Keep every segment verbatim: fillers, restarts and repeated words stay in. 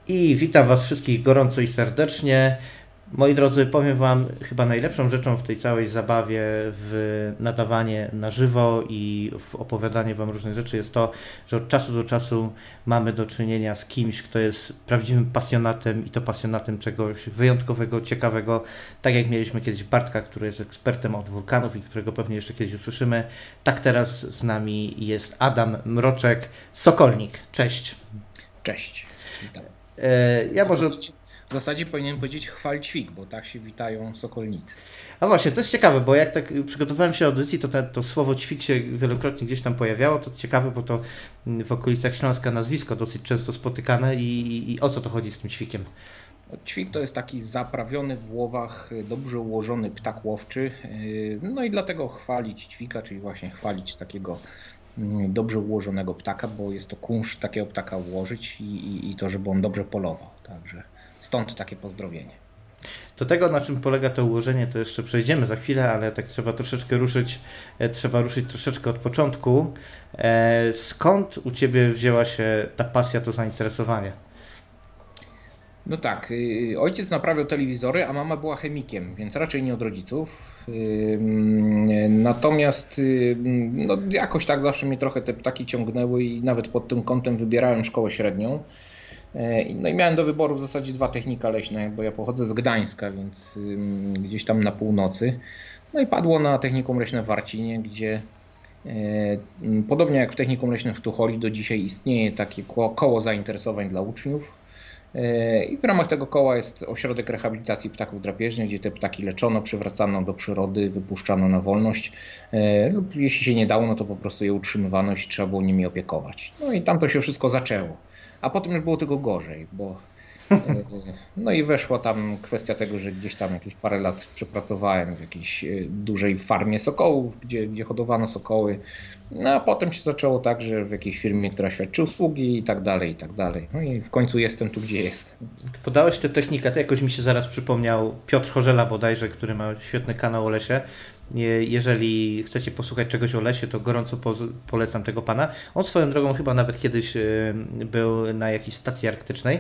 I witam Was wszystkich gorąco i serdecznie. Moi drodzy, powiem Wam, chyba najlepszą rzeczą w tej całej zabawie w nadawanie na żywo i w opowiadanie Wam różnych rzeczy jest to, że od czasu do czasu mamy do czynienia z kimś, kto jest prawdziwym pasjonatem i to pasjonatem czegoś wyjątkowego, ciekawego. Tak jak mieliśmy kiedyś Bartka, który jest ekspertem od wulkanów i którego pewnie jeszcze kiedyś usłyszymy. Tak teraz z nami jest Adam Mroczek, Sokolnik. Cześć. Cześć, witam. E, Ja W może zasadzie, w zasadzie powinienem powiedzieć chwal-ćwik, bo tak się witają sokolnicy. A właśnie, to jest ciekawe, bo jak tak przygotowałem się do audycji, to te, to słowo ćwik się wielokrotnie gdzieś tam pojawiało. To ciekawe, bo to w okolicach Śląska nazwisko dosyć często spotykane i, i, i o co to chodzi z tym ćwikiem? Ćwik to jest taki zaprawiony w łowach, dobrze ułożony ptak łowczy. No i dlatego chwalić ćwika, czyli właśnie chwalić takiego dobrze ułożonego ptaka, bo jest to kunszt takiego ptaka ułożyć i, i, i to, żeby on dobrze polował. Także stąd takie pozdrowienie. Do tego, na czym polega to ułożenie, to jeszcze przejdziemy za chwilę, ale tak trzeba troszeczkę ruszyć, e, trzeba ruszyć troszeczkę od początku. E, Skąd u Ciebie wzięła się ta pasja, to zainteresowanie? No tak, y, ojciec naprawiał telewizory, a mama była chemikiem, więc raczej nie od rodziców. Y, Natomiast y, no, jakoś tak zawsze mnie trochę te ptaki ciągnęły i nawet pod tym kątem wybierałem szkołę średnią. Y, No i miałem do wyboru w zasadzie dwa technika leśne, bo ja pochodzę z Gdańska, więc y, gdzieś tam na północy. No i padło na technikum leśne w Warcinie, gdzie y, podobnie jak w technikum leśnym w Tucholi do dzisiaj istnieje takie koło, koło zainteresowań dla uczniów. I w ramach tego koła jest ośrodek rehabilitacji ptaków drapieżnych, gdzie te ptaki leczono, przywracano do przyrody, wypuszczano na wolność lub jeśli się nie dało, no to po prostu je utrzymywano i trzeba było nimi opiekować. No i tam to się wszystko zaczęło, a potem już było tego gorzej, bo no i weszła tam kwestia tego, że gdzieś tam jakieś parę lat przepracowałem w jakiejś dużej farmie sokołów, gdzie, gdzie hodowano sokoły. No a potem się zaczęło tak, że w jakiejś firmie, która świadczy usługi i tak dalej, i tak dalej. No i w końcu jestem tu, gdzie jestem. Podałeś tę technikę, to jakoś mi się zaraz przypomniał Piotr Chorzela bodajże, który ma świetny kanał o lesie. Jeżeli chcecie posłuchać czegoś o lesie, to gorąco polecam tego pana. On swoją drogą chyba nawet kiedyś był na jakiejś stacji arktycznej.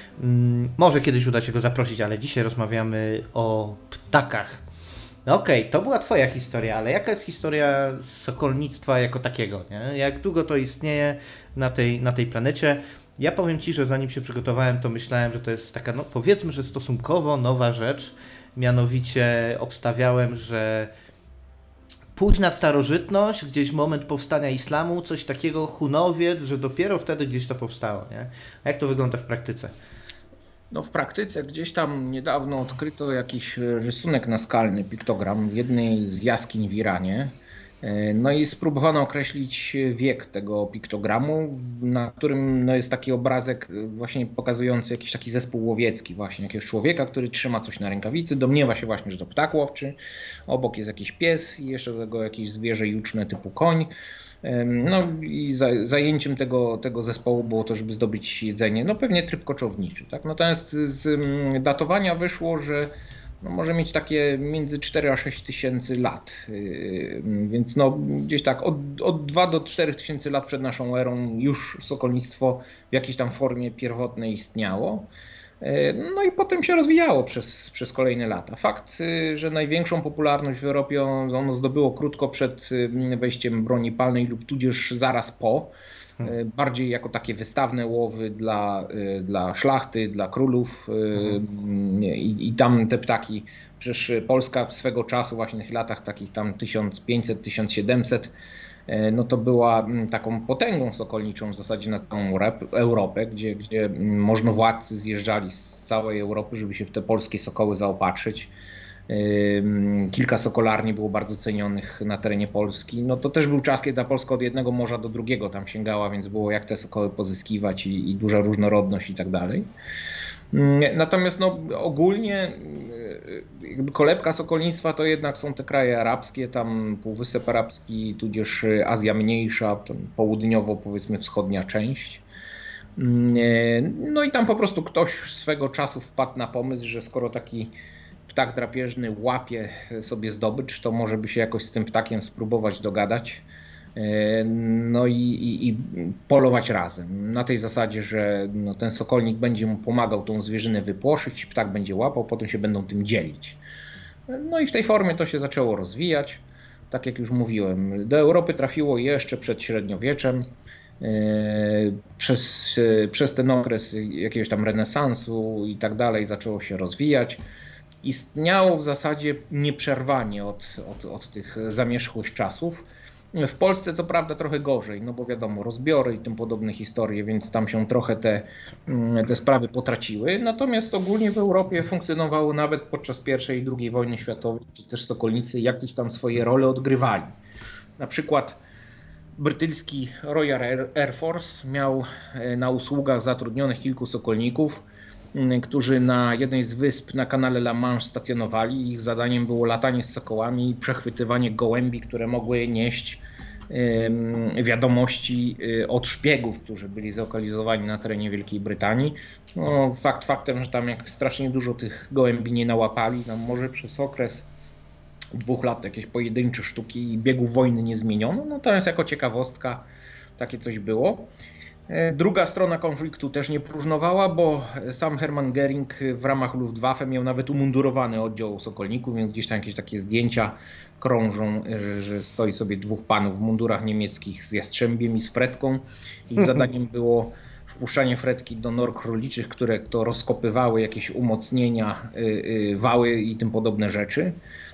Może kiedyś uda się go zaprosić, ale dzisiaj rozmawiamy o ptakach. No okej, okay, to była Twoja historia, ale jaka jest historia sokolnictwa jako takiego? Nie? Jak długo to istnieje na tej, na tej planecie? Ja powiem Ci, że zanim się przygotowałem, to myślałem, że to jest taka, no powiedzmy, że stosunkowo nowa rzecz. Mianowicie obstawiałem, że późna starożytność, gdzieś moment powstania islamu, coś takiego, Hunowiec, że dopiero wtedy gdzieś to powstało. Nie? A jak to wygląda w praktyce? No w praktyce gdzieś tam niedawno odkryto jakiś rysunek naskalny, piktogram w jednej z jaskiń w Iranie. No i spróbowano określić wiek tego piktogramu, na którym no jest taki obrazek właśnie pokazujący jakiś taki zespół łowiecki, właśnie jakiegoś człowieka, który trzyma coś na rękawicy, domniewa się właśnie, że to ptak łowczy, obok jest jakiś pies i jeszcze do tego jakieś zwierzę juczne typu koń. No i zajęciem tego, tego zespołu było to, żeby zdobyć jedzenie, no pewnie tryb koczowniczy, tak? Natomiast z datowania wyszło, że no może mieć takie między cztery a sześć tysięcy lat, więc no gdzieś tak od, od dwóch do czterech tysięcy lat przed naszą erą już sokolnictwo w jakiejś tam formie pierwotnej istniało. No i potem się rozwijało przez, przez kolejne lata. Fakt, że największą popularność w Europie ono zdobyło krótko przed wejściem broni palnej lub tudzież zaraz po. Bardziej jako takie wystawne łowy dla, dla szlachty, dla królów I, i tam te ptaki, przecież Polska swego czasu właśnie w tych latach takich tam tysiąc pięćset do tysiąc siedemset no to była taką potęgą sokolniczą w zasadzie na całą Europę, gdzie, gdzie możnowładcy zjeżdżali z całej Europy, żeby się w te polskie sokoły zaopatrzyć. Kilka sokolarni było bardzo cenionych na terenie Polski. No to też był czas, kiedy ta Polska od jednego morza do drugiego tam sięgała, więc było jak te sokoły pozyskiwać i, i duża różnorodność i tak dalej. Natomiast no, ogólnie jakby kolebka sokolnictwa to jednak są te kraje arabskie, tam Półwysep Arabski, tudzież Azja Mniejsza, tam południowo powiedzmy wschodnia część. No i tam po prostu ktoś swego czasu wpadł na pomysł, że skoro taki ptak drapieżny łapie sobie zdobycz, to może by się jakoś z tym ptakiem spróbować dogadać. no i, i, i polować razem. Na tej zasadzie, że no ten sokolnik będzie mu pomagał tą zwierzynę wypłoszyć, ptak będzie łapał, potem się będą tym dzielić. No i w tej formie to się zaczęło rozwijać. Tak jak już mówiłem, do Europy trafiło jeszcze przed średniowieczem. Przez, przez ten okres jakiegoś tam renesansu i tak dalej zaczęło się rozwijać. Istniało w zasadzie nieprzerwanie od, od, od tych zamierzchłych czasów. W Polsce co prawda trochę gorzej, no bo wiadomo, rozbiory i tym podobne historie, więc tam się trochę te, te sprawy potraciły. Natomiast ogólnie w Europie funkcjonowały nawet podczas pierwszej i drugiej wojny światowej, czy też sokolnicy jakieś tam swoje role odgrywali. Na przykład brytyjski Royal Air Force miał na usługach zatrudnionych kilku sokolników, którzy na jednej z wysp na kanale La Manche stacjonowali. Ich zadaniem było latanie z sokołami i przechwytywanie gołębi, które mogły nieść wiadomości od szpiegów, którzy byli zlokalizowani na terenie Wielkiej Brytanii. No, fakt faktem, że tam jak strasznie dużo tych gołębi nie nałapali, tam może przez okres dwóch lat jakieś pojedyncze sztuki i biegów wojny nie zmieniono, natomiast jako ciekawostka takie coś było. Druga strona konfliktu też nie próżnowała, bo sam Hermann Göring w ramach Luftwaffe miał nawet umundurowany oddział sokolników, więc gdzieś tam jakieś takie zdjęcia krążą, że stoi sobie dwóch panów w mundurach niemieckich z jastrzębiem i z fretką. Ich zadaniem było wpuszczanie fretki do nor króliczych, które to rozkopywały jakieś umocnienia, wały i tym podobne rzeczy.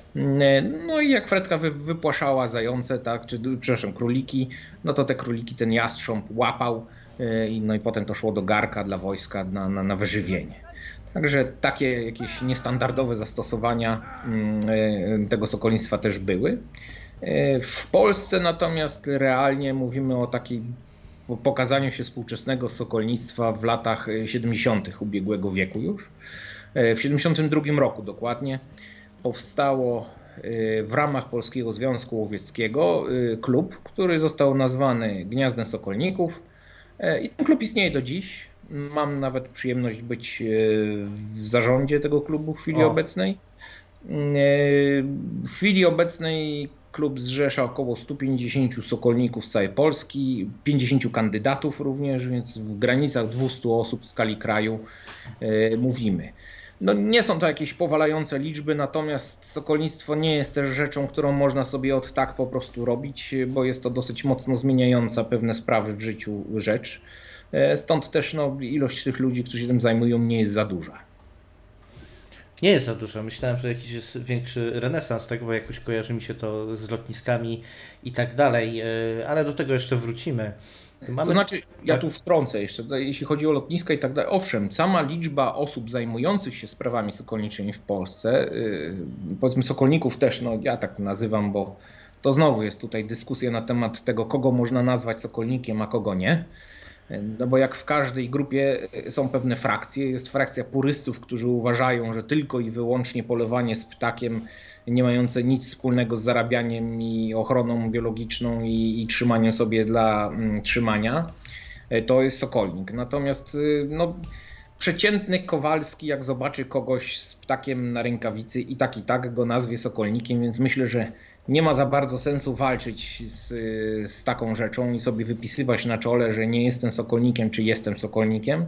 No i jak fretka wypłaszała zające, tak, czy przepraszam, króliki, no to te króliki ten jastrząb łapał, no i potem to szło do garka dla wojska na, na, na wyżywienie. Także takie jakieś niestandardowe zastosowania tego sokolnictwa też były. W Polsce natomiast realnie mówimy o takiej o pokazaniu się współczesnego sokolnictwa w latach siedemdziesiątych ubiegłego wieku już. W siedemdziesiątym drugim roku dokładnie powstało w ramach Polskiego Związku Łowieckiego klub, który został nazwany Gniazdem Sokolników i ten klub istnieje do dziś. Mam nawet przyjemność być w zarządzie tego klubu w chwili o. obecnej. W chwili obecnej klub zrzesza około stu pięćdziesięciu sokolników z całej Polski, pięćdziesięciu kandydatów również, więc w granicach dwustu osób w skali kraju mówimy. No nie są to jakieś powalające liczby, natomiast sokolnictwo nie jest też rzeczą, którą można sobie od tak po prostu robić, bo jest to dosyć mocno zmieniająca pewne sprawy w życiu rzecz. Stąd też no, ilość tych ludzi, którzy się tym zajmują, nie jest za duża. Nie jest za dużo. Myślałem, że jakiś jest większy renesans tego, bo jakoś kojarzy mi się to z lotniskami i tak dalej, ale do tego jeszcze wrócimy. Mamy... To znaczy, ja tu wtrącę jeszcze, jeśli chodzi o lotniska i tak dalej. Owszem, sama liczba osób zajmujących się sprawami sokolniczymi w Polsce, yy, powiedzmy sokolników też, no ja tak nazywam, bo to znowu jest tutaj dyskusja na temat tego, kogo można nazwać sokolnikiem, a kogo nie. No bo jak w każdej grupie są pewne frakcje, jest frakcja purystów, którzy uważają, że tylko i wyłącznie polowanie z ptakiem nie mające nic wspólnego z zarabianiem i ochroną biologiczną i, i trzymaniem sobie dla mm, trzymania, to jest sokolnik. Natomiast no, przeciętny Kowalski, jak zobaczy kogoś z ptakiem na rękawicy i tak i tak go nazwie sokolnikiem, więc myślę, że nie ma za bardzo sensu walczyć z, z taką rzeczą i sobie wypisywać na czole, że nie jestem sokolnikiem, czy jestem sokolnikiem,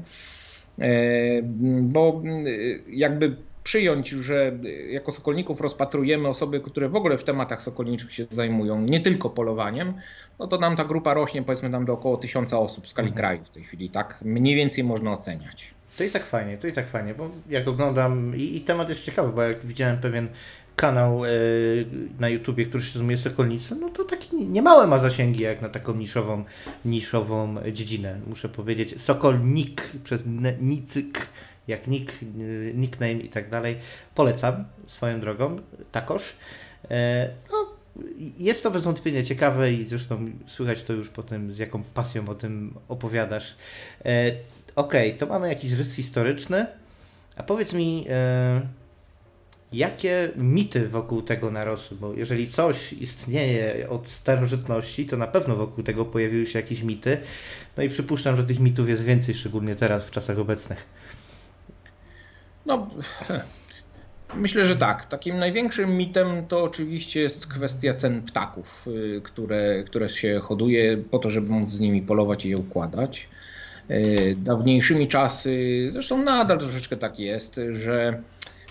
bo jakby przyjąć, że jako sokolników rozpatrujemy osoby, które w ogóle w tematach sokolniczych się zajmują, nie tylko polowaniem, no to nam ta grupa rośnie, powiedzmy tam do około tysiąca osób w skali mhm. kraju w tej chwili, tak mniej więcej można oceniać. To i tak fajnie, to i tak fajnie, bo jak oglądam i, i temat jest ciekawy, bo jak widziałem pewien kanał y, na YouTubie, który się zajmuje sokolnictwem, no to taki niemałe ma zasięgi jak na taką niszową, niszową dziedzinę, muszę powiedzieć. Sokolnik przez nicyk, jak nick, nickname i tak dalej. Polecam swoją drogą, takoż. No, jest to bez wątpienia ciekawe i zresztą słychać to już po tym, z jaką pasją o tym opowiadasz. Okej, okay, to mamy jakiś rys historyczny, a powiedz mi, jakie mity wokół tego narosły, bo jeżeli coś istnieje od starożytności, to na pewno wokół tego pojawiły się jakieś mity, no i przypuszczam, że tych mitów jest więcej, szczególnie teraz w czasach obecnych. No, Myślę, że tak. Takim największym mitem to oczywiście jest kwestia cen ptaków, które, które się hoduje po to, żeby móc z nimi polować i je układać. Dawniejszymi czasy, zresztą nadal troszeczkę tak jest, że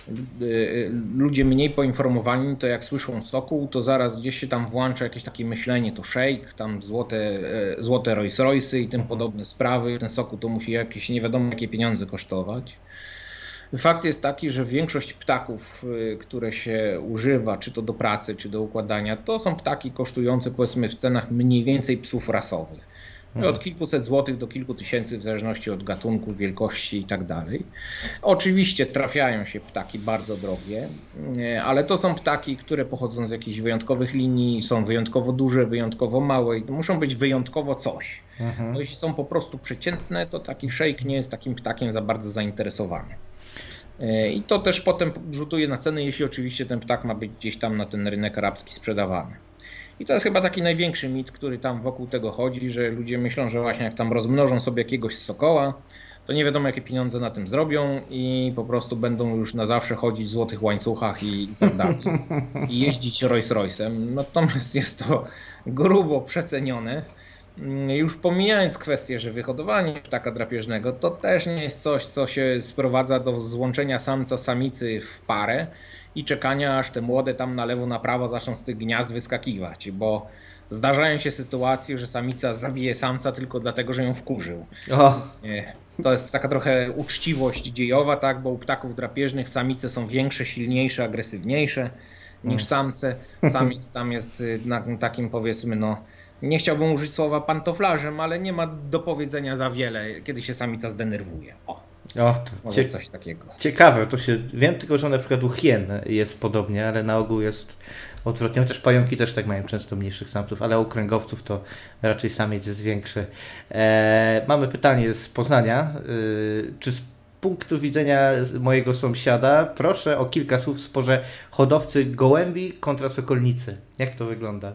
ludzie mniej poinformowani, to jak słyszą sokół, to zaraz gdzieś się tam włącza jakieś takie myślenie, to szejk, tam złote, złote Rolls Royce'y i tym podobne sprawy. Ten sokół to musi jakieś nie wiadomo jakie pieniądze kosztować. Fakt jest taki, że większość ptaków, które się używa, czy to do pracy, czy do układania, to są ptaki kosztujące powiedzmy w cenach mniej więcej psów rasowych. Od kilkuset złotych do kilku tysięcy w zależności od gatunku, wielkości i tak dalej. Oczywiście trafiają się ptaki bardzo drogie, ale to są ptaki, które pochodzą z jakichś wyjątkowych linii, są wyjątkowo duże, wyjątkowo małe i muszą być wyjątkowo coś. Mhm. No, jeśli są po prostu przeciętne, to taki szejk nie jest takim ptakiem za bardzo zainteresowany. I to też potem rzutuje na ceny, jeśli oczywiście ten ptak ma być gdzieś tam na ten rynek arabski sprzedawany. I to jest chyba taki największy mit, który tam wokół tego chodzi, że ludzie myślą, że właśnie jak tam rozmnożą sobie jakiegoś sokoła, to nie wiadomo jakie pieniądze na tym zrobią i po prostu będą już na zawsze chodzić w złotych łańcuchach i, i tak dalej. I jeździć Rolls Royce'em. Natomiast jest to grubo przecenione. Już pomijając kwestię, że wyhodowanie ptaka drapieżnego to też nie jest coś, co się sprowadza do złączenia samca samicy w parę i czekania, aż te młode tam na lewo, na prawo zaczną z tych gniazd wyskakiwać, bo zdarzają się sytuacje, że samica zabije samca tylko dlatego, że ją wkurzył. Oh. To jest taka trochę uczciwość dziejowa, tak, bo u ptaków drapieżnych samice są większe, silniejsze, agresywniejsze niż samce. Samic tam jest na takim powiedzmy no nie chciałbym użyć słowa pantoflarzem, ale nie ma do powiedzenia za wiele, kiedy się samica zdenerwuje. O, o to może coś takiego. Ciekawe, to się wiem tylko, że na przykład u hien jest podobnie, ale na ogół jest odwrotnie. Chociaż pająki też tak mają często mniejszych samców, ale u kręgowców to raczej samiec jest większy. E, mamy pytanie z Poznania. E, czy z punktu widzenia mojego sąsiada, proszę o kilka słów w sporze hodowcy gołębi kontra sokolnicy. Jak to wygląda?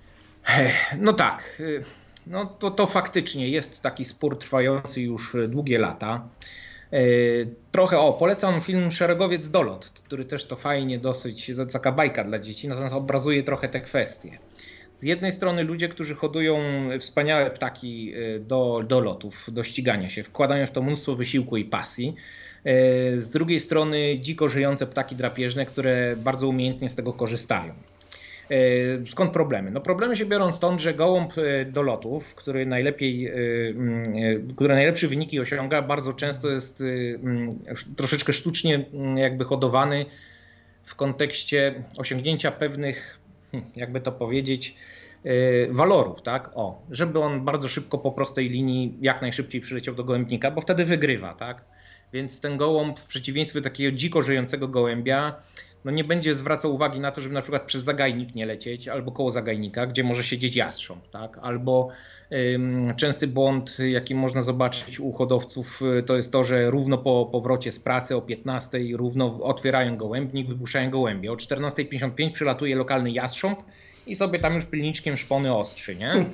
No tak, no to, to faktycznie jest taki spór trwający już długie lata. Trochę, o, polecam film Szeregowiec Dolot, który też to fajnie dosyć, to taka bajka dla dzieci, natomiast obrazuje trochę te kwestie. Z jednej strony ludzie, którzy hodują wspaniałe ptaki do, do lotów, do ścigania się, wkładają w to mnóstwo wysiłku i pasji. Z drugiej strony dziko żyjące ptaki drapieżne, które bardzo umiejętnie z tego korzystają. Skąd problemy? No problemy się biorą stąd, że gołąb do lotów, który najlepiej, który najlepsze wyniki osiąga, bardzo często jest troszeczkę sztucznie jakby hodowany w kontekście osiągnięcia pewnych, jakby to powiedzieć, walorów, tak? O, żeby on bardzo szybko po prostej linii jak najszybciej przyleciał do gołębnika, bo wtedy wygrywa, tak? Więc ten gołąb w przeciwieństwie do takiego dziko żyjącego gołębia no nie będzie zwracał uwagi na to, żeby na przykład przez zagajnik nie lecieć albo koło zagajnika, gdzie może siedzieć jastrząb, tak? Albo ym, częsty błąd, jaki można zobaczyć u hodowców, to jest to, że równo po powrocie z pracy o piętnastej równo otwierają gołębnik, wypuszczają gołębie. O czternastej pięćdziesiąt pięć przylatuje lokalny jastrząb i sobie tam już pilniczkiem szpony ostrzy, nie?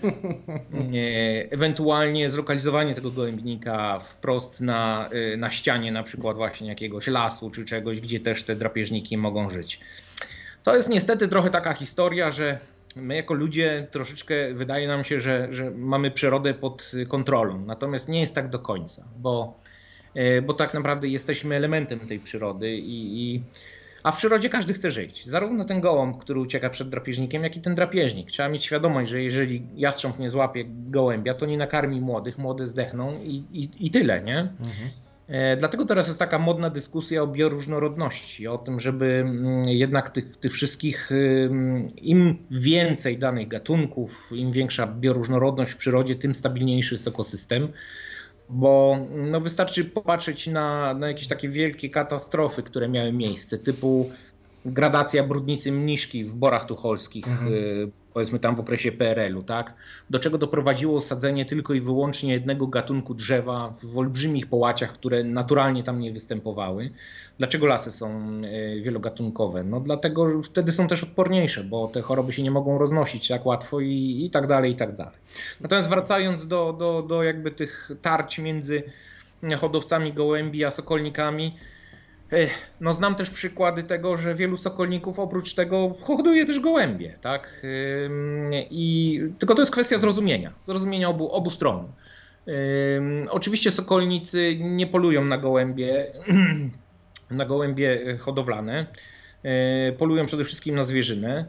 Ewentualnie zlokalizowanie tego gołębnika wprost na, na ścianie na przykład właśnie jakiegoś lasu czy czegoś, gdzie też te drapieżniki mogą żyć. To jest niestety trochę taka historia, że my jako ludzie troszeczkę wydaje nam się, że, że mamy przyrodę pod kontrolą. Natomiast nie jest tak do końca, bo, bo tak naprawdę jesteśmy elementem tej przyrody i, i a w przyrodzie każdy chce żyć. Zarówno ten gołąb, który ucieka przed drapieżnikiem, jak i ten drapieżnik. Trzeba mieć świadomość, że jeżeli jastrząb nie złapie gołębia, to nie nakarmi młodych, młode zdechną i, i, i tyle, nie? Mhm. E, dlatego teraz jest taka modna dyskusja o bioróżnorodności, o tym, żeby jednak tych, tych wszystkich, im więcej danych gatunków, im większa bioróżnorodność w przyrodzie, tym stabilniejszy jest ekosystem. Bo no wystarczy popatrzeć na, na jakieś takie wielkie katastrofy, które miały miejsce, typu gradacja brudnicy mniszki w Borach Tucholskich, mhm. powiedzmy tam w okresie P R L u, tak? Do czego doprowadziło sadzenie tylko i wyłącznie jednego gatunku drzewa w olbrzymich połaciach, które naturalnie tam nie występowały. Dlaczego lasy są wielogatunkowe? No dlatego, że wtedy są też odporniejsze, bo te choroby się nie mogą roznosić tak łatwo i, i tak dalej, i tak dalej. Natomiast wracając do, do, do jakby tych tarć między hodowcami gołębi a sokolnikami, No znam też przykłady tego, że wielu sokolników oprócz tego hoduje też gołębie, tak? I tylko to jest kwestia zrozumienia, zrozumienia obu, obu stron. Oczywiście sokolnicy nie polują na gołębie, na gołębie hodowlane, polują przede wszystkim na zwierzynę.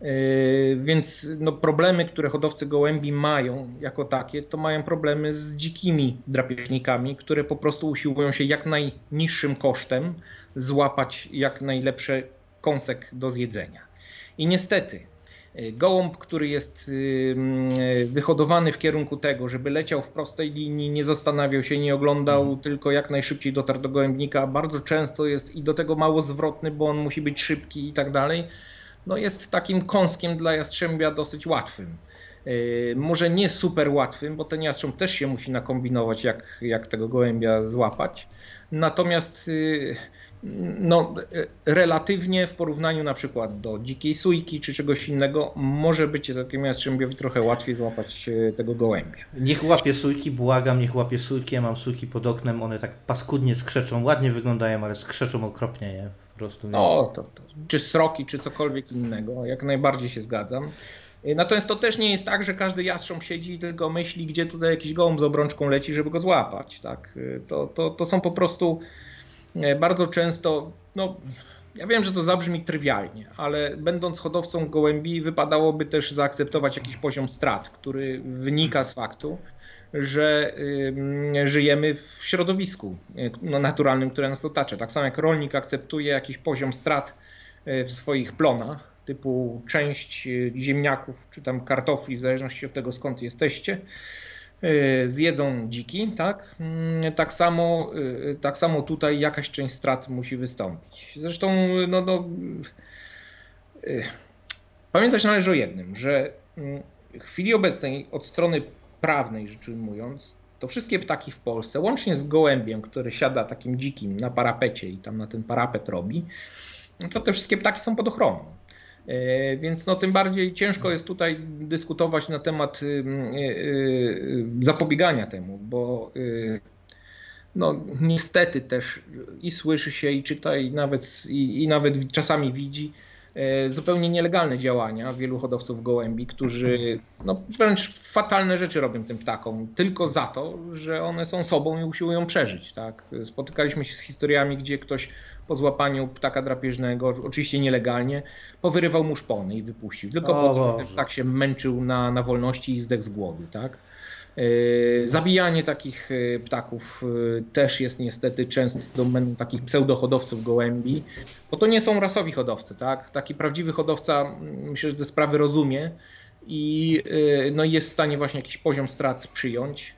Więc no, problemy, które hodowcy gołębi mają jako takie, to mają problemy z dzikimi drapieżnikami, które po prostu usiłują się jak najniższym kosztem złapać jak najlepszy kąsek do zjedzenia. I niestety gołąb, który jest wyhodowany w kierunku tego, żeby leciał w prostej linii, nie zastanawiał się, nie oglądał, hmm. tylko jak najszybciej dotarł do gołębnika, bardzo często jest i do tego mało zwrotny, bo on musi być szybki i tak dalej. No jest takim kąskiem dla jastrzębia dosyć łatwym. Yy, może nie super łatwym, bo ten jastrząb też się musi nakombinować, jak, jak tego gołębia złapać. Natomiast yy, no, relatywnie w porównaniu na przykład do dzikiej sójki czy czegoś innego, może być takiemu jastrzębiowi trochę łatwiej złapać tego gołębia. Niech łapie sójki, błagam, niech łapie sójki. Ja mam sójki pod oknem, one tak paskudnie skrzeczą, ładnie wyglądają, ale skrzeczą okropnie je. Po prostu, no, to, to, czy sroki, czy cokolwiek innego, jak najbardziej się zgadzam. Natomiast to też nie jest tak, że każdy jastrząb siedzi i tylko myśli, gdzie tutaj jakiś gołąb z obrączką leci, żeby go złapać. Tak? To, to, to są po prostu bardzo często, no ja wiem, że to zabrzmi trywialnie, ale będąc hodowcą gołębi wypadałoby też zaakceptować jakiś poziom strat, który wynika z faktu, że y, żyjemy w środowisku no, naturalnym, które nas otacza. Tak samo jak rolnik akceptuje jakiś poziom strat w swoich plonach, typu część ziemniaków czy tam kartofli, w zależności od tego skąd jesteście, y, zjedzą dziki, tak? Y, tak samo, y, tak samo tutaj jakaś część strat musi wystąpić. Zresztą no, no, y, pamiętać należy o jednym, że w chwili obecnej od strony prawnej rzecz ujmując, to wszystkie ptaki w Polsce, łącznie z gołębiem, który siada takim dzikim na parapecie i tam na ten parapet robi, to te wszystkie ptaki są pod ochroną. Więc no tym bardziej ciężko jest tutaj dyskutować na temat zapobiegania temu, bo no niestety też i słyszy się, i czyta, i nawet, i, i nawet czasami widzi zupełnie nielegalne działania wielu hodowców gołębi, którzy no, wręcz fatalne rzeczy robią tym ptakom tylko za to, że one są sobą i usiłują przeżyć. Tak? Spotykaliśmy się z historiami, gdzie ktoś po złapaniu ptaka drapieżnego, oczywiście nielegalnie, powyrywał mu szpony i wypuścił. Tylko o, po to, że ten ptak się męczył na, na wolności i zdechł z głodu. Tak? Zabijanie takich ptaków też jest niestety często domeną takich pseudohodowców gołębi, bo to nie są rasowi hodowcy. Tak? Taki prawdziwy hodowca myślę, że te sprawy rozumie i no, jest w stanie właśnie jakiś poziom strat przyjąć,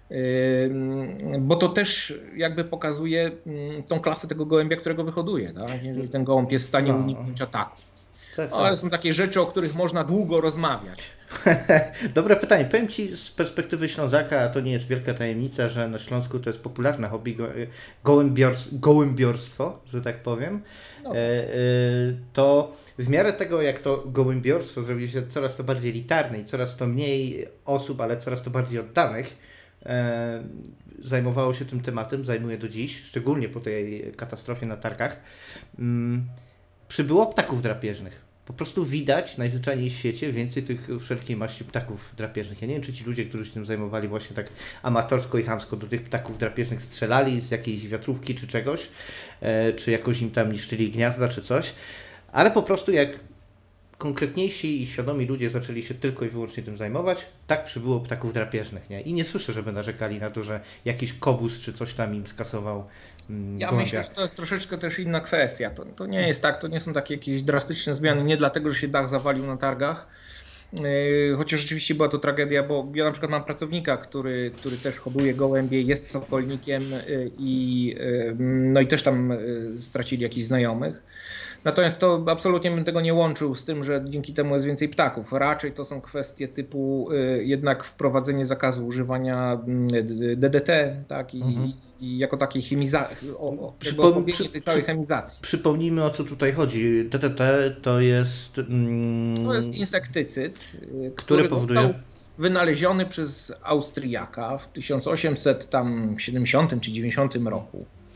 bo to też jakby pokazuje tą klasę tego gołębia, którego wyhoduje. Tak? Jeżeli ten gołąb jest w stanie uniknąć ataku. No, ale są takie rzeczy, o których można długo rozmawiać. Dobre pytanie. Powiem Ci z perspektywy Ślązaka, a to nie jest wielka tajemnica, że na Śląsku to jest popularne hobby go, gołębiors, gołębiorstwo, że tak powiem. No. E, e, to w miarę tego, jak to gołębiorstwo zrobi się coraz to bardziej elitarne i coraz to mniej osób, ale coraz to bardziej oddanych, e, zajmowało się tym tematem, zajmuje do dziś, szczególnie po tej katastrofie na targach, mm, przybyło ptaków drapieżnych. Po prostu widać najzwyczajniej w świecie więcej tych wszelkiej maści ptaków drapieżnych. Ja nie wiem, czy ci ludzie, którzy się tym zajmowali właśnie tak amatorsko i chamsko do tych ptaków drapieżnych strzelali z jakiejś wiatrówki czy czegoś, e, czy jakoś im tam niszczyli gniazda czy coś, ale po prostu jak konkretniejsi i świadomi ludzie zaczęli się tylko i wyłącznie tym zajmować, tak przybyło ptaków drapieżnych. Nie? I nie słyszę, żeby narzekali na to, że jakiś kobus czy coś tam im skasował. Mm, ja myślę, że to jest troszeczkę też inna kwestia. To, to nie jest tak, to nie są takie jakieś drastyczne zmiany, nie dlatego, że się dach zawalił na targach, yy, chociaż rzeczywiście była to tragedia, bo ja na przykład mam pracownika, który, który też hoduje gołębie, jest sokolnikiem yy, i, yy, no i też tam yy, stracili jakichś znajomych. Natomiast to absolutnie bym tego nie łączył z tym, że dzięki temu jest więcej ptaków. Raczej to są kwestie typu y, jednak wprowadzenie zakazu używania D D T, tak, i, mhm. i jako takiej chemizacji, Przypom- przy, tej całej chemizacji. Przypomnijmy, o co tutaj chodzi. D D T to jest... Mm, to jest insektycyd, który, który powoduje... został wynaleziony przez Austriaka w tysiąc osiemset siedemdziesiątym czy dziewięćdziesiątym roku.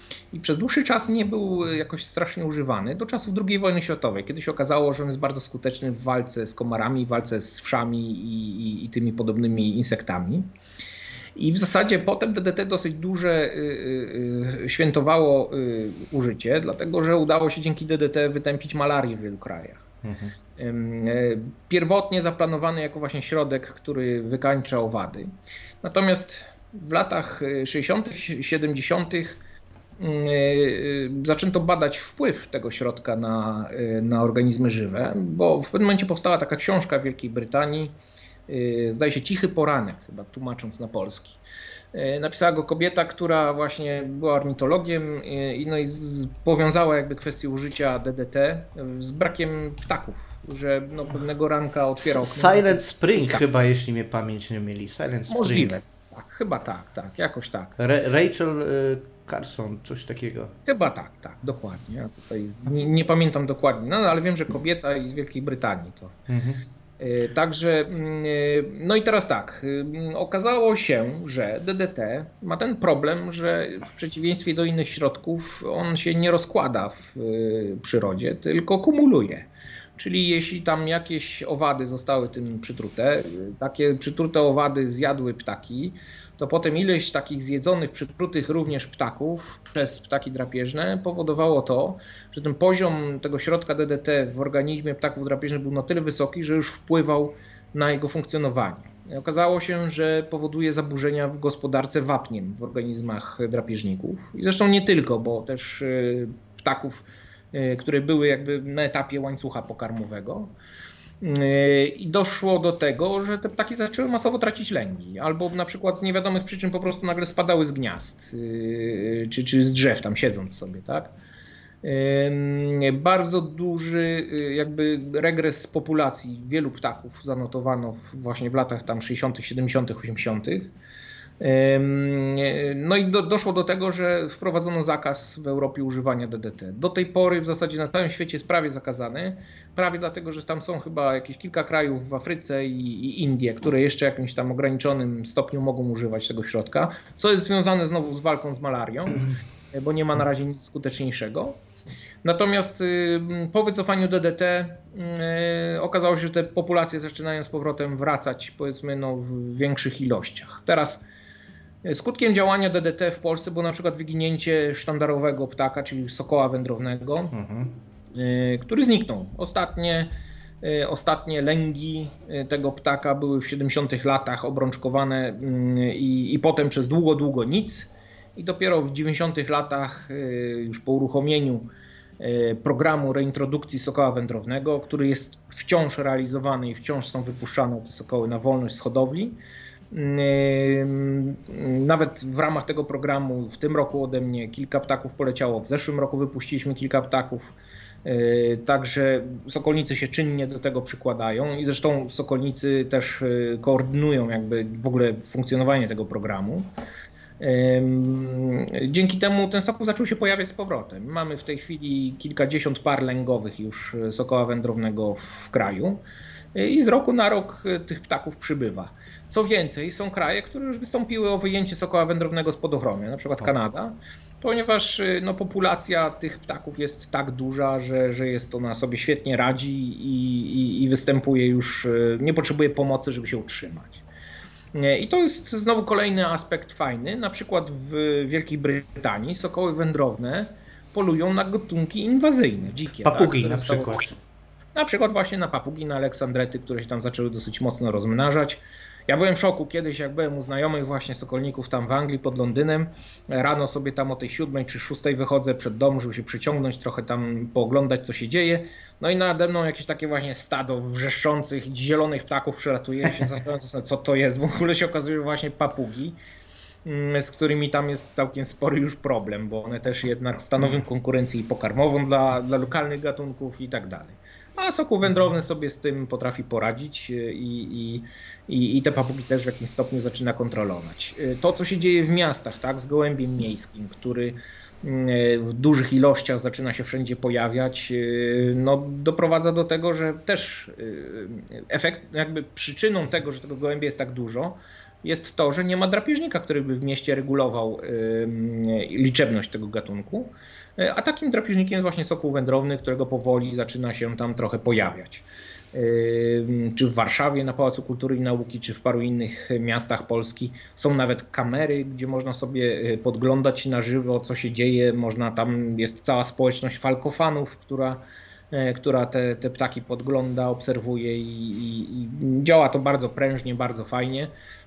i przez dłuższy czas nie był jakoś strasznie używany, do czasów drugiej wojny światowej, kiedy się okazało, że on jest bardzo skuteczny w walce z komarami, w walce z wszami i, i, i tymi podobnymi insektami. I w zasadzie potem D D T dosyć duże świętowało użycie, dlatego że udało się dzięki D D T wytępić malarię w wielu krajach. Mhm. Pierwotnie zaplanowany jako właśnie środek, który wykańcza owady. Natomiast w latach sześćdziesiątych, siedemdziesiątych zaczęto badać wpływ tego środka na, na organizmy żywe, bo w pewnym momencie powstała taka książka w Wielkiej Brytanii, zdaje się Cichy Poranek, chyba tłumacząc na polski. Napisała go kobieta, która właśnie była ornitologiem i, no i z, powiązała jakby kwestię użycia D D T z brakiem ptaków, że no pewnego ranka otwierał... Silent Spring tak. Chyba, jeśli mnie pamięć nie myli. Silent Spring. Możliwe. Tak, chyba tak, tak, jakoś tak. Rachel Carson, coś takiego. Chyba tak, tak, dokładnie. Ja tutaj nie, nie pamiętam dokładnie, no ale wiem, że kobieta i z Wielkiej Brytanii to. Mhm. Także, no i teraz tak, okazało się, że D D T ma ten problem, że w przeciwieństwie do innych środków on się nie rozkłada w przyrodzie, tylko kumuluje. Czyli jeśli tam jakieś owady zostały tym przytrute, takie przytrute owady zjadły ptaki, to potem ileś takich zjedzonych, przytrutych również ptaków przez ptaki drapieżne powodowało to, że ten poziom tego środka D D T w organizmie ptaków drapieżnych był na tyle wysoki, że już wpływał na jego funkcjonowanie. I okazało się, że powoduje zaburzenia w gospodarce wapniem w organizmach drapieżników. I zresztą nie tylko, bo też ptaków, które były jakby na etapie łańcucha pokarmowego. I doszło do tego, że te ptaki zaczęły masowo tracić lęgi, albo na przykład z niewiadomych przyczyn po prostu nagle spadały z gniazd, czy, czy z drzew tam siedząc sobie, tak? Bardzo duży jakby regres populacji wielu ptaków zanotowano właśnie w latach tam sześćdziesiątych, siedemdziesiątych, osiemdziesiątych. No i do, doszło do tego, że wprowadzono zakaz w Europie używania D D T. Do tej pory w zasadzie na całym świecie jest prawie zakazany, prawie dlatego, że tam są chyba jakieś kilka krajów w Afryce i, i Indie, które jeszcze w jakimś tam ograniczonym stopniu mogą używać tego środka, co jest związane znowu z walką z malarią, bo nie ma na razie nic skuteczniejszego. Natomiast po wycofaniu D D T okazało się, że te populacje zaczynają z powrotem wracać, powiedzmy, no, w większych ilościach. Teraz skutkiem działania D D T w Polsce było na przykład wyginięcie sztandarowego ptaka, czyli sokoła wędrownego, mhm. który zniknął. Ostatnie, ostatnie lęgi tego ptaka były w siedemdziesiątych latach obrączkowane i, i potem przez długo, długo nic. I dopiero w dziewięćdziesiątych latach, już po uruchomieniu programu reintrodukcji sokoła wędrownego, który jest wciąż realizowany i wciąż są wypuszczane te sokoły na wolność z hodowli. Nawet w ramach tego programu w tym roku ode mnie kilka ptaków poleciało, w zeszłym roku wypuściliśmy kilka ptaków, także sokolnicy się czynnie do tego przykładają i zresztą sokolnicy też koordynują jakby w ogóle funkcjonowanie tego programu. Dzięki temu ten sokół zaczął się pojawiać z powrotem. Mamy w tej chwili kilkadziesiąt par lęgowych już sokoła wędrownego w kraju i z roku na rok tych ptaków przybywa. Co więcej, są kraje, które już wystąpiły o wyjęcie sokoła wędrownego spod ochrony, na przykład Kanada, ponieważ no, populacja tych ptaków jest tak duża, że, że jest ona sobie świetnie radzi i, i, i występuje już, nie potrzebuje pomocy, żeby się utrzymać. I to jest znowu kolejny aspekt fajny. Na przykład w Wielkiej Brytanii sokoły wędrowne polują na gatunki inwazyjne, dzikie. Papugi tak, na przykład. Na przykład właśnie na papugi, na aleksandrety, które się tam zaczęły dosyć mocno rozmnażać. Ja byłem w szoku kiedyś, jak byłem u znajomych właśnie sokolników tam w Anglii pod Londynem. Rano sobie tam o tej siódmej czy szóstej wychodzę przed dom, żeby się przyciągnąć, trochę tam pooglądać, co się dzieje. No i nade mną jakieś takie właśnie stado wrzeszczących, zielonych ptaków przelatuje. Ja się zastanawiam, co to jest. W ogóle się okazuje właśnie papugi, z którymi tam jest całkiem spory już problem, bo one też jednak stanowią konkurencję pokarmową dla, dla lokalnych gatunków i tak dalej. A sokół wędrowny sobie z tym potrafi poradzić i, i, i te papugi też w jakimś stopniu zaczyna kontrolować. To, co się dzieje w miastach, tak, z gołębiem miejskim, który w dużych ilościach zaczyna się wszędzie pojawiać, no, doprowadza do tego, że też efekt, jakby przyczyną tego, że tego gołębia jest tak dużo, jest to, że nie ma drapieżnika, który by w mieście regulował liczebność tego gatunku, a takim drapieżnikiem jest właśnie sokół wędrowny, którego powoli zaczyna się tam trochę pojawiać. Czy w Warszawie na Pałacu Kultury i Nauki, czy w paru innych miastach Polski są nawet kamery, gdzie można sobie podglądać na żywo, co się dzieje. Można, tam jest cała społeczność falkofanów, która, która te, te ptaki podgląda, obserwuje i, i, i działa to bardzo prężnie, bardzo fajnie.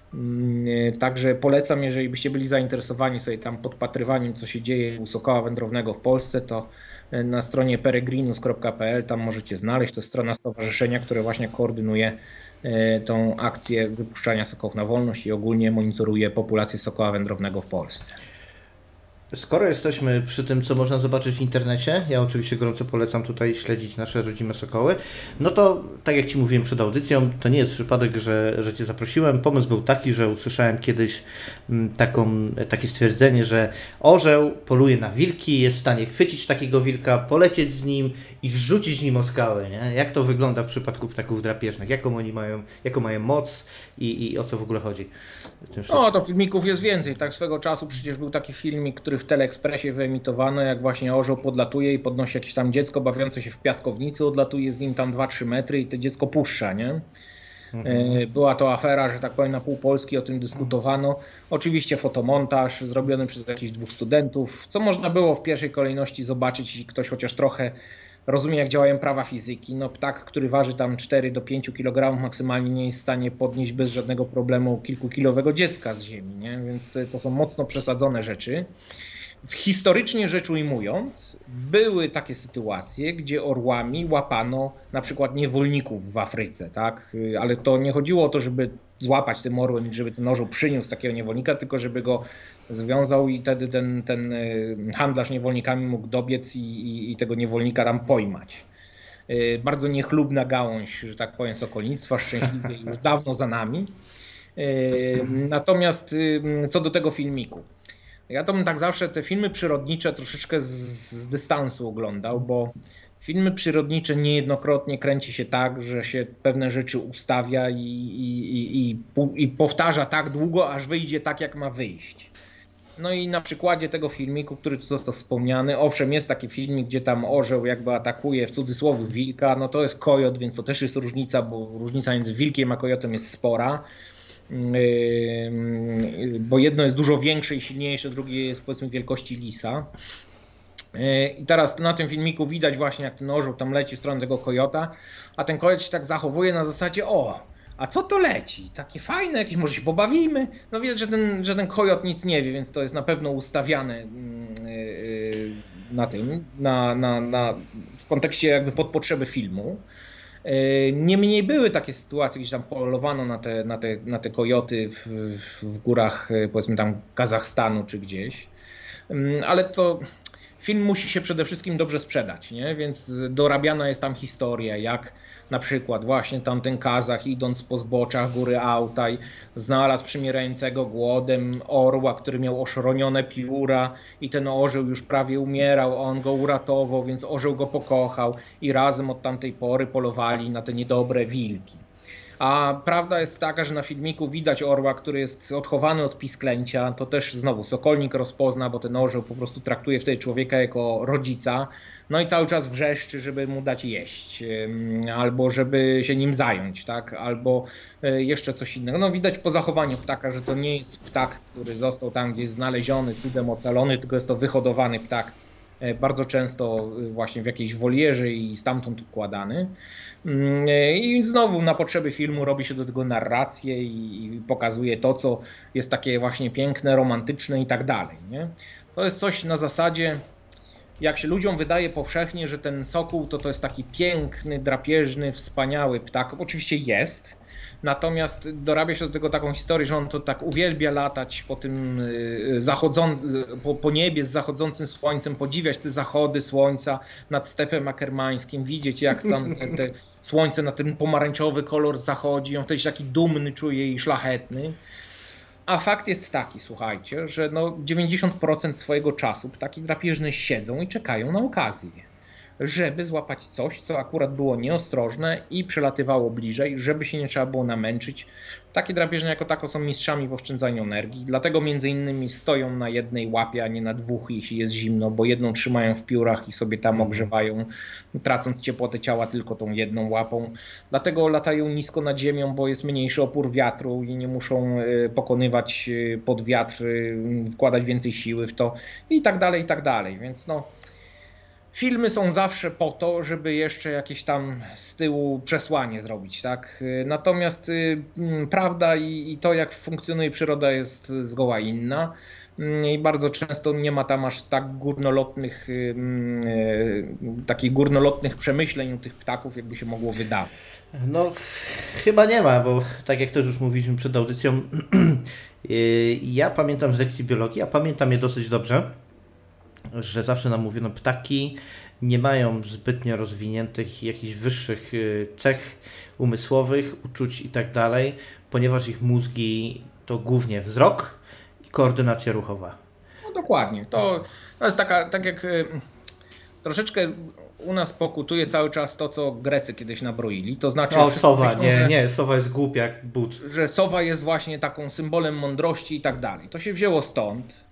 Także polecam, jeżeli byście byli zainteresowani sobie tam podpatrywaniem, co się dzieje u sokoła wędrownego w Polsce, to na stronie peregrinus kropka p l tam możecie znaleźć. To jest strona stowarzyszenia, które właśnie koordynuje tą akcję wypuszczania sokołów na wolność i ogólnie monitoruje populację sokoła wędrownego w Polsce. Skoro jesteśmy przy tym, co można zobaczyć w internecie, ja oczywiście gorąco polecam tutaj śledzić nasze rodzime sokoły, no to tak jak Ci mówiłem przed audycją, to nie jest przypadek, że, że Cię zaprosiłem. Pomysł był taki, że usłyszałem kiedyś taką, takie stwierdzenie, że orzeł poluje na wilki, jest w stanie chwycić takiego wilka, polecieć z nim i rzucić nim o skałę. Nie? Jak to wygląda w przypadku ptaków drapieżnych? Jaką oni mają, jaką mają moc i, i o co w ogóle chodzi? No to filmików jest więcej. Tak swego czasu przecież był taki filmik, który w Teleekspresie wyemitowano, jak właśnie orzeł podlatuje i podnosi jakieś tam dziecko bawiące się w piaskownicy, odlatuje z nim tam dwa trzy metry i to dziecko puszcza, nie? Mhm. Była to afera, że tak powiem, na pół Polski o tym dyskutowano. Oczywiście fotomontaż zrobiony przez jakichś dwóch studentów, co można było w pierwszej kolejności zobaczyć, jeśli ktoś chociaż trochę rozumie, jak działają prawa fizyki. No ptak, który waży tam cztery do pięciu kilogramów maksymalnie, nie jest w stanie podnieść bez żadnego problemu kilkukilowego dziecka z ziemi, nie? Więc to są mocno przesadzone rzeczy. Historycznie rzecz ujmując, były takie sytuacje, gdzie orłami łapano na przykład niewolników w Afryce, tak? Ale to nie chodziło o to, żeby złapać tym orłem i żeby ten orzeł przyniósł takiego niewolnika, tylko żeby go związał i wtedy ten, ten handlarz niewolnikami mógł dobiec i, i, i tego niewolnika tam pojmać. Bardzo niechlubna gałąź, że tak powiem, sokolnictwa, szczęśliwie już dawno za nami. Natomiast co do tego filmiku. Ja to bym tak zawsze te filmy przyrodnicze troszeczkę z, z dystansu oglądał, bo filmy przyrodnicze niejednokrotnie kręci się tak, że się pewne rzeczy ustawia i, i, i, i, i powtarza tak długo, aż wyjdzie tak, jak ma wyjść. No i na przykładzie tego filmiku, który tu został wspomniany, owszem, jest taki filmik, gdzie tam orzeł jakby atakuje w cudzysłowie wilka, no to jest kojot, więc to też jest różnica, bo różnica między wilkiem a kojotem jest spora. Bo jedno jest dużo większe i silniejsze, drugie jest powiedzmy wielkości lisa. I teraz na tym filmiku widać właśnie, jak ten orzeł tam leci w stronę tego kojota, a ten kojot się tak zachowuje na zasadzie: o, a co to leci? Takie fajne, jakieś, może się pobawimy? No widać, że ten, że ten kojot nic nie wie, więc to jest na pewno ustawiane na tym, na, na, na, w kontekście jakby pod potrzeby filmu. Niemniej były takie sytuacje, gdzie tam polowano na te, na te, na te kojoty w, w górach, powiedzmy tam Kazachstanu czy gdzieś, ale to film musi się przede wszystkim dobrze sprzedać, nie? Więc dorabiana jest tam historia, jak na przykład właśnie tamten Kazach, idąc po zboczach góry Autaj, znalazł przymierającego głodem orła, który miał oszronione pióra i ten orzeł już prawie umierał, on go uratował, więc orzeł go pokochał i razem od tamtej pory polowali na te niedobre wilki. A prawda jest taka, że na filmiku widać orła, który jest odchowany od pisklęcia. To też znowu sokolnik rozpozna, bo ten orzeł po prostu traktuje wtedy człowieka jako rodzica. No i cały czas wrzeszczy, żeby mu dać jeść, albo żeby się nim zająć, tak? Albo jeszcze coś innego. No widać po zachowaniu ptaka, że to nie jest ptak, który został tam gdzieś znaleziony, cudem ocalony, tylko jest to wyhodowany ptak. Bardzo często właśnie w jakiejś wolierze i stamtąd układany. I znowu na potrzeby filmu robi się do tego narrację i pokazuje to, co jest takie właśnie piękne, romantyczne i tak dalej, nie? To jest coś na zasadzie, jak się ludziom wydaje powszechnie, że ten sokół to, to jest taki piękny, drapieżny, wspaniały ptak. Oczywiście jest. Natomiast dorabia się do tego taką historię, że on to tak uwielbia latać po tym zachodzą, po, po niebie z zachodzącym słońcem, podziwiać te zachody słońca nad stepem akermańskim, widzieć jak tam te, te słońce na ten pomarańczowy kolor zachodzi, on wtedy się taki dumny czuje i szlachetny. A fakt jest taki, słuchajcie, że no dziewięćdziesiąt procent swojego czasu ptaki drapieżne siedzą i czekają na okazję. żeby złapać coś, co akurat było nieostrożne i przelatywało bliżej, żeby się nie trzeba było namęczyć. Takie drapieżne jako tako są mistrzami w oszczędzaniu energii, dlatego między innymi stoją na jednej łapie, a nie na dwóch, jeśli jest zimno, bo jedną trzymają w piórach i sobie tam ogrzewają, tracąc ciepłotę ciała tylko tą jedną łapą. Dlatego latają nisko nad ziemią, bo jest mniejszy opór wiatru i nie muszą pokonywać pod wiatr, wkładać więcej siły w to i tak dalej, i tak dalej. Więc no, filmy są zawsze po to, żeby jeszcze jakieś tam z tyłu przesłanie zrobić, tak? Natomiast y, prawda i, i to, jak funkcjonuje przyroda, jest zgoła inna. I bardzo często nie ma tam aż tak górnolotnych, y, y, takich górnolotnych przemyśleń u tych ptaków, jakby się mogło wydawać. No, chyba nie ma, bo tak jak też już mówiliśmy przed audycją, ja pamiętam z lekcji biologii, a pamiętam je dosyć dobrze, że zawsze nam mówiono, ptaki nie mają zbytnio rozwiniętych jakichś wyższych cech umysłowych, uczuć i tak dalej, ponieważ ich mózgi to głównie wzrok i koordynacja ruchowa. No dokładnie. To, to jest taka, tak jak troszeczkę u nas pokutuje cały czas to, co Grecy kiedyś nabroili. To znaczy, o, sowa, myślą, nie, że, nie, sowa jest głupia jak but. Że sowa jest właśnie taką symbolem mądrości i tak dalej. To się wzięło stąd,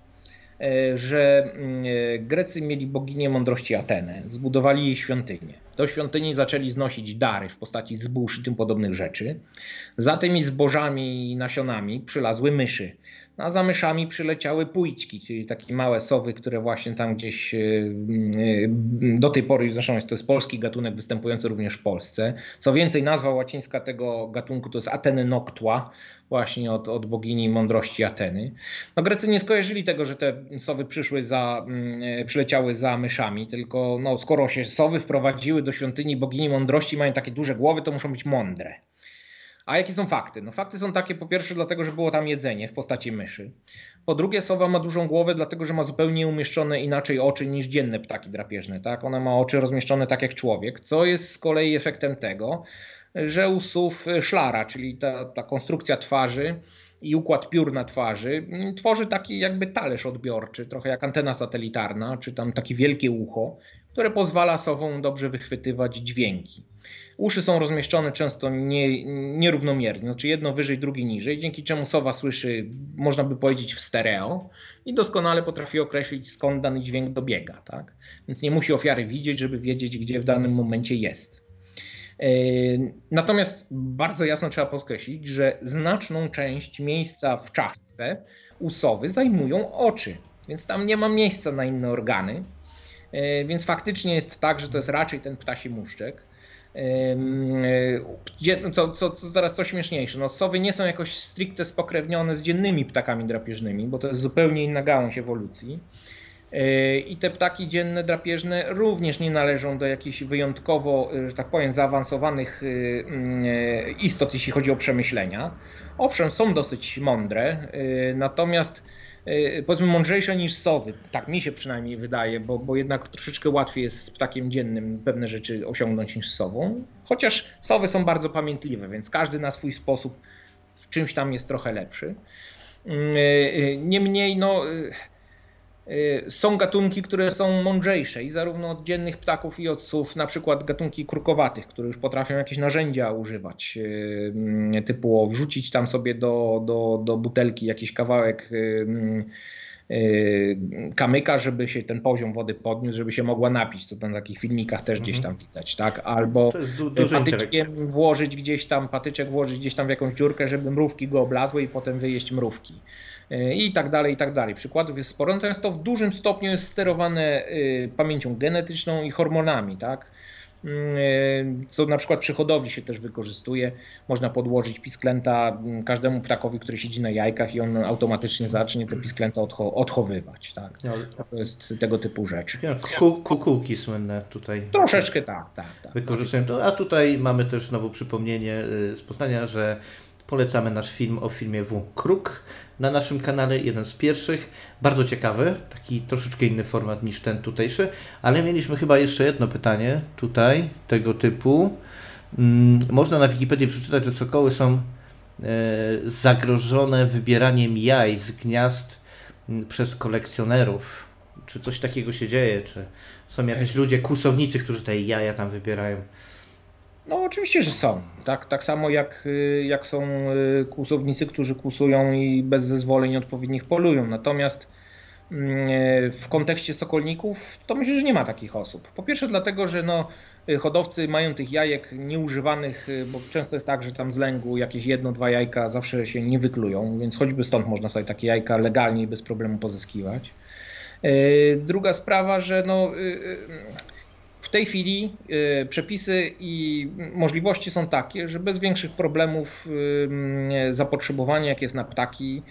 że Grecy mieli boginię mądrości Atenę, zbudowali jej świątynię. Do świątyni zaczęli znosić dary w postaci zbóż i tym podobnych rzeczy. Za tymi zbożami i nasionami przylazły myszy. A za myszami przyleciały pójczki, czyli takie małe sowy, które właśnie tam gdzieś do tej pory, zresztą to jest polski gatunek występujący również w Polsce. Co więcej, nazwa łacińska tego gatunku to jest Ateny noctua, właśnie od, od bogini mądrości Ateny. No, Grecy nie skojarzyli tego, że te sowy przyszły za, przyleciały za myszami, tylko no, skoro się sowy wprowadziły do świątyni bogini mądrości, mają takie duże głowy, to muszą być mądre. A jakie są fakty? No fakty są takie, po pierwsze dlatego, że było tam jedzenie w postaci myszy. Po drugie, sowa ma dużą głowę, dlatego że ma zupełnie umieszczone inaczej oczy niż dzienne ptaki drapieżne. Tak? Ona ma oczy rozmieszczone tak jak człowiek, co jest z kolei efektem tego, że u sów szlara, czyli ta, ta konstrukcja twarzy i układ piór na twarzy tworzy taki jakby talerz odbiorczy, trochę jak antena satelitarna, czy tam takie wielkie ucho, które pozwala sowom dobrze wychwytywać dźwięki. Uszy są rozmieszczone często nie, nierównomiernie, znaczy jedno wyżej, drugie niżej, dzięki czemu sowa słyszy, można by powiedzieć, w stereo i doskonale potrafi określić, skąd dany dźwięk dobiega. Tak? Więc nie musi ofiary widzieć, żeby wiedzieć, gdzie w danym momencie jest. Natomiast bardzo jasno trzeba podkreślić, że znaczną część miejsca w czaszce u sowy zajmują oczy, więc tam nie ma miejsca na inne organy. Więc faktycznie jest tak, że to jest raczej ten ptasi muszczek. Co, co, co teraz co śmieszniejsze, no sowy nie są jakoś stricte spokrewnione z dziennymi ptakami drapieżnymi, bo to jest zupełnie inna gałąź ewolucji. I te ptaki dzienne drapieżne również nie należą do jakichś wyjątkowo, że tak powiem, zaawansowanych istot, jeśli chodzi o przemyślenia. Owszem, są dosyć mądre, natomiast powiedzmy mądrzejsze niż sowy, tak mi się przynajmniej wydaje, bo, bo jednak troszeczkę łatwiej jest z ptakiem dziennym pewne rzeczy osiągnąć niż z sową. Chociaż sowy są bardzo pamiętliwe, więc każdy na swój sposób w czymś tam jest trochę lepszy. Niemniej no, są gatunki, które są mądrzejsze i zarówno od dziennych ptaków i od sów, na przykład gatunki krukowatych, które już potrafią jakieś narzędzia używać, typu wrzucić tam sobie do, do, do butelki jakiś kawałek kamyka, żeby się ten poziom wody podniósł, żeby się mogła napić. To na takich filmikach też gdzieś tam widać, tak? Albo patyczkiem włożyć gdzieś tam, patyczek włożyć gdzieś tam w jakąś dziurkę, żeby mrówki go oblazły i potem wyjeść mrówki. I tak dalej, i tak dalej. Przykładów jest sporo, natomiast to w dużym stopniu jest sterowane pamięcią genetyczną i hormonami, tak? Co na przykład przy hodowli się też wykorzystuje. Można podłożyć pisklęta każdemu ptakowi, który siedzi na jajkach i on automatycznie zacznie te pisklęta odcho odchowywać. Tak? To jest tego typu rzecz. Kukułki słynne tutaj. Troszeczkę tak, tak, tak. Wykorzystują to. A tutaj mamy też znowu przypomnienie z Poznania, że polecamy nasz film o filmie W. Kruk na naszym kanale, jeden z pierwszych, bardzo ciekawy, taki troszeczkę inny format niż ten tutejszy, ale mieliśmy chyba jeszcze jedno pytanie tutaj, tego typu. Można na Wikipedii przeczytać, że sokoły są zagrożone wybieraniem jaj z gniazd przez kolekcjonerów. czy coś takiego się dzieje, czy są jacyś ludzie, kłusownicy, którzy te jaja tam wybierają? No oczywiście, że są. Tak, tak samo jak, jak są kłusownicy, którzy kłusują i bez zezwoleń odpowiednich polują. Natomiast w kontekście sokolników to myślę, że nie ma takich osób. Po pierwsze dlatego, że no, hodowcy mają tych jajek nieużywanych, bo często jest tak, że tam z lęgu jakieś jedno, dwa jajka zawsze się nie wyklują, więc choćby stąd można sobie takie jajka legalnie i bez problemu pozyskiwać. Druga sprawa, że no, w tej chwili przepisy i możliwości są takie, że bez większych problemów zapotrzebowanie, jak jest na ptaki,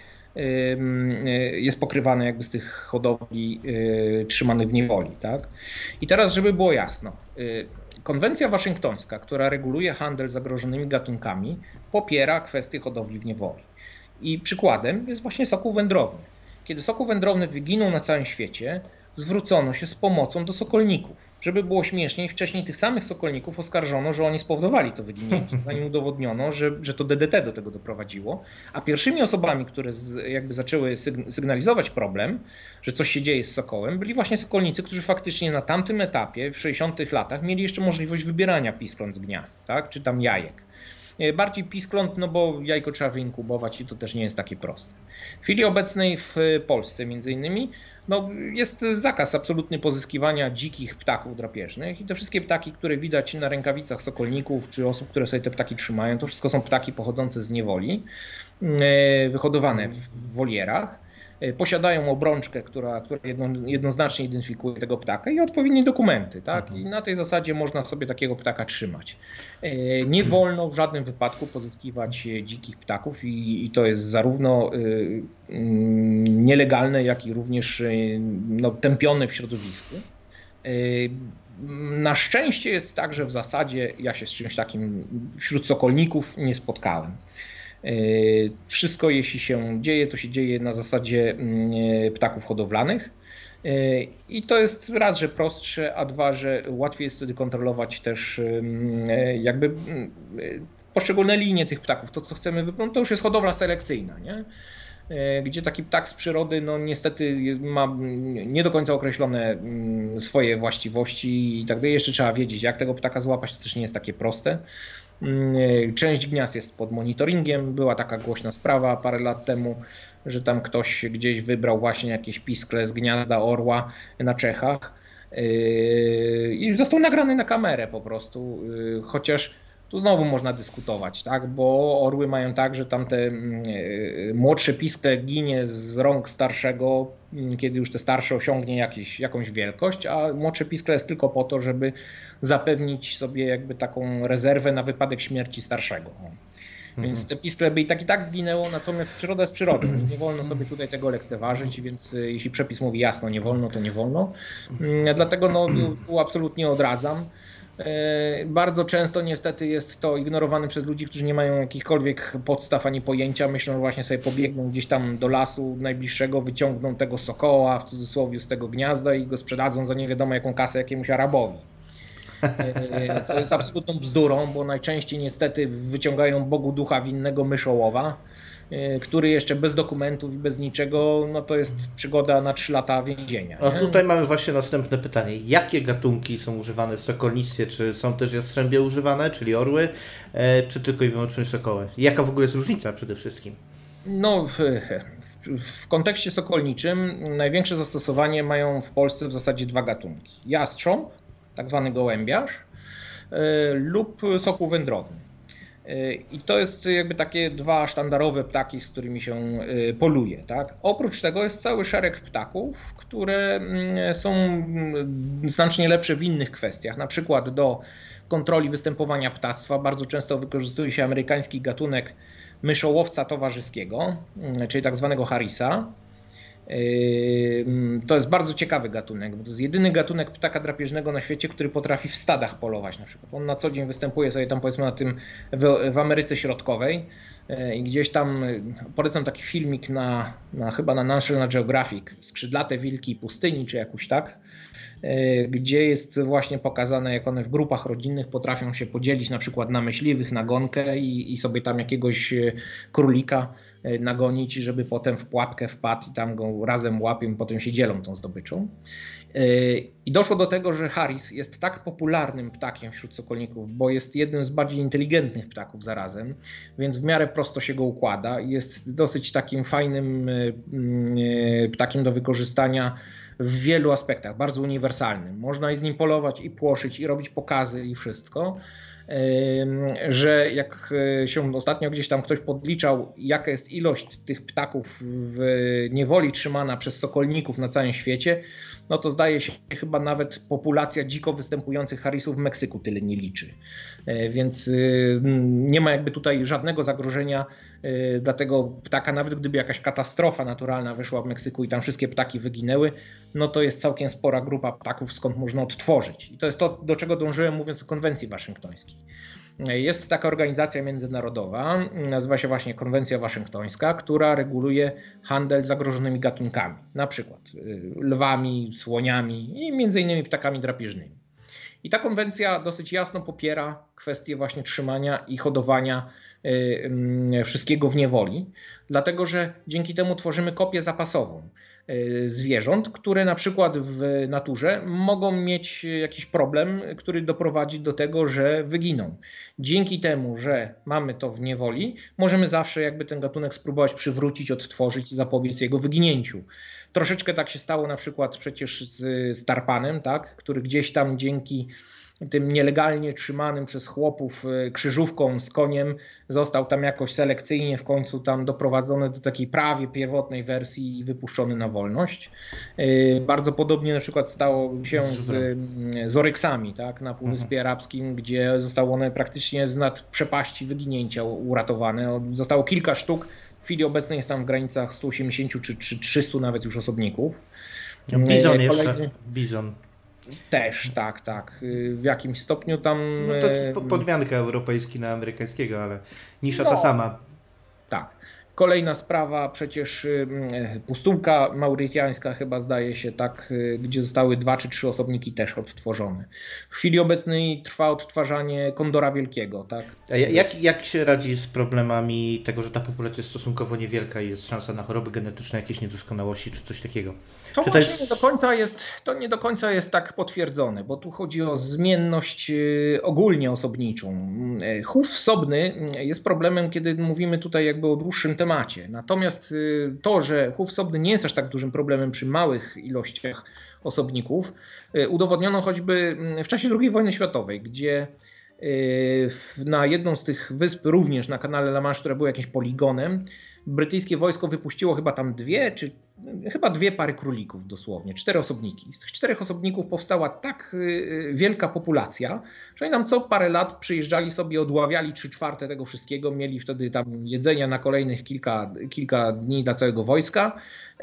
jest pokrywane jakby z tych hodowli trzymanych w niewoli. Tak? I teraz, żeby było jasno, konwencja waszyngtońska, która reguluje handel zagrożonymi gatunkami, popiera kwestię hodowli w niewoli. I przykładem jest właśnie sokół wędrowny. Kiedy sokół wędrowny wyginął na całym świecie, zwrócono się z pomocą do sokolników. Żeby było śmieszniej, wcześniej tych samych sokolników oskarżono, że oni spowodowali to wyginięcie, zanim udowodniono, że, że to D D T do tego doprowadziło. A pierwszymi osobami, które z, jakby zaczęły sygnalizować problem, że coś się dzieje z sokołem, byli właśnie sokolnicy, którzy faktycznie na tamtym etapie, w sześćdziesiątych latach, mieli jeszcze możliwość wybierania piskląt z gniazd, tak? Czy tam jajek. Bardziej piskląt, no bo jajko trzeba wyinkubować i to też nie jest takie proste. W chwili obecnej w Polsce między innymi no, jest zakaz absolutny pozyskiwania dzikich ptaków drapieżnych i te wszystkie ptaki, które widać na rękawicach sokolników czy osób, które sobie te ptaki trzymają, to wszystko są ptaki pochodzące z niewoli, wyhodowane w wolierach. Posiadają obrączkę, która, która jedno, jednoznacznie identyfikuje tego ptaka i odpowiednie dokumenty. Tak? I na tej zasadzie można sobie takiego ptaka trzymać. Nie wolno w żadnym wypadku pozyskiwać dzikich ptaków i, i to jest zarówno y, y, nielegalne, jak i również y, no, tępione w środowisku. Y, na szczęście jest tak, że w zasadzie ja się z czymś takim wśród sokolników nie spotkałem. Wszystko, jeśli się dzieje, to się dzieje na zasadzie ptaków hodowlanych i to jest raz, że prostsze, a dwa, że łatwiej jest wtedy kontrolować też jakby poszczególne linie tych ptaków. To, co chcemy wybrać, to już jest hodowla selekcyjna, nie? Gdzie taki ptak z przyrody no niestety ma nie do końca określone swoje właściwości i tak dalej. Jeszcze trzeba wiedzieć, jak tego ptaka złapać, to też nie jest takie proste. Część gniazd jest pod monitoringiem. Była taka głośna sprawa parę lat temu, że tam ktoś gdzieś wybrał właśnie jakieś piskle z gniazda orła na Czechach i został nagrany na kamerę po prostu, chociaż tu znowu można dyskutować, tak? Bo orły mają tak, że tam te młodsze piskle ginie z rąk starszego, kiedy już te starsze osiągnie jakieś, jakąś wielkość, a młodsze piskle jest tylko po to, żeby zapewnić sobie jakby taką rezerwę na wypadek śmierci starszego. Więc te piskle by i tak i tak zginęło, natomiast przyroda jest przyrodą. Nie wolno sobie tutaj tego lekceważyć, więc jeśli przepis mówi jasno, nie wolno, to nie wolno. Dlatego no, tu absolutnie odradzam. Bardzo często niestety jest to ignorowane przez ludzi, którzy nie mają jakichkolwiek podstaw ani pojęcia. Myślą, że właśnie sobie pobiegną gdzieś tam do lasu najbliższego, wyciągną tego sokoła w cudzysłowie z tego gniazda i go sprzedadzą za nie wiadomo jaką kasę jakiemuś Arabowi. Co jest absolutną bzdurą, bo najczęściej niestety wyciągają Bogu ducha winnego myszołowa, który jeszcze bez dokumentów i bez niczego, no to jest przygoda na trzy lata więzienia. A tutaj mamy właśnie następne pytanie. Jakie gatunki są używane w sokolnictwie? Czy są też jastrzębie używane, czyli orły, czy tylko i wyłącznie sokoły? Jaka w ogóle jest różnica przede wszystkim? No, w, w, w kontekście sokolniczym największe zastosowanie mają w Polsce w zasadzie dwa gatunki. Jastrząb, tak zwany gołębiarz, lub sokół wędrowny. I to jest jakby takie dwa sztandarowe ptaki, z którymi się poluje. Tak? Oprócz tego jest cały szereg ptaków, które są znacznie lepsze w innych kwestiach. Na przykład do kontroli występowania ptactwa bardzo często wykorzystuje się amerykański gatunek myszołowca towarzyskiego, czyli tak zwanego Harrisa. To jest bardzo ciekawy gatunek, bo to jest jedyny gatunek ptaka drapieżnego na świecie, który potrafi w stadach polować na przykład. On na co dzień występuje sobie tam powiedzmy na tym w, w Ameryce Środkowej i gdzieś tam polecam taki filmik na, na chyba na National Geographic, Skrzydlate wilki pustyni czy jakoś tak, gdzie jest właśnie pokazane, jak one w grupach rodzinnych potrafią się podzielić na przykład na myśliwych, na gonkę i, i sobie tam jakiegoś królika nagonić, żeby potem w pułapkę wpadł i tam go razem łapią, potem się dzielą tą zdobyczą. I doszło do tego, że Harris jest tak popularnym ptakiem wśród sokolników, bo jest jednym z bardziej inteligentnych ptaków zarazem, więc w miarę prosto się go układa i jest dosyć takim fajnym ptakiem do wykorzystania w wielu aspektach, bardzo uniwersalnym. Można i z nim polować, i płoszyć, i robić pokazy, i wszystko. Że jak się ostatnio gdzieś tam ktoś podliczał, jaka jest ilość tych ptaków w niewoli trzymana przez sokolników na całym świecie, no to zdaje się chyba nawet populacja dziko występujących Harrisów w Meksyku tyle nie liczy. Więc nie ma jakby tutaj żadnego zagrożenia dla tego ptaka, nawet gdyby jakaś katastrofa naturalna wyszła w Meksyku i tam wszystkie ptaki wyginęły, no to jest całkiem spora grupa ptaków, skąd można odtworzyć. I to jest to, do czego dążyłem, mówiąc o konwencji waszyngtońskiej. Jest taka organizacja międzynarodowa, nazywa się właśnie Konwencja Waszyngtońska, która reguluje handel zagrożonymi gatunkami, na przykład lwami, słoniami i między innymi ptakami drapieżnymi. I ta konwencja dosyć jasno popiera kwestię właśnie trzymania i hodowania wszystkiego w niewoli, dlatego że dzięki temu tworzymy kopię zapasową zwierząt, które na przykład w naturze mogą mieć jakiś problem, który doprowadzi do tego, że wyginą. Dzięki temu, że mamy to w niewoli, możemy zawsze jakby ten gatunek spróbować przywrócić, odtworzyć, zapobiec jego wyginięciu. Troszeczkę tak się stało na przykład przecież z, z tarpanem, tak, który gdzieś tam dzięki tym nielegalnie trzymanym przez chłopów krzyżówką z koniem został tam jakoś selekcyjnie w końcu tam doprowadzony do takiej prawie pierwotnej wersji i wypuszczony na wolność. Bardzo podobnie na przykład stało się z, z oryksami, tak, na Półwyspie Arabskim, gdzie zostały one praktycznie z nad przepaści wyginięcia uratowane. Zostało kilka sztuk. W chwili obecnej jest tam w granicach stu osiemdziesięciu czy, czy trzystu nawet już osobników. Bizon jeszcze. Kolejny... Bizon. Też, tak, tak. W jakimś stopniu tam... No to podmianka europejski na amerykańskiego, ale nisza no, ta sama. Tak. Kolejna sprawa, przecież pustułka maurytańska chyba zdaje się, tak, gdzie zostały dwa czy trzy osobniki też odtworzone. W chwili obecnej trwa odtwarzanie kondora wielkiego, tak. A jak, jak się radzi z problemami tego, że ta populacja jest stosunkowo niewielka i jest szansa na choroby genetyczne, jakieś niedoskonałości czy coś takiego? To czy właśnie to jest... nie do końca jest, to nie do końca jest tak potwierdzone, bo tu chodzi o zmienność ogólnie osobniczą. Chów wsobny jest problemem, kiedy mówimy tutaj jakby o dłuższym temacie. Natomiast to, że chów wsobny nie jest aż tak dużym problemem przy małych ilościach osobników, udowodniono choćby w czasie drugiej wojny światowej, gdzie na jedną z tych wysp, również na kanale La Manche, która była jakimś poligonem, brytyjskie wojsko wypuściło chyba tam dwie, czy chyba dwie pary królików dosłownie, cztery osobniki. Z tych czterech osobników powstała tak wielka populacja, że oni tam co parę lat przyjeżdżali sobie, odławiali trzy czwarte tego wszystkiego, mieli wtedy tam jedzenia na kolejnych kilka, kilka dni dla całego wojska,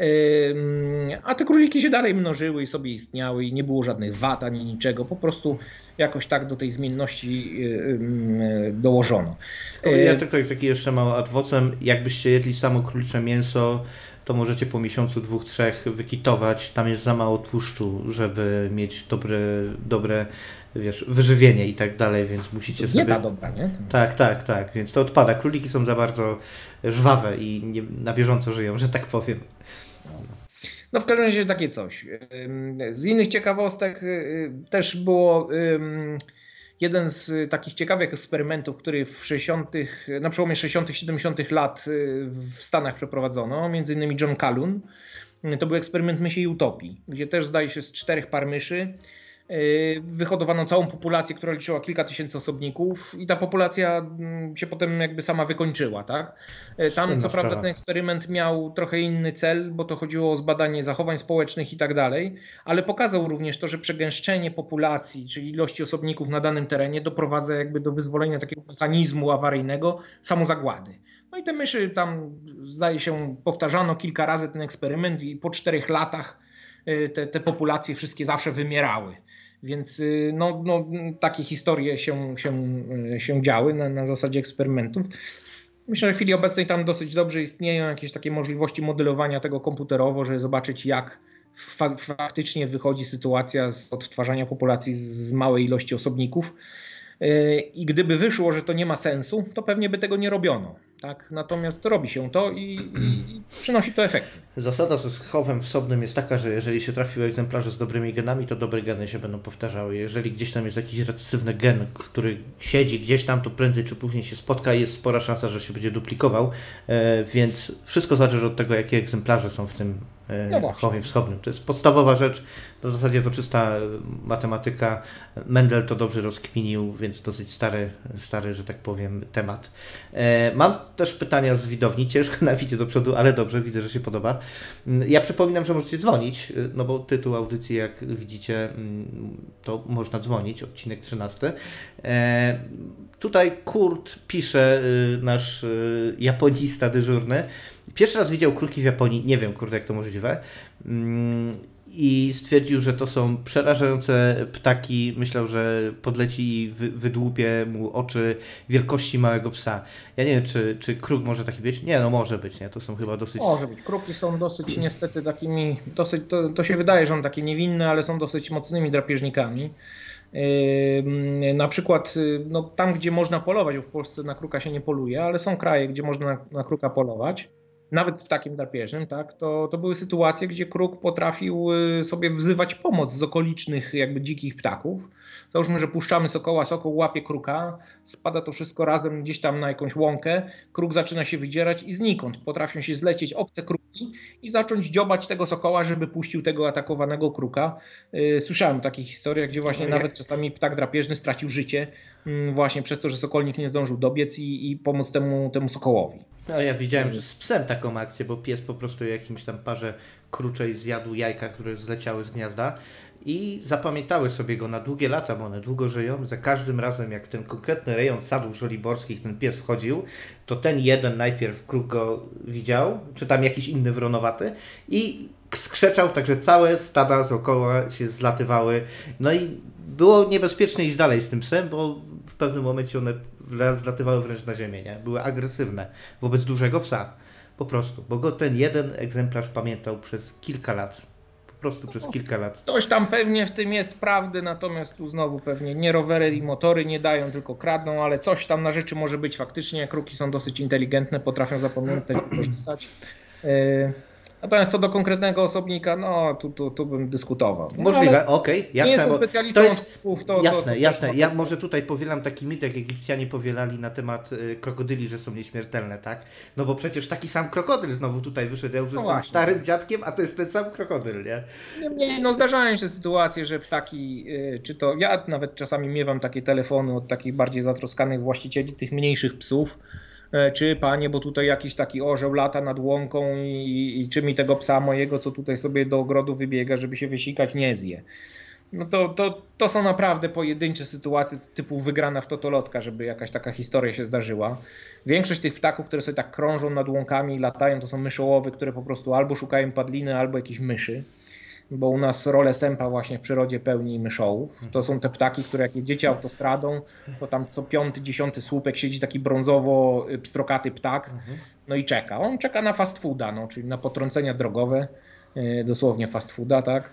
a te króliki się dalej mnożyły i sobie istniały i nie było żadnych wad ani niczego, po prostu jakoś tak do tej zmienności dołożono. Ja tylko taki jeszcze mały ad vocem, jakbyście jedli samo królicze mięso, to możecie po miesiącu, dwóch, trzech wykitować. Tam jest za mało tłuszczu, żeby mieć dobre, dobre wiesz, wyżywienie i tak dalej, więc musicie sobie... Dieta dobra, nie? Tak, tak, tak, więc to odpada. Króliki są za bardzo żwawe i nie, na bieżąco żyją, że tak powiem. No w każdym razie takie coś. Z innych ciekawostek też było... Jeden z takich ciekawych eksperymentów, który w sześćdziesiątych, na przełomie sześćdziesiątych siedemdziesiątych lat w Stanach przeprowadzono, między innymi John Calhoun. To był eksperyment mysiej utopii, gdzie też zdaje się z czterech par myszy wyhodowano całą populację, która liczyła kilka tysięcy osobników i ta populacja się potem jakby sama wykończyła, tak? Tam Silna co prawda sprawa. Ten eksperyment miał trochę inny cel, bo to chodziło o zbadanie zachowań społecznych i tak dalej, ale pokazał również to, że przegęszczenie populacji, czyli ilości osobników na danym terenie doprowadza jakby do wyzwolenia takiego mechanizmu awaryjnego samozagłady. No i te myszy tam zdaje się powtarzano kilka razy ten eksperyment i po czterech latach te, te populacje wszystkie zawsze wymierały. Więc no, no, takie historie się, się, się działy na, na zasadzie eksperymentów. Myślę, że w chwili obecnej tam dosyć dobrze istnieją jakieś takie możliwości modelowania tego komputerowo, żeby zobaczyć, jak fa faktycznie wychodzi sytuacja z odtwarzania populacji z małej ilości osobników. I gdyby wyszło, że to nie ma sensu, to pewnie by tego nie robiono. Tak? Natomiast robi się to i, i, i przynosi to efekty. Zasada ze chowem wsobnym jest taka, że jeżeli się trafiły egzemplarze z dobrymi genami, to dobre geny się będą powtarzały. Jeżeli gdzieś tam jest jakiś recesywny gen, który siedzi gdzieś tam, to prędzej czy później się spotka i jest spora szansa, że się będzie duplikował, e, więc wszystko zależy od tego, jakie egzemplarze są w tym e, no chowie wschodnim. To jest podstawowa rzecz, w zasadzie to czysta matematyka. Mendel to dobrze rozkminił, więc dosyć stary, stary, że tak powiem, temat. E, mam też pytania z widowni, ciężko nawicie do przodu, ale dobrze, widzę, że się podoba. Ja przypominam, że możecie dzwonić, no bo tytuł audycji, jak widzicie, to można dzwonić, odcinek trzynasty. E, tutaj Kurt pisze, nasz japonista dyżurny, pierwszy raz widział kruki w Japonii, nie wiem, kurde, jak to możliwe, i stwierdził, że to są przerażające ptaki. Myślał, że podleci i wy, wydłupie mu oczy wielkości małego psa. Ja nie wiem, czy, czy kruk może taki być? Nie, no może być, nie? To są chyba dosyć... Może być. Kruki są dosyć niestety takimi, dosyć, to, to się wydaje, że są takie niewinne, ale są dosyć mocnymi drapieżnikami. Yy, na przykład no, tam, gdzie można polować, bo w Polsce na kruka się nie poluje, ale są kraje, gdzie można na, na kruka polować, nawet w takim drapieżnym, tak, to, to były sytuacje, gdzie kruk potrafił sobie wzywać pomoc z okolicznych jakby dzikich ptaków. Załóżmy, że puszczamy sokoła, sokoł łapie kruka, spada to wszystko razem gdzieś tam na jakąś łąkę, kruk zaczyna się wydzierać i znikąd potrafią się zlecieć obce kruki i zacząć dziobać tego sokoła, żeby puścił tego atakowanego kruka. Słyszałem o takich historiach, gdzie właśnie nawet czasami ptak drapieżny stracił życie właśnie przez to, że sokolnik nie zdążył dobiec i, i pomóc temu, temu sokołowi. No ja widziałem, że z psem taką akcję, bo pies po prostu jakimś tam parze kruczej zjadł jajka, które zleciały z gniazda i zapamiętały sobie go na długie lata, bo one długo żyją. Za każdym razem, jak ten konkretny rejon sadów żoliborskich ten pies wchodził, to ten jeden najpierw kruk go widział, czy tam jakiś inny wronowaty i skrzeczał, także całe stada dookoła się zlatywały. No i było niebezpiecznie iść dalej z tym psem, bo w pewnym momencie one zlatywały wręcz na ziemię, nie? Były agresywne wobec dużego psa. Po prostu, bo go ten jeden egzemplarz pamiętał przez kilka lat. Po prostu przez kilka lat. Coś tam pewnie w tym jest prawdy, natomiast tu znowu pewnie nie rowery i motory nie dają, tylko kradną, ale coś tam na rzeczy może być faktycznie. Kruki są dosyć inteligentne, potrafią zapamiętać i korzystać. Yy... Natomiast co do konkretnego osobnika, no tu, tu, tu bym dyskutował. No, możliwe, okej, okay, jasne. Nie jestem specjalistą to jest, od słów, to Jasne, to, to, jasne. to, to, ja może tutaj powielam taki mit, jak Egipcjanie powielali na temat y, krokodyli, że są nieśmiertelne, tak? No bo przecież taki sam krokodyl znowu tutaj wyszedł, ja już no jestem właśnie starym dziadkiem, a to jest ten sam krokodyl, nie? Niemniej, no zdarzają się sytuacje, że ptaki, y, czy to ja nawet czasami miewam takie telefony od takich bardziej zatroskanych właścicieli tych mniejszych psów, czy panie, bo tutaj jakiś taki orzeł lata nad łąką i, i czy mi tego psa mojego, co tutaj sobie do ogrodu wybiega, żeby się wysikać, nie zje. No to, to, to są naprawdę pojedyncze sytuacje typu wygrana w totolotka, żeby jakaś taka historia się zdarzyła. Większość tych ptaków, które sobie tak krążą nad łąkami i latają, to są myszołowy, które po prostu albo szukają padliny, albo jakieś myszy. Bo u nas rolę sępa właśnie w przyrodzie pełni myszołów. To są te ptaki, które jak jedziecie autostradą, to tam co piąty, dziesiąty słupek siedzi taki brązowo-pstrokaty ptak, no i czeka. On czeka na fast fooda, no, czyli na potrącenia drogowe, dosłownie fast fooda, tak?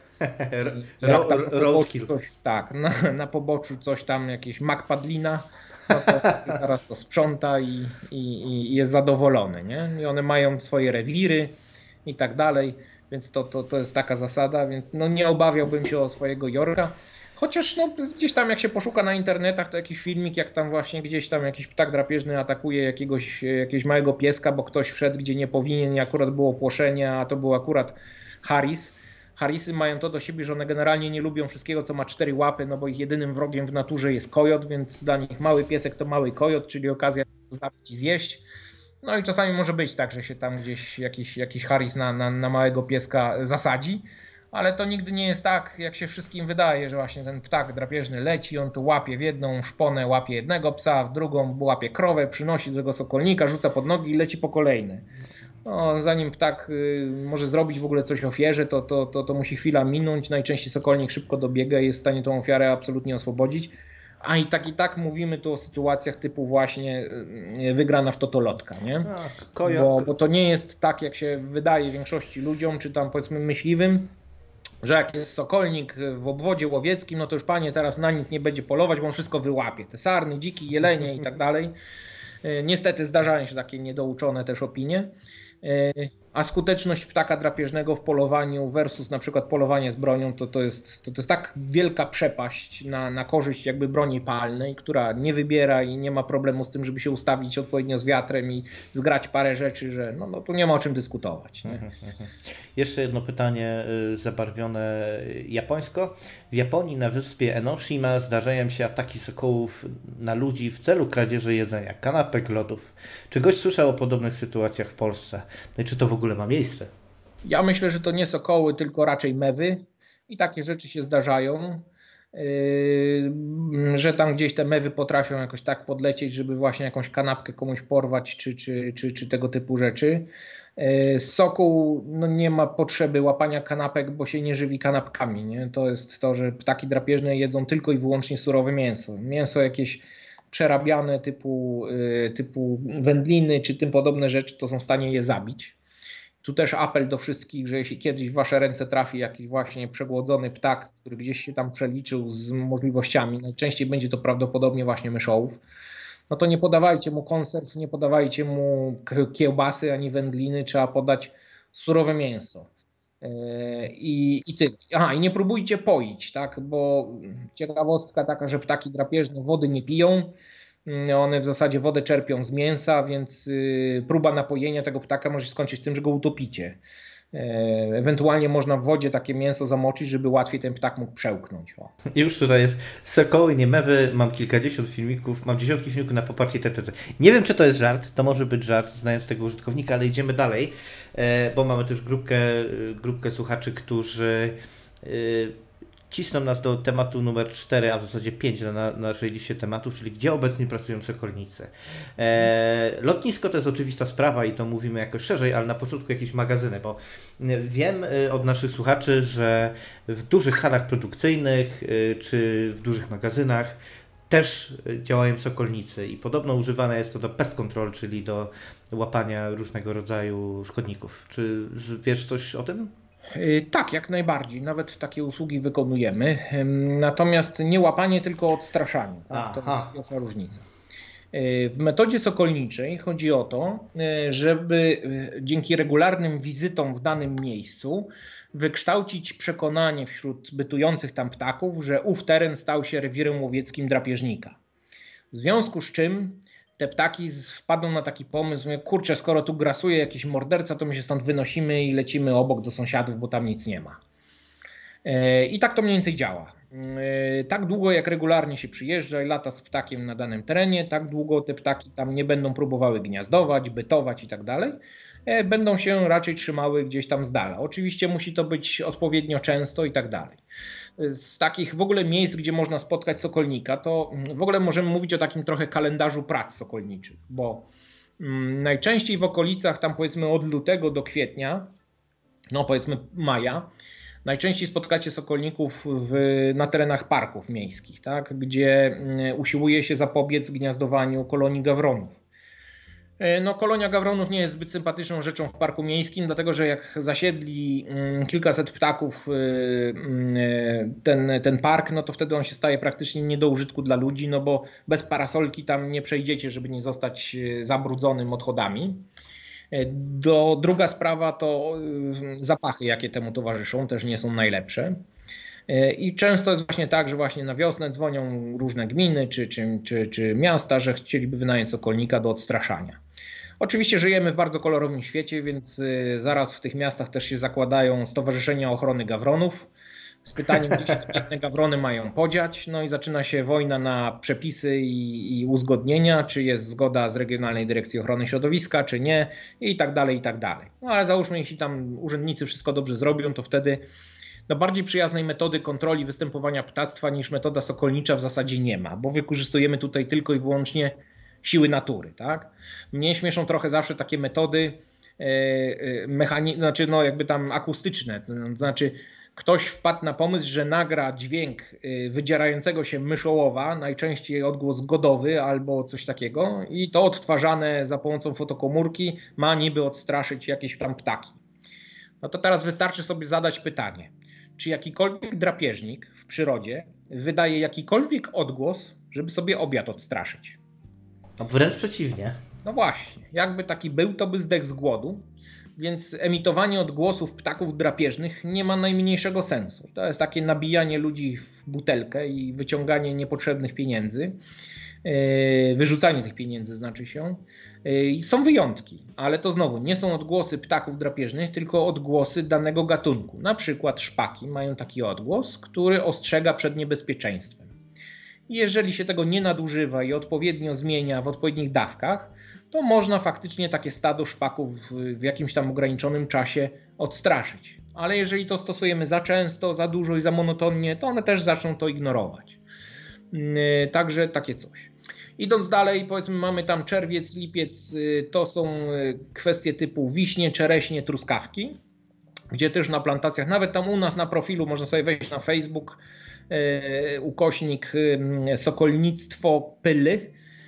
Ro, Roadkill. Tak, na, na poboczu coś tam, jakieś makpadlina, no to zaraz to sprząta i, i, i jest zadowolony, nie? I one mają swoje rewiry i tak dalej. Więc to, to, to jest taka zasada, więc no nie obawiałbym się o swojego Yorka. Chociaż no, gdzieś tam jak się poszuka na internetach, to jakiś filmik, jak tam właśnie gdzieś tam jakiś ptak drapieżny atakuje jakiegoś, jakiegoś małego pieska, bo ktoś wszedł gdzie nie powinien i akurat było płoszenie, a to był akurat Harris. Harrisy mają to do siebie, że one generalnie nie lubią wszystkiego, co ma cztery łapy, no bo ich jedynym wrogiem w naturze jest kojot, więc dla nich mały piesek to mały kojot, czyli okazja zabić i zjeść. No i czasami może być tak, że się tam gdzieś jakiś, jakiś Harris na, na, na małego pieska zasadzi, ale to nigdy nie jest tak, jak się wszystkim wydaje, że właśnie ten ptak drapieżny leci, on tu łapie w jedną szponę, łapie jednego psa, w drugą łapie krowę, przynosi do tego sokolnika, rzuca pod nogi i leci po kolejne. No, zanim ptak y, może zrobić w ogóle coś ofierze, to, to, to, to musi chwila minąć, najczęściej sokolnik szybko dobiega i jest w stanie tą ofiarę absolutnie oswobodzić. A i tak i tak mówimy tu o sytuacjach typu właśnie wygrana w totolotka, nie? Bo, bo to nie jest tak, jak się wydaje większości ludziom, czy tam powiedzmy myśliwym, że jak jest sokolnik w obwodzie łowieckim, no to już panie teraz na nic nie będzie polować, bo on wszystko wyłapie. Te sarny, dziki, jelenie i tak dalej. Niestety zdarzają się takie niedouczone też opinie. A skuteczność ptaka drapieżnego w polowaniu versus na przykład polowanie z bronią, to, to, jest, to, to jest tak wielka przepaść na, na korzyść jakby broni palnej, która nie wybiera i nie ma problemu z tym, żeby się ustawić odpowiednio z wiatrem i zgrać parę rzeczy, że no, no tu nie ma o czym dyskutować. Nie? Jeszcze jedno pytanie zabarwione japońsko. W Japonii na wyspie Enoshima zdarzają się ataki sokołów na ludzi w celu kradzieży jedzenia, kanapek, lodów. Czy gość słyszał o podobnych sytuacjach w Polsce? No i czy to w ogóle ma miejsce? Ja myślę, że to nie sokoły, tylko raczej mewy i takie rzeczy się zdarzają, yy, że tam gdzieś te mewy potrafią jakoś tak podlecieć, żeby właśnie jakąś kanapkę komuś porwać czy, czy, czy, czy tego typu rzeczy. Yy, sokół no nie ma potrzeby łapania kanapek, bo się nie żywi kanapkami. Nie? To jest to, że ptaki drapieżne jedzą tylko i wyłącznie surowe mięso. Mięso jakieś przerabiane typu, yy, typu wędliny czy tym podobne rzeczy, to są w stanie je zabić. Tu też apel do wszystkich, że jeśli kiedyś w wasze ręce trafi jakiś właśnie przegłodzony ptak, który gdzieś się tam przeliczył z możliwościami, najczęściej będzie to prawdopodobnie właśnie myszołów, no to nie podawajcie mu konserw, nie podawajcie mu kiełbasy ani wędliny, trzeba podać surowe mięso. I, i tyle. Aha, i nie próbujcie poić, tak? Bo ciekawostka taka, że ptaki drapieżne wody nie piją. One w zasadzie wodę czerpią z mięsa, więc próba napojenia tego ptaka może się skończyć tym, że go utopicie. Ewentualnie można w wodzie takie mięso zamoczyć, żeby łatwiej ten ptak mógł przełknąć. O. Już tutaj jest sokoły, nie mewy, mam kilkadziesiąt filmików, mam dziesiątki filmików na poparcie T T C. Nie wiem, czy to jest żart, to może być żart, znając tego użytkownika, ale idziemy dalej, bo mamy też grupkę, grupkę słuchaczy, którzy cisną nas do tematu numer cztery, a w zasadzie pięć na, na naszej liście tematów, czyli gdzie obecnie pracują sokolnicy. E, lotnisko to jest oczywista sprawa i to mówimy jakoś szerzej, ale na początku jakieś magazyny, bo wiem od naszych słuchaczy, że w dużych halach produkcyjnych czy w dużych magazynach też działają sokolnicy i podobno używane jest to do pest control, czyli do łapania różnego rodzaju szkodników. Czy wiesz coś o tym? Tak, jak najbardziej. Nawet takie usługi wykonujemy. Natomiast nie łapanie, tylko odstraszanie. Tak? To jest pierwsza różnica. W metodzie sokolniczej chodzi o to, żeby dzięki regularnym wizytom w danym miejscu wykształcić przekonanie wśród bytujących tam ptaków, że ów teren stał się rewirem łowieckim drapieżnika. W związku z czym te ptaki wpadną na taki pomysł, mówię, kurczę, skoro tu grasuje jakiś morderca, to my się stąd wynosimy i lecimy obok do sąsiadów, bo tam nic nie ma. I tak to mniej więcej działa. Tak długo jak regularnie się przyjeżdża i lata z ptakiem na danym terenie, tak długo te ptaki tam nie będą próbowały gniazdować, bytować i tak dalej. Będą się raczej trzymały gdzieś tam z dala. Oczywiście musi to być odpowiednio często i tak dalej. Z takich w ogóle miejsc, gdzie można spotkać sokolnika, to w ogóle możemy mówić o takim trochę kalendarzu prac sokolniczych, bo najczęściej w okolicach tam powiedzmy od lutego do kwietnia, no powiedzmy maja, najczęściej spotkacie sokolników w, na terenach parków miejskich, tak, gdzie usiłuje się zapobiec gniazdowaniu kolonii gawronów. No, kolonia gawronów nie jest zbyt sympatyczną rzeczą w parku miejskim, dlatego że jak zasiedli kilkaset ptaków ten, ten park, no to wtedy on się staje praktycznie nie do użytku dla ludzi, no bo bez parasolki tam nie przejdziecie, żeby nie zostać zabrudzonym odchodami. Do, druga sprawa to zapachy, jakie temu towarzyszą, też nie są najlepsze. I często jest właśnie tak, że właśnie na wiosnę dzwonią różne gminy czy, czy, czy, czy miasta, że chcieliby wynająć sokolnika do odstraszania. Oczywiście żyjemy w bardzo kolorowym świecie, więc zaraz w tych miastach też się zakładają stowarzyszenia ochrony gawronów z pytaniem, gdzie się te piękne gawrony mają podziać. No i zaczyna się wojna na przepisy i, i uzgodnienia, czy jest zgoda z Regionalnej Dyrekcji Ochrony Środowiska, czy nie i tak dalej, i tak dalej. No ale załóżmy, jeśli tam urzędnicy wszystko dobrze zrobią, to wtedy no bardziej przyjaznej metody kontroli występowania ptactwa niż metoda sokolnicza w zasadzie nie ma, bo wykorzystujemy tutaj tylko i wyłącznie siły natury. Tak? Mnie śmieszą trochę zawsze takie metody mechaniczne, znaczy no jakby tam akustyczne, to znaczy ktoś wpadł na pomysł, że nagra dźwięk wydzierającego się myszołowa, najczęściej odgłos godowy albo coś takiego i to odtwarzane za pomocą fotokomórki ma niby odstraszyć jakieś tam ptaki. No to teraz wystarczy sobie zadać pytanie, czy jakikolwiek drapieżnik w przyrodzie wydaje jakikolwiek odgłos, żeby sobie obiad odstraszyć? No wręcz przeciwnie. No właśnie, jakby taki był, to by zdechł z głodu, więc emitowanie odgłosów ptaków drapieżnych nie ma najmniejszego sensu. To jest takie nabijanie ludzi w butelkę i wyciąganie niepotrzebnych pieniędzy, wyrzucanie tych pieniędzy znaczy się. Są wyjątki, ale to znowu nie są odgłosy ptaków drapieżnych, tylko odgłosy danego gatunku. Na przykład szpaki mają taki odgłos, który ostrzega przed niebezpieczeństwem. Jeżeli się tego nie nadużywa i odpowiednio zmienia w odpowiednich dawkach, to można faktycznie takie stado szpaków w jakimś tam ograniczonym czasie odstraszyć. Ale jeżeli to stosujemy za często, za dużo i za monotonnie, to one też zaczną to ignorować. Także takie coś. Idąc dalej, powiedzmy, mamy tam czerwiec, lipiec, to są kwestie typu wiśnie, czereśnie, truskawki, gdzie też na plantacjach, nawet tam u nas na profilu można sobie wejść na Facebook, ukośnik sokolnictwo pyly.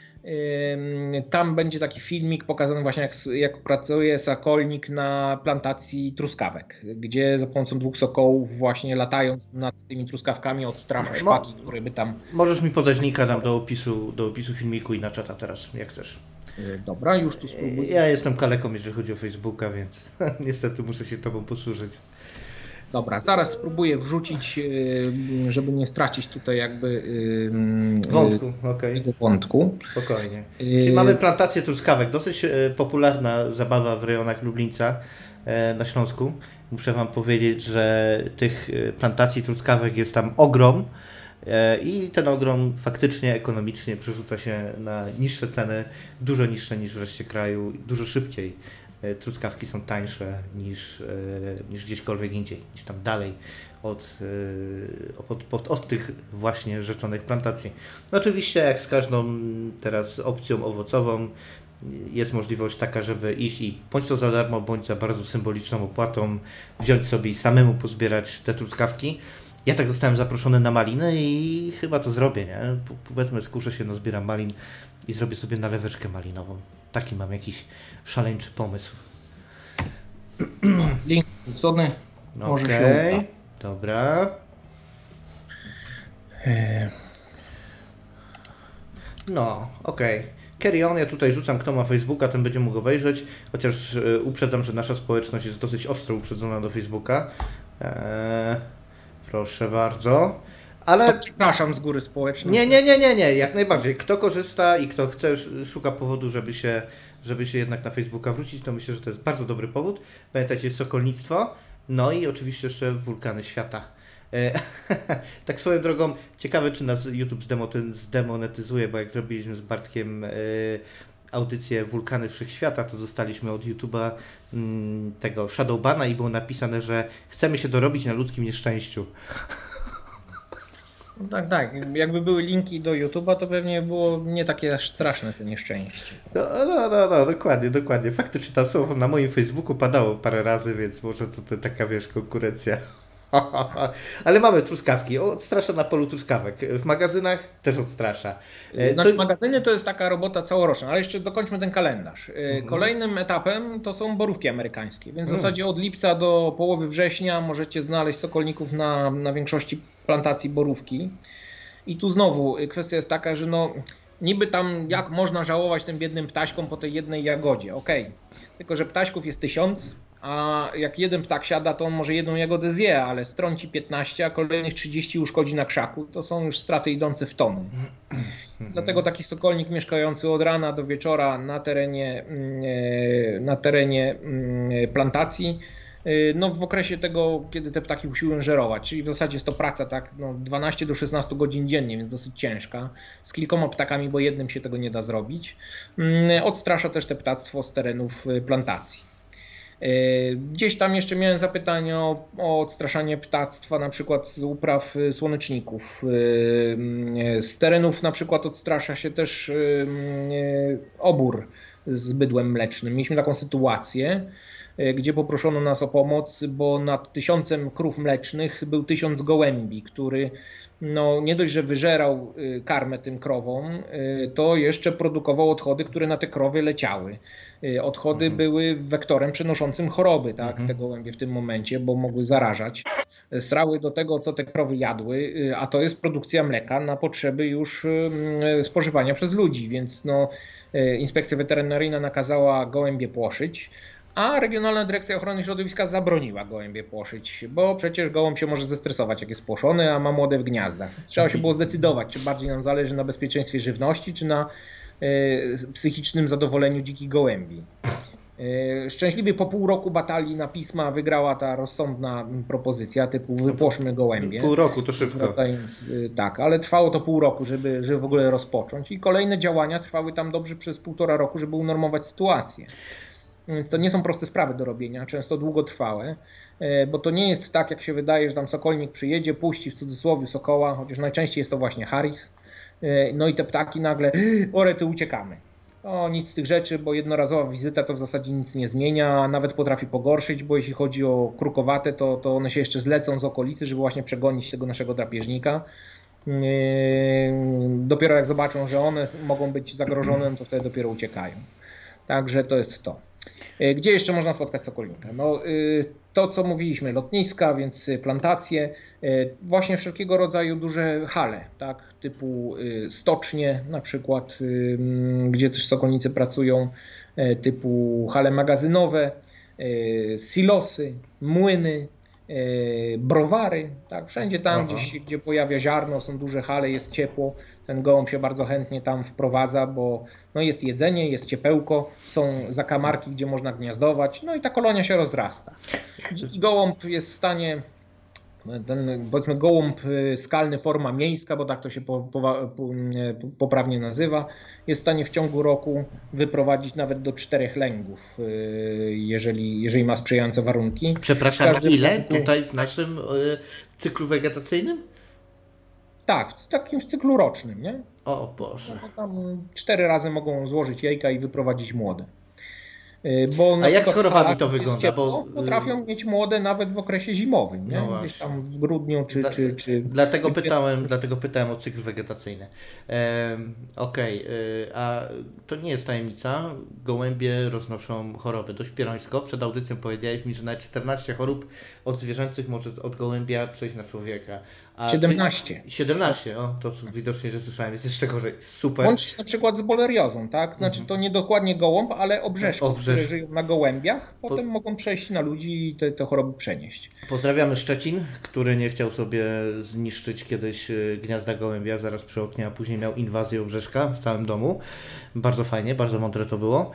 Tam będzie taki filmik pokazany właśnie jak, jak pracuje sokolnik na plantacji truskawek, gdzie za pomocą dwóch sokołów właśnie latając nad tymi truskawkami odstrasza szpaki, które by tam... Możesz mi podać linka tam do opisu, do opisu filmiku i na czata teraz, jak chcesz. Dobra, już tu spróbuję. Ja jestem kaleką, jeżeli chodzi o Facebooka, więc niestety muszę się tobą posłużyć. Dobra, zaraz spróbuję wrzucić, żeby nie stracić tutaj jakby wątku, okej. Okay. wątku. Spokojnie. Czyli mamy plantację truskawek, dosyć popularna zabawa w rejonach Lublińca na Śląsku. Muszę wam powiedzieć, że tych plantacji truskawek jest tam ogrom i ten ogrom faktycznie ekonomicznie przerzuca się na niższe ceny, dużo niższe niż w reszcie kraju, dużo szybciej. Truskawki są tańsze niż, niż gdzieśkolwiek indziej, niż tam dalej od, od, od, od tych właśnie rzeczonych plantacji. No oczywiście jak z każdą teraz opcją owocową jest możliwość taka, żeby iść i bądź to za darmo, bądź za bardzo symboliczną opłatą wziąć sobie i samemu pozbierać te truskawki. Ja tak zostałem zaproszony na maliny i chyba to zrobię, nie? Powiedzmy, skuszę się, no zbieram malin i zrobię sobie naleweczkę malinową. Taki mam jakiś szaleńczy pomysł. Link wrzucony. Może okay. się uda. Dobra. No, okej. Okay. Carry on, ja tutaj rzucam, kto ma Facebooka, ten będzie mógł obejrzeć, chociaż uprzedzam, że nasza społeczność jest dosyć ostro uprzedzona do Facebooka. Eee, proszę bardzo. Ale... To przepraszam z góry społecznej. Nie, nie, nie, nie, nie, jak najbardziej. Kto korzysta i kto chce, szuka powodu, żeby się, żeby się jednak na Facebooka wrócić, to myślę, że to jest bardzo dobry powód. Pamiętajcie, sokolnictwo, no i oczywiście jeszcze wulkany świata. Tak swoją drogą, ciekawe, czy nas YouTube zdemonetyzuje, bo jak zrobiliśmy z Bartkiem audycję Wulkany Wszechświata, to dostaliśmy od YouTube'a tego Shadowbana i było napisane, że chcemy się dorobić na ludzkim nieszczęściu. No tak, tak. Jakby były linki do YouTube'a, to pewnie było nie takie aż straszne to nieszczęście. No, no, no, no, dokładnie, dokładnie. Faktycznie to słowo na moim Facebooku padało parę razy, więc może to, to taka, wiesz, konkurencja. Ale mamy truskawki. Odstrasza na polu truskawek. W magazynach też odstrasza. Znaczy to... magazyny to jest taka robota całoroczna, ale jeszcze dokończmy ten kalendarz. Mhm. Kolejnym etapem to są borówki amerykańskie, więc w mhm. zasadzie od lipca do połowy września możecie znaleźć sokolników na, na większości plantacji borówki. I tu znowu kwestia jest taka, że no niby tam jak można żałować tym biednym ptaśkom po tej jednej jagodzie, okej. Okay. Tylko że ptaśków jest tysiąc, a jak jeden ptak siada, to on może jedną jagodę zje, ale strąci piętnaście, a kolejnych trzydzieści uszkodzi na krzaku. To są już straty idące w tony. Dlatego taki sokolnik mieszkający od rana do wieczora na terenie, na terenie plantacji, no w okresie tego, kiedy te ptaki usiłują żerować, czyli w zasadzie jest to praca tak no dwanaście do szesnastu godzin dziennie, więc dosyć ciężka, z kilkoma ptakami, bo jednym się tego nie da zrobić. Odstrasza też te ptactwo z terenów plantacji. Gdzieś tam jeszcze miałem zapytanie o, o odstraszanie ptactwa, na przykład z upraw słoneczników. Z terenów na przykład odstrasza się też obór z bydłem mlecznym. Mieliśmy taką sytuację, gdzie poproszono nas o pomoc, bo nad tysiącem krów mlecznych był tysiąc gołębi, który no, nie dość, że wyżerał karmę tym krowom, to jeszcze produkował odchody, które na te krowy leciały. Odchody mhm. były wektorem przenoszącym choroby, tak, mhm. te gołębie w tym momencie, bo mogły zarażać. Srały do tego, co te krowy jadły, a to jest produkcja mleka na potrzeby już spożywania przez ludzi, więc no, inspekcja weterynaryjna nakazała gołębie płoszyć, a Regionalna Dyrekcja Ochrony Środowiska zabroniła gołębie płoszyć, bo przecież gołąb się może zestresować, jak jest płoszony, a ma młode w gniazdach. Trzeba się było zdecydować, czy bardziej nam zależy na bezpieczeństwie żywności, czy na y, psychicznym zadowoleniu dzikich gołębi. Y, szczęśliwie po pół roku batalii na pisma wygrała ta rozsądna propozycja typu wypłoszmy gołębie. Pół roku to szybko. Y, tak, ale trwało to pół roku, żeby, żeby w ogóle rozpocząć i kolejne działania trwały tam dobrze przez półtora roku, żeby unormować sytuację. Więc to nie są proste sprawy do robienia, często długotrwałe, bo to nie jest tak, jak się wydaje, że tam sokolnik przyjedzie, puści w cudzysłowie sokoła, chociaż najczęściej jest to właśnie Harris, no i te ptaki nagle, o rety, uciekamy. O, nic z tych rzeczy, bo jednorazowa wizyta to w zasadzie nic nie zmienia, a nawet potrafi pogorszyć, bo jeśli chodzi o krukowate, to, to one się jeszcze zlecą z okolicy, żeby właśnie przegonić tego naszego drapieżnika. Dopiero jak zobaczą, że one mogą być zagrożone, to wtedy dopiero uciekają. Także to jest to. Gdzie jeszcze można spotkać sokolinka? No, to, co mówiliśmy, lotniska, więc plantacje, właśnie wszelkiego rodzaju duże hale, tak, typu stocznie na przykład, gdzie też sokolnicy pracują, typu hale magazynowe, silosy, młyny, browary, tak, wszędzie tam, gdzieś, gdzie pojawia ziarno, są duże hale, jest ciepło, ten gołąb się bardzo chętnie tam wprowadza, bo no jest jedzenie, jest ciepełko, są zakamarki, gdzie można gniazdować, no i ta kolonia się rozrasta. Dziki gołąb jest w stanie, ten powiedzmy gołąb skalny, forma miejska, bo tak to się po, po, po, poprawnie nazywa, jest w stanie w ciągu roku wyprowadzić nawet do czterech lęgów, jeżeli, jeżeli ma sprzyjające warunki. Przepraszam, ile roku... tutaj w naszym cyklu wegetacyjnym? Tak, w takim cyklu rocznym, nie? O Boże. No, tam cztery razy mogą złożyć jajka i wyprowadzić młode. Bo a jak z chorobami to wygląda? Ciepło, bo potrafią mieć młode nawet w okresie zimowym, nie? No gdzieś tam w grudniu czy... Dla, czy, czy... Dlatego, pytałem, dlatego pytałem o cykl wegetacyjny. E, Okej, okay. A to nie jest tajemnica. Gołębie roznoszą choroby dość pierońsko. Przed audycją powiedziałeś mi, że nawet czternaście chorób od zwierzęcych może od gołębia przejść na człowieka. A siedemnaście. Czy, siedemnaście, o to widocznie, że słyszałem, jest jeszcze gorzej. Super. Łącznie na przykład z boleriozą, tak? Znaczy to nie dokładnie gołąb, ale obrzeszki, Obrzeż... które żyją na gołębiach, potem po... mogą przejść na ludzi i te, te choroby przenieść. Pozdrawiamy Szczecin, który nie chciał sobie zniszczyć kiedyś gniazda gołębia zaraz przy oknie, a później miał inwazję obrzeszka w całym domu. Bardzo fajnie, bardzo mądre to było.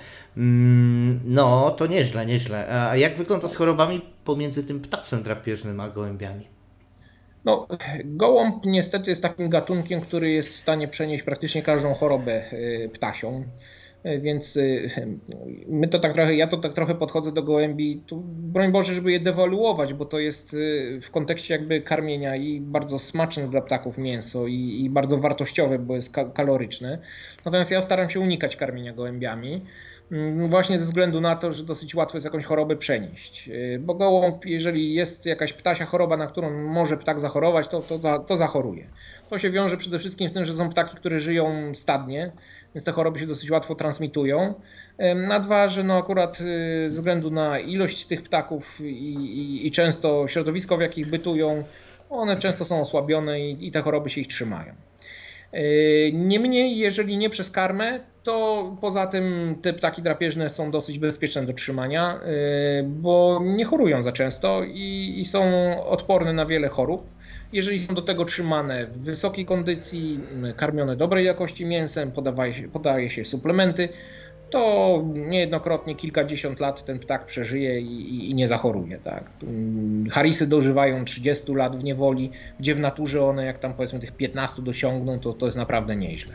No, to nieźle, nieźle. A jak wygląda z chorobami pomiędzy tym ptactwem drapieżnym a gołębiami? No, gołąb niestety jest takim gatunkiem, który jest w stanie przenieść praktycznie każdą chorobę ptasią, więc my to tak trochę, ja to tak trochę podchodzę do gołębi, tu, broń Boże, żeby je dewaluować, bo to jest w kontekście jakby karmienia i bardzo smaczne dla ptaków mięso i, i bardzo wartościowe, bo jest kaloryczne. Natomiast ja staram się unikać karmienia gołębiami. Właśnie ze względu na to, że dosyć łatwo jest jakąś chorobę przenieść. Bo gołąb, jeżeli jest jakaś ptasia choroba, na którą może ptak zachorować, to, to, to zachoruje. To się wiąże przede wszystkim z tym, że są ptaki, które żyją stadnie, więc te choroby się dosyć łatwo transmitują. Na dwa, że no akurat ze względu na ilość tych ptaków i, i, i często środowisko, w jakich bytują, one często są osłabione i, i te choroby się ich trzymają. Niemniej, jeżeli nie przez karmę, to poza tym te ptaki drapieżne są dosyć bezpieczne do trzymania, bo nie chorują za często i, i są odporne na wiele chorób. Jeżeli są do tego trzymane w wysokiej kondycji, karmione dobrej jakości mięsem, podaje się, podaje się suplementy, to niejednokrotnie kilkadziesiąt lat ten ptak przeżyje i, i, i nie zachoruje. Tak? Harrisy dożywają trzydziestu lat w niewoli, gdzie w naturze one jak tam powiedzmy tych piętnastu dosiągną, to, to jest naprawdę nieźle.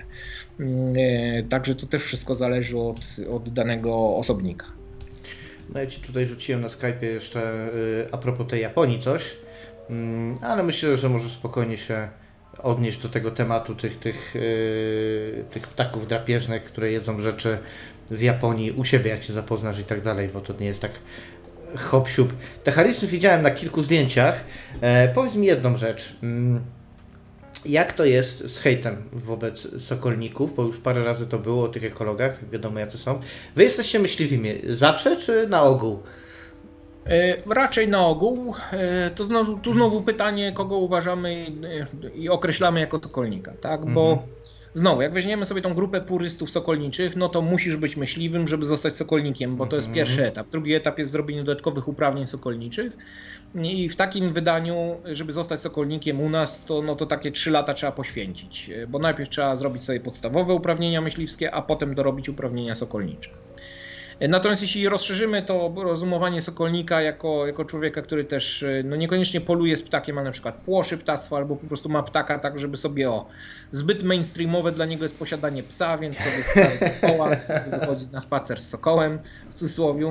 Także to też wszystko zależy od, od danego osobnika. No ja Ci tutaj rzuciłem na Skype'ie jeszcze a propos tej Japonii coś, ale myślę, że możesz spokojnie się odnieść do tego tematu tych, tych, yy, tych ptaków drapieżnych, które jedzą rzeczy w Japonii u siebie, jak się zapoznasz i tak dalej, bo to nie jest tak Hop siup. Te Harrisów widziałem na kilku zdjęciach. E, powiedz mi jedną rzecz. Jak to jest z hejtem wobec sokolników? Bo już parę razy to było o tych ekologach, wiadomo jacy są. Wy jesteście myśliwymi zawsze, czy na ogół? E, raczej na ogół. E, to znowu, tu znowu pytanie, kogo uważamy i, i określamy jako sokolnika, tak? Bo mhm. Znowu, jak weźmiemy sobie tą grupę purystów sokolniczych, no to musisz być myśliwym, żeby zostać sokolnikiem, bo to jest pierwszy etap. Drugi etap jest zrobienie dodatkowych uprawnień sokolniczych i w takim wydaniu, żeby zostać sokolnikiem u nas, to, no to takie trzy lata trzeba poświęcić, bo najpierw trzeba zrobić sobie podstawowe uprawnienia myśliwskie, a potem dorobić uprawnienia sokolnicze. Natomiast jeśli rozszerzymy to rozumowanie sokolnika jako, jako człowieka, który też no niekoniecznie poluje z ptakiem, a na przykład płoszy ptactwo albo po prostu ma ptaka tak, żeby sobie o, zbyt mainstreamowe dla niego jest posiadanie psa, więc sobie stawi sokoła, sobie wychodzi na spacer z sokołem w cudzysłowie,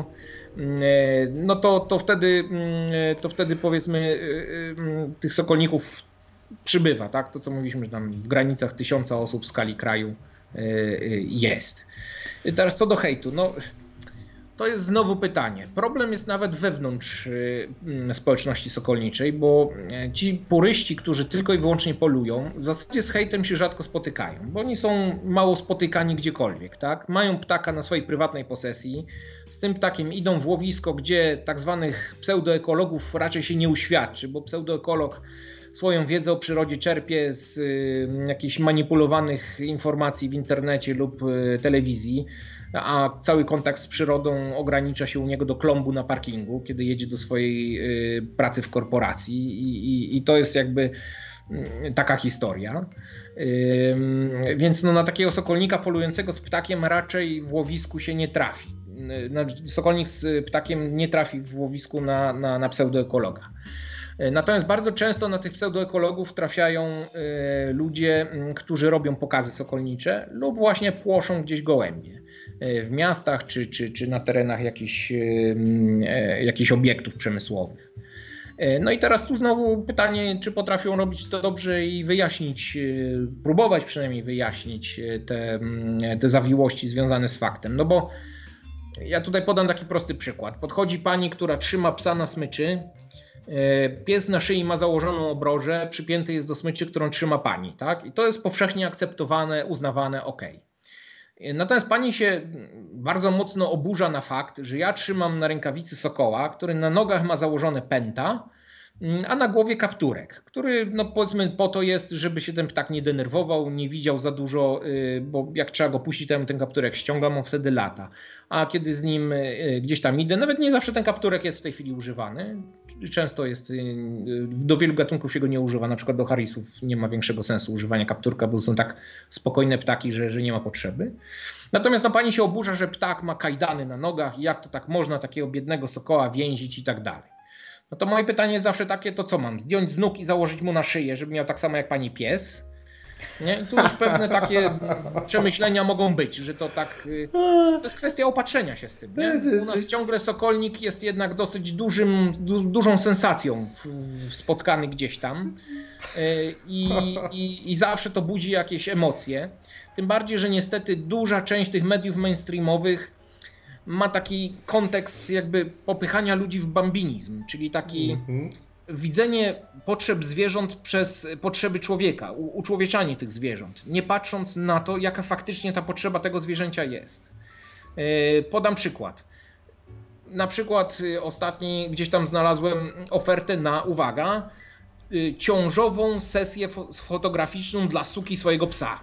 no to, to, wtedy, to wtedy powiedzmy tych sokolników przybywa, tak? To co mówiliśmy, że tam w granicach tysiąca osób w skali kraju jest. Teraz co do hejtu, no to jest znowu pytanie. Problem jest nawet wewnątrz społeczności sokolniczej, bo ci puryści, którzy tylko i wyłącznie polują, w zasadzie z hejtem się rzadko spotykają, bo oni są mało spotykani gdziekolwiek, tak? Mają ptaka na swojej prywatnej posesji, z tym ptakiem idą w łowisko, gdzie tak zwanych pseudoekologów raczej się nie uświadczy, bo pseudoekolog swoją wiedzę o przyrodzie czerpie z jakichś manipulowanych informacji w internecie lub telewizji, a cały kontakt z przyrodą ogranicza się u niego do klombu na parkingu, kiedy jedzie do swojej pracy w korporacji i, i, i to jest jakby taka historia. Więc no na takiego sokolnika polującego z ptakiem raczej w łowisku się nie trafi. Sokolnik z ptakiem nie trafi w łowisku na, na, na pseudoekologa. Natomiast bardzo często na tych pseudoekologów trafiają ludzie, którzy robią pokazy sokolnicze lub właśnie płoszą gdzieś gołębie w miastach czy, czy, czy na terenach jakichś, jakichś obiektów przemysłowych. No i teraz tu znowu pytanie, czy potrafią robić to dobrze i wyjaśnić, próbować przynajmniej wyjaśnić te, te zawiłości związane z faktem. No bo ja tutaj podam taki prosty przykład. Podchodzi pani, która trzyma psa na smyczy. Pies na szyi ma założoną obrożę, przypięty jest do smyczy, którą trzyma pani, tak? I to jest powszechnie akceptowane, uznawane, ok. Natomiast pani się bardzo mocno oburza na fakt, że ja trzymam na rękawicy sokoła, który na nogach ma założone pęta, a na głowie kapturek, który no powiedzmy po to jest, żeby się ten ptak nie denerwował, nie widział za dużo, bo jak trzeba go puścić, to ja ten kapturek ściągam, on wtedy lata. A kiedy z nim gdzieś tam idę, nawet nie zawsze ten kapturek jest w tej chwili używany, często jest, do wielu gatunków się go nie używa, na przykład do Harrisów nie ma większego sensu używania kapturka, bo są tak spokojne ptaki, że, że nie ma potrzeby. Natomiast no, pani się oburza, że ptak ma kajdany na nogach i jak to tak można takiego biednego sokoła więzić i tak dalej. No to moje pytanie jest zawsze takie, to co mam? Zdjąć z nóg i założyć mu na szyję, żeby miał tak samo jak pani pies? Nie? Tu już pewne takie przemyślenia mogą być, że to tak, to jest kwestia opatrzenia się z tym. Nie? U nas ciągle sokolnik jest jednak dosyć dużym, du, dużą sensacją w, w spotkany gdzieś tam I, i, i zawsze to budzi jakieś emocje. Tym bardziej, że niestety duża część tych mediów mainstreamowych ma taki kontekst jakby popychania ludzi w bambinizm, czyli taki mm-hmm. widzenie potrzeb zwierząt przez potrzeby człowieka, u, uczłowieczanie tych zwierząt, nie patrząc na to, jaka faktycznie ta potrzeba tego zwierzęcia jest. Yy, podam przykład. Na przykład ostatni gdzieś tam znalazłem ofertę na, uwaga, yy, ciążową sesję fo- fotograficzną dla suki swojego psa.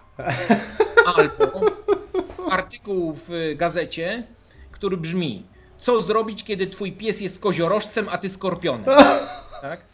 Albo artykuł w gazecie, który brzmi: co zrobić, kiedy twój pies jest koziorożcem, a ty skorpionem? Tak?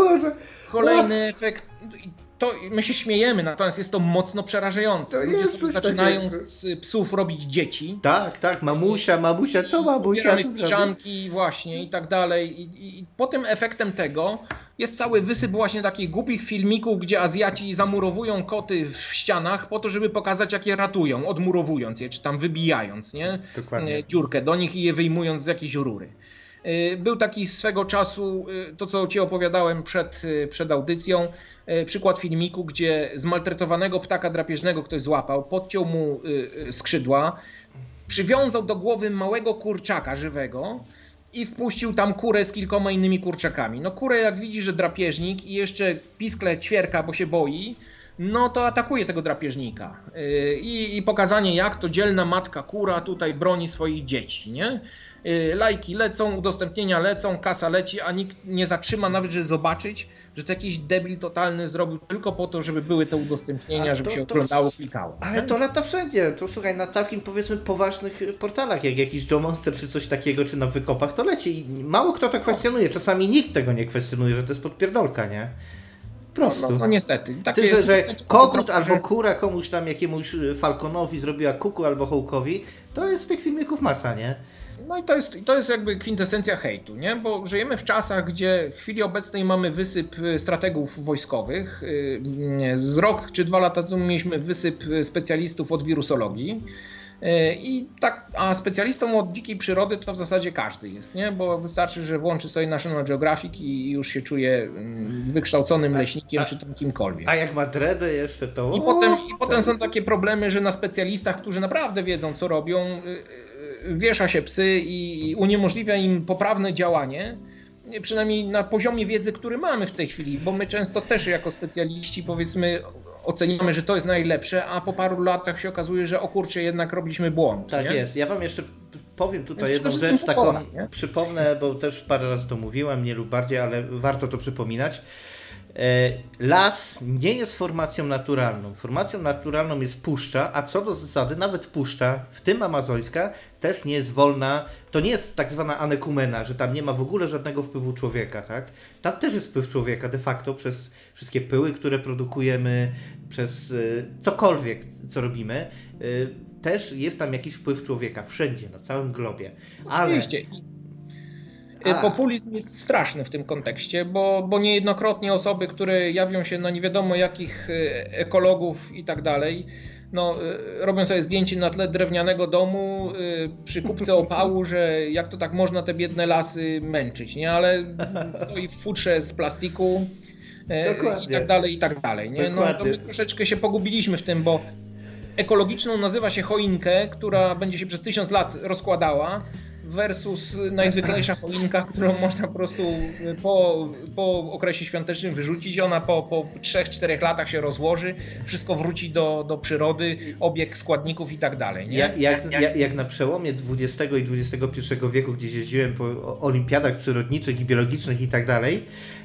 Kolejny efekt. To my się śmiejemy, natomiast jest to mocno przerażające. Ludzie sobie zaczynają takiego. Z psów robić dzieci. Tak, tak, mamusia, mamusia, co mamusia? Piżamki właśnie i tak dalej. I, i potem efektem tego jest cały wysyp właśnie takich głupich filmików, gdzie Azjaci zamurowują koty w ścianach po to, żeby pokazać, jak je ratują, odmurowując je, czy tam wybijając, nie? Dokładnie. Dziurkę do nich i je wyjmując z jakiejś rury. Był taki swego czasu, to co ci opowiadałem przed, przed audycją, przykład filmiku, gdzie zmaltretowanego ptaka drapieżnego ktoś złapał, podciął mu skrzydła, przywiązał do głowy małego kurczaka żywego i wpuścił tam kurę z kilkoma innymi kurczakami. No kurę jak widzi, że drapieżnik i jeszcze piskle ćwierka, bo się boi, no to atakuje tego drapieżnika. I, i pokazanie, jak to dzielna matka kura tutaj broni swoich dzieci, nie? Lajki lecą, udostępnienia lecą, kasa leci, a nikt nie zatrzyma nawet, żeby zobaczyć, że to jakiś debil totalny zrobił tylko po to, żeby były te udostępnienia, to, żeby się to, oglądało, klikało. Ale to lata wszędzie. To słuchaj, na takim powiedzmy poważnych portalach, jak jakiś Joe Monster czy coś takiego, czy na wykopach, to leci. I mało kto to kwestionuje. Czasami nikt tego nie kwestionuje, że to jest podpierdolka, nie? Prosto. No, no, no niestety. Takie Ty, jest, że, że kogut albo kura komuś tam, jakiemuś Falconowi zrobiła kuku albo Hołkowi, to jest z tych filmików masa, nie? No i to jest, to jest jakby kwintesencja hejtu, nie? Bo żyjemy w czasach, gdzie w chwili obecnej mamy wysyp strategów wojskowych. Z rok czy dwa lata temu mieliśmy wysyp specjalistów od wirusologii. I tak, a specjalistą od dzikiej przyrody to w zasadzie każdy jest, nie? Bo wystarczy, że włączy sobie National Geographic i już się czuje wykształconym leśnikiem a, czy tam kimkolwiek. A jak ma dready jeszcze to... I, o, potem, i to... potem są takie problemy, że na specjalistach, którzy naprawdę wiedzą co robią, wiesza się psy i uniemożliwia im poprawne działanie, przynajmniej na poziomie wiedzy, który mamy w tej chwili, bo my często też jako specjaliści powiedzmy oceniamy, że to jest najlepsze, a po paru latach się okazuje, że o kurczę, jednak robiliśmy błąd. Tak nie? jest. Ja wam jeszcze powiem tutaj jedną rzecz taką, nie? Przypomnę, bo też parę razy to mówiłem, mniej lub bardziej, ale warto to przypominać. Las nie jest formacją naturalną. Formacją naturalną jest puszcza, a co do zasady nawet puszcza, w tym amazońska, też nie jest wolna. To nie jest tak zwana anekumena, że tam nie ma w ogóle żadnego wpływu człowieka, tak? Tam też jest wpływ człowieka de facto przez wszystkie pyły, które produkujemy, przez y, cokolwiek, co robimy. Y, też jest tam jakiś wpływ człowieka, wszędzie, na całym globie. Oczywiście. Ale... A. Populizm jest straszny w tym kontekście, bo, bo niejednokrotnie osoby, które jawią się na nie wiadomo jakich ekologów i tak dalej, no, robią sobie zdjęcie na tle drewnianego domu przy kubce opału, że jak to tak można te biedne lasy męczyć, nie? Ale stoi w futrze z plastiku Dokładnie. i tak dalej, i tak dalej. Nie? No, to my troszeczkę się pogubiliśmy w tym, bo ekologiczną nazywa się choinkę, która będzie się przez tysiąc lat rozkładała, versus najzwyklejsza choinka, którą można po prostu po, po okresie świątecznym wyrzucić. Ona po, po trzech czterech latach się rozłoży, wszystko wróci do, do przyrody, obieg składników i tak dalej. Nie? Jak, jak, jak, jak na przełomie dwudziestego i dwudziestego pierwszego wieku, gdzie jeździłem po olimpiadach przyrodniczych i biologicznych i tak dalej,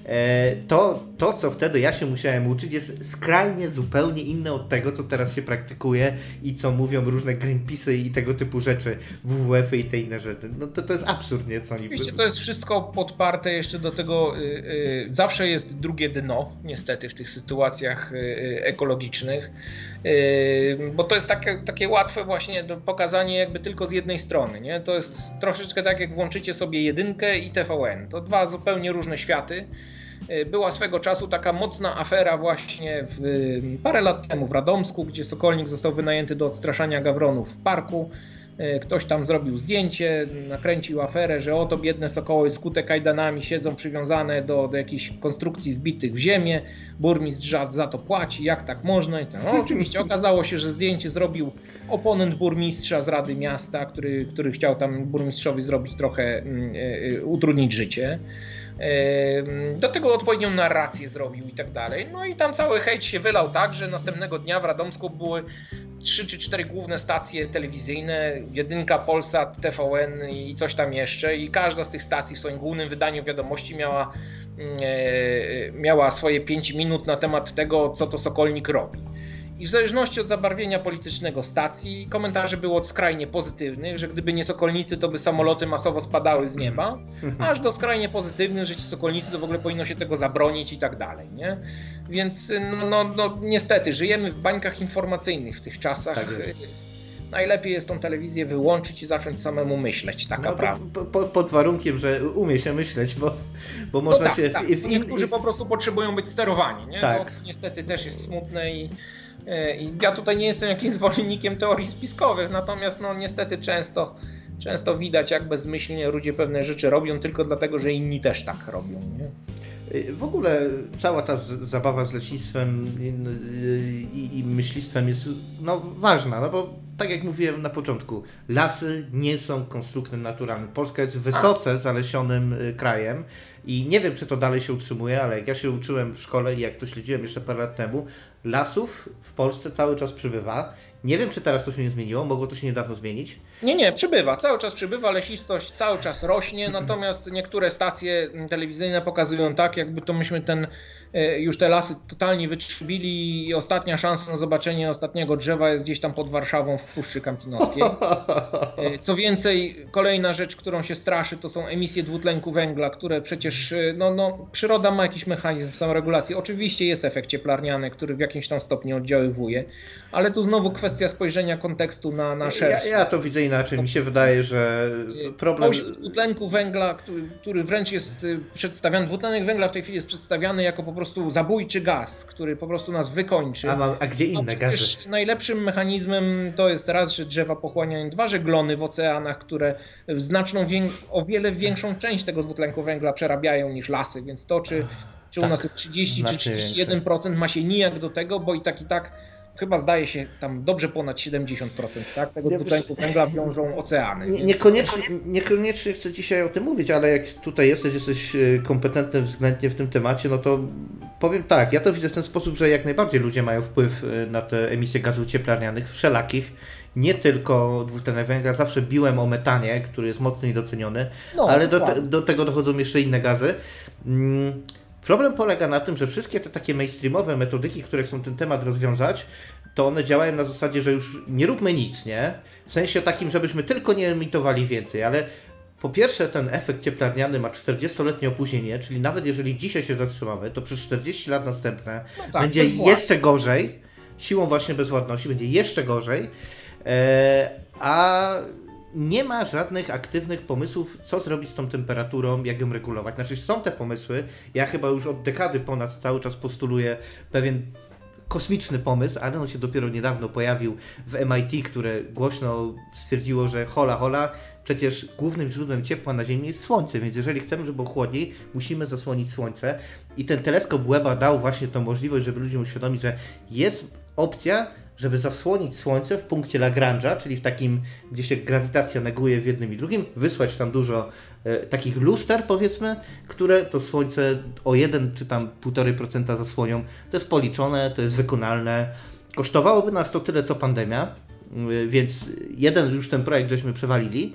to, to co wtedy ja się musiałem uczyć, jest skrajnie zupełnie inne od tego, co teraz się praktykuje i co mówią różne Greenpeace'y i tego typu rzeczy, W W F-y i te inne rzeczy. No to, to jest absurd, nie? Co oni... Oczywiście to jest wszystko podparte jeszcze do tego, yy, yy, zawsze jest drugie dno, niestety, w tych sytuacjach yy, ekologicznych, yy, bo to jest takie, takie łatwe właśnie do pokazanie jakby tylko z jednej strony, nie? To jest troszeczkę tak, jak włączycie sobie jedynkę i T V N. To dwa zupełnie różne światy. Była swego czasu taka mocna afera właśnie w, parę lat temu w Radomsku, gdzie Sokolnik został wynajęty do odstraszania gawronów w parku. Ktoś tam zrobił zdjęcie, nakręcił aferę, że oto biedne sokoły skute kajdanami siedzą przywiązane do, do jakichś konstrukcji wbitych w ziemię. Burmistrz za to płaci, jak tak można? No, oczywiście okazało się, że zdjęcie zrobił oponent burmistrza z Rady Miasta, który, który chciał tam burmistrzowi zrobić trochę, yy, utrudnić życie. Do tego odpowiednią narrację zrobił i tak dalej. No i tam cały hejt się wylał tak, że następnego dnia w Radomsku były trzy czy cztery główne stacje telewizyjne, jedynka, Polsat, T V N i coś tam jeszcze, i każda z tych stacji w swoim głównym wydaniu wiadomości miała, e, miała swoje pięć minut na temat tego, co to Sokolnik robi. I w zależności od zabarwienia politycznego stacji komentarze było skrajnie pozytywnych, że gdyby nie sokolnicy, to by samoloty masowo spadały z nieba, aż do skrajnie pozytywnych, że ci sokolnicy to w ogóle powinno się tego zabronić i tak dalej, nie? Więc no, no, no niestety żyjemy w bańkach informacyjnych w tych czasach. Tak jest. Najlepiej jest tą telewizję wyłączyć i zacząć samemu myśleć, taka no, prawda. Po, pod warunkiem, że umie się myśleć, bo, bo można no tak, się... Tak. W, w, Niektórzy w... po prostu potrzebują być sterowani, nie? Tak. To niestety też jest smutne i I ja tutaj nie jestem jakimś zwolennikiem teorii spiskowych, natomiast no niestety często, często widać, jak bezmyślnie ludzie pewne rzeczy robią tylko dlatego, że inni też tak robią. Nie? W ogóle cała ta zabawa z leśnictwem i, i myślistwem jest no, ważna, no bo tak jak mówiłem na początku, lasy nie są konstruktem naturalnym. Polska jest wysoce zalesionym krajem i nie wiem, czy to dalej się utrzymuje, ale jak ja się uczyłem w szkole i jak to śledziłem jeszcze parę lat temu, lasów w Polsce cały czas przybywa. Nie wiem, czy teraz to się nie zmieniło, mogło to się niedawno zmienić. Nie, nie, przybywa, cały czas przybywa, lesistość cały czas rośnie, natomiast niektóre stacje telewizyjne pokazują tak, jakby to myśmy ten, już te lasy totalnie wytrzybili i ostatnia szansa na zobaczenie ostatniego drzewa jest gdzieś tam pod Warszawą w Puszczy Kampinoskiej. Co więcej, kolejna rzecz, którą się straszy, to są emisje dwutlenku węgla, które przecież, no, no przyroda ma jakiś mechanizm samoregulacji. Oczywiście jest efekt cieplarniany, który w jakimś tam stopniu oddziaływuje, ale tu znowu kwestia spojrzenia kontekstu na, na szerszy. Ja, ja to widzę inaczej. Mi się wydaje, że problem... dwutlenku węgla, który, który wręcz jest przedstawiany, dwutlenek węgla w tej chwili jest przedstawiany jako po prostu zabójczy gaz, który po prostu nas wykończy. A, ma, a gdzie inne no, gazy? Najlepszym mechanizmem to jest raz, że drzewa pochłaniają, dwa, że glony w oceanach, które znaczną, o wiele większą część tego dwutlenku węgla przerabiają niż lasy, więc to czy, czy u tak, nas jest trzydzieści czy trzydzieści jeden procent ma się nijak do tego, bo i tak i tak chyba zdaje się tam dobrze ponad siedemdziesiąt procent tak? Tego dwutlenku węgla wiążą oceany. Nie, niekoniecznie, niekoniecznie chcę dzisiaj o tym mówić, ale jak tutaj jesteś, jesteś kompetentny względnie w tym temacie, no to powiem tak, ja to widzę w ten sposób, że jak najbardziej ludzie mają wpływ na te emisje gazów cieplarnianych wszelakich, nie tylko dwutlenek węgla, zawsze biłem o metanie, który jest mocno niedoceniony, no, ale do, te, do tego dochodzą jeszcze inne gazy. Hmm. Problem polega na tym, że wszystkie te takie mainstreamowe metodyki, które chcą ten temat rozwiązać, to one działają na zasadzie, że już nie róbmy nic, nie? W sensie takim, żebyśmy tylko nie emitowali więcej, ale po pierwsze ten efekt cieplarniany ma czterdziestoletnie opóźnienie, czyli nawet jeżeli dzisiaj się zatrzymamy, to przez czterdzieści lat następne no tak, będzie jeszcze gorzej, siłą właśnie bezwładności będzie jeszcze gorzej, e, a nie ma żadnych aktywnych pomysłów, co zrobić z tą temperaturą, jak ją regulować. Znaczy są te pomysły, ja chyba już od dekady ponad cały czas postuluję pewien kosmiczny pomysł, ale on się dopiero niedawno pojawił w M I T, które głośno stwierdziło, że hola hola, przecież głównym źródłem ciepła na Ziemi jest Słońce, więc jeżeli chcemy, żeby było chłodniej, musimy zasłonić Słońce. I ten teleskop Webba dał właśnie tą możliwość, żeby ludziom uświadomić, że jest opcja, żeby zasłonić Słońce w punkcie Lagrange'a, czyli w takim, gdzie się grawitacja neguje w jednym i drugim, wysłać tam dużo e, takich luster, powiedzmy, które to Słońce o jeden czy tam półtora procent zasłonią. To jest policzone, to jest wykonalne. Kosztowałoby nas to tyle, co pandemia, e, więc jeden już ten projekt żeśmy przewalili.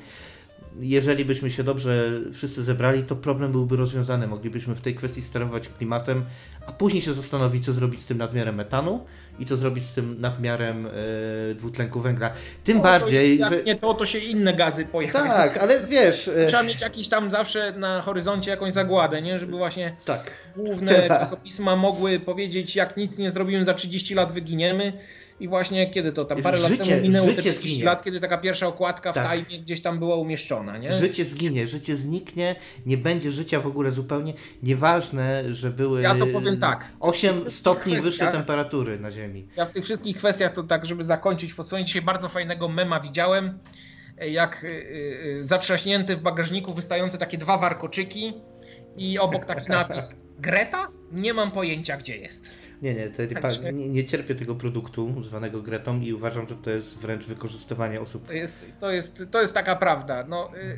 Jeżeli byśmy się dobrze wszyscy zebrali, to problem byłby rozwiązany. Moglibyśmy w tej kwestii sterować klimatem, a później się zastanowić, co zrobić z tym nadmiarem metanu i co zrobić z tym nadmiarem e, dwutlenku węgla. Tym no, bardziej, jak że... nie to, to się inne gazy pojawiają. Tak, ale wiesz... E... Trzeba mieć jakiś tam zawsze na horyzoncie jakąś zagładę, nie? Żeby właśnie tak. główne Trzeba. czasopisma mogły powiedzieć, jak nic nie zrobimy, za trzydzieści lat wyginiemy. I właśnie kiedy to tam parę życie, lat temu minęło te trzydzieści zginie. lat, kiedy taka pierwsza okładka w tak. Time gdzieś tam była umieszczona, nie? Życie zginie, życie zniknie, nie będzie życia w ogóle zupełnie. Nieważne, że były ja to powiem tak. osiem stopni wyższe temperatury na Ziemi. Ja w tych wszystkich kwestiach to tak, żeby zakończyć podsumowanie, dzisiaj bardzo fajnego mema widziałem, jak zatrzaśnięty w bagażniku wystające takie dwa warkoczyki i obok taki napis Greta? Nie mam pojęcia, gdzie jest. Nie, nie, to, Także... nie, nie cierpię tego produktu zwanego Gretą i uważam, że to jest wręcz wykorzystywanie osób. To jest, to jest, to jest taka prawda. No, y,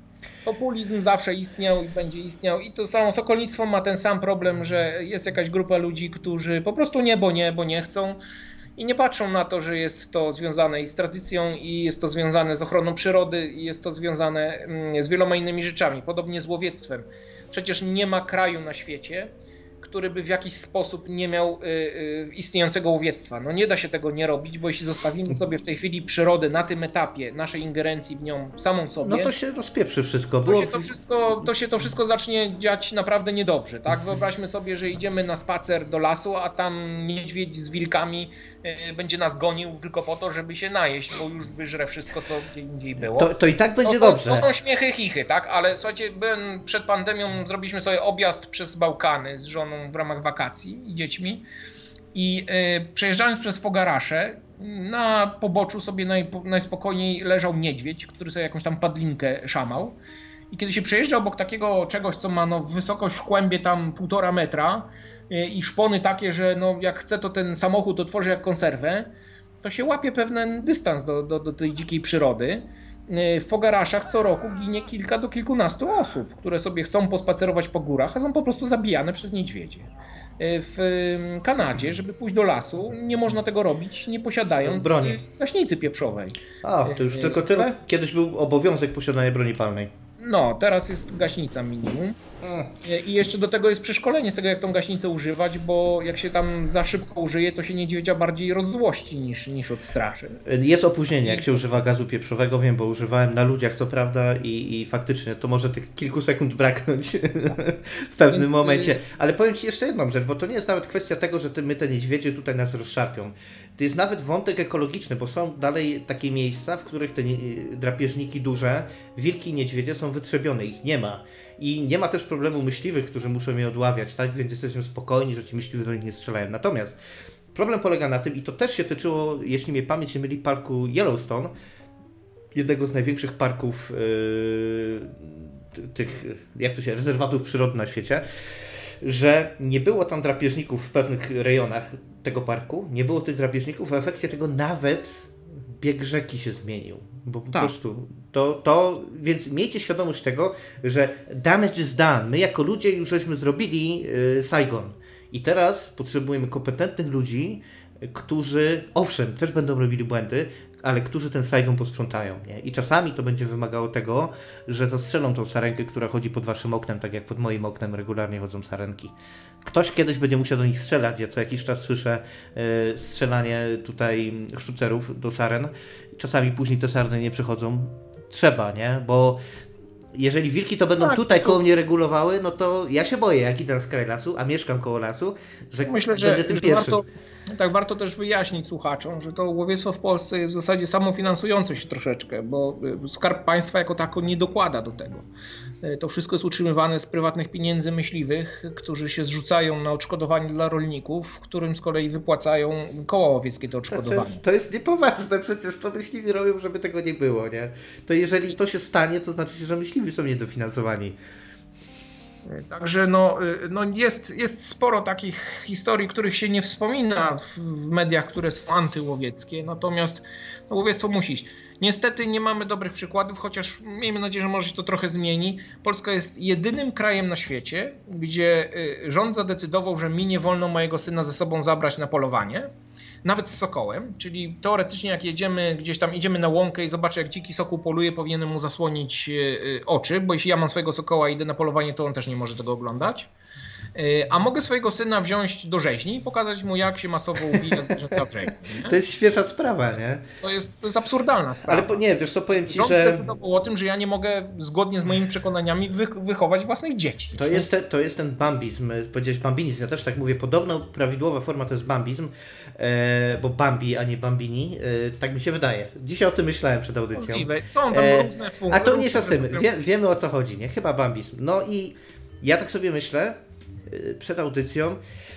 populizm zawsze istniał i będzie istniał i to samo sokolnictwo ma ten sam problem, że jest jakaś grupa ludzi, którzy po prostu nie, bo nie, bo nie chcą i nie patrzą na to, że jest to związane i z tradycją i jest to związane z ochroną przyrody i jest to związane z wieloma innymi rzeczami, podobnie z łowiectwem. Przecież nie ma kraju na świecie, który by w jakiś sposób nie miał y, y, istniejącego łowiectwa. No nie da się tego nie robić, bo jeśli zostawimy sobie w tej chwili przyrodę na tym etapie naszej ingerencji w nią samą sobie, no to się rozpieprzy wszystko. Było... To, się to, wszystko to się to wszystko zacznie dziać naprawdę niedobrze. Tak? Wyobraźmy sobie, że idziemy na spacer do lasu, a tam niedźwiedź z wilkami y, będzie nas gonił tylko po to, żeby się najeść, bo już wyżre wszystko, co gdzie indziej było. To, to i tak będzie to, to, dobrze. To są śmiechy, chichy, tak? Ale słuchajcie, byłem przed pandemią, zrobiliśmy sobie objazd przez Bałkany z żoną w ramach wakacji i dziećmi i y, przejeżdżając przez Fogarasze, na poboczu sobie naj, najspokojniej leżał niedźwiedź, który sobie jakąś tam padlinkę szamał I kiedy się przejeżdża obok takiego czegoś, co ma no, wysokość w kłębie tam półtora metra i szpony takie, że no, jak chce to ten samochód otworzy jak konserwę, to się łapie pewien dystans do, do, do tej dzikiej przyrody. W Fogaraszach co roku ginie kilka do kilkunastu osób, które sobie chcą pospacerować po górach, a są po prostu zabijane przez niedźwiedzie. W Kanadzie, żeby pójść do lasu, nie można tego robić, nie posiadając broni, gaśnicy pieprzowej. A, to już tylko tyle? Kiedyś był obowiązek posiadania broni palnej. No, teraz jest gaśnica minimum. I jeszcze do tego jest przeszkolenie z tego, jak tą gaśnicę używać, bo jak się tam za szybko użyje, to się niedźwiedzia bardziej rozzłości niż, niż odstraszy. Jest opóźnienie, jak się używa gazu pieprzowego, wiem, bo używałem na ludziach, co prawda, i, i faktycznie to może tych kilku sekund braknąć w pewnym Więc... momencie. Ale powiem Ci jeszcze jedną rzecz, bo to nie jest nawet kwestia tego, że my te niedźwiedzie tutaj nas rozszarpią. To jest nawet wątek ekologiczny, bo są dalej takie miejsca, w których te drapieżniki duże, wilki i niedźwiedzie są wytrzebione, ich nie ma. I nie ma też problemu myśliwych, którzy muszą je odławiać, tak? Więc jesteśmy spokojni, że ci myśliwi do nich nie strzelają. Natomiast problem polega na tym, i to też się tyczyło, jeśli mnie pamięć nie myli, parku Yellowstone, jednego z największych parków yy, tych, jak to się, rezerwatów przyrody na świecie, że nie było tam drapieżników w pewnych rejonach tego parku, nie było tych drapieżników, a w efekcie tego nawet bieg rzeki się zmienił, bo po tak. prostu to, to, więc miejcie świadomość tego, że damage is done. My jako ludzie już żeśmy zrobili yy, Saigon i teraz potrzebujemy kompetentnych ludzi, którzy, owszem, też będą robili błędy, ale którzy ten Saigon posprzątają, nie? I czasami to będzie wymagało tego, że zastrzelą tą sarenkę, która chodzi pod waszym oknem, tak jak pod moim oknem regularnie chodzą sarenki. Ktoś kiedyś będzie musiał do nich strzelać. Ja co jakiś czas słyszę yy, strzelanie tutaj sztucerów do saren. Czasami później te sarny nie przychodzą. Trzeba, nie? Bo jeżeli wilki to będą tak, tutaj to... koło mnie regulowały, no to ja się boję, jak idę z kraju lasu, a mieszkam koło lasu, że Myślę, będę że, tym że pierwszym. Warto, tak, warto też wyjaśnić słuchaczom, że to łowiectwo w Polsce jest w zasadzie samofinansujące się troszeczkę, bo Skarb Państwa jako tako nie dokłada do tego. To wszystko jest utrzymywane z prywatnych pieniędzy myśliwych, którzy się zrzucają na odszkodowanie dla rolników, którym z kolei wypłacają koła łowieckie to odszkodowanie. To jest, to jest niepoważne, przecież to myśliwi robią, żeby tego nie było, nie? To jeżeli to się stanie, to znaczy, że myśliwi są niedofinansowani. Także no, no jest, jest sporo takich historii, których się nie wspomina w, w mediach, które są antyłowieckie, natomiast no, łowiectwo musi iść. Niestety nie mamy dobrych przykładów, chociaż miejmy nadzieję, że może się to trochę zmieni. Polska jest jedynym krajem na świecie, gdzie rząd zadecydował, że mi nie wolno mojego syna ze sobą zabrać na polowanie. Nawet z sokołem, czyli teoretycznie jak jedziemy gdzieś tam, idziemy na łąkę i zobaczę jak dziki sokół poluje, powinienem mu zasłonić oczy, bo jeśli ja mam swojego sokoła i idę na polowanie, to on też nie może tego oglądać. A mogę swojego syna wziąć do rzeźni i pokazać mu, jak się masowo ubija zwierzęta w rzeźni. Nie? To jest świeża sprawa, nie? To jest, to jest absurdalna sprawa. Ale po, nie, wiesz co, powiem Ci, Rząd że... zdecydował o tym, że ja nie mogę zgodnie z moimi przekonaniami wy, wychować własnych dzieci. To jest, te, to jest ten bambizm, powiedziałeś bambinizm, ja też tak mówię, podobno prawidłowa forma to jest bambizm, e, bo Bambi, a nie Bambini, e, tak mi się wydaje. Dzisiaj o tym myślałem przed audycją. Możliwe. Są tam e, różne funkcje. A to mniejsza z tym, Wie, wiemy o co chodzi, nie? Chyba bambizm. No i ja tak sobie myślę, przed audycją,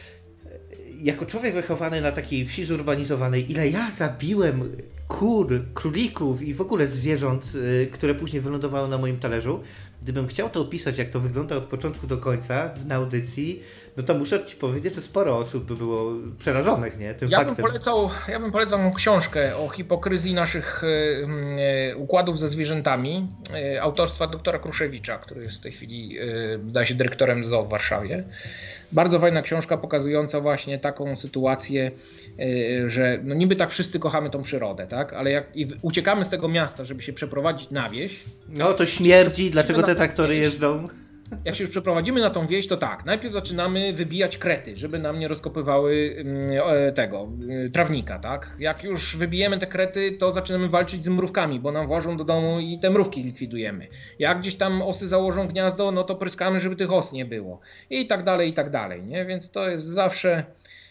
jako człowiek wychowany na takiej wsi zurbanizowanej, ile ja zabiłem kur, królików i w ogóle zwierząt, które później wylądowały na moim talerzu, gdybym chciał to opisać, jak to wygląda od początku do końca na audycji, no to muszę Ci powiedzieć, że sporo osób by było przerażonych, nie? Tym ja faktem. Bym polecał, ja bym polecał książkę o hipokryzji naszych y, układów ze zwierzętami, y, autorstwa doktora Kruszewicza, który jest w tej chwili, y, wydaje się, dyrektorem zoo w Warszawie. Bardzo fajna książka pokazująca właśnie taką sytuację, y, że no niby tak wszyscy kochamy tą przyrodę, tak? Ale jak i uciekamy z tego miasta, żeby się przeprowadzić na wieś. No to śmierdzi, dlaczego te traktory jeżdżą? Jak się już przeprowadzimy na tą wieś, to tak, najpierw zaczynamy wybijać krety, żeby nam nie rozkopywały tego trawnika, tak? Jak już wybijemy te krety, to zaczynamy walczyć z mrówkami, bo nam włażą do domu i te mrówki likwidujemy. Jak gdzieś tam osy założą gniazdo, no to pryskamy, żeby tych os nie było. I tak dalej, i tak dalej, nie? Więc to jest zawsze,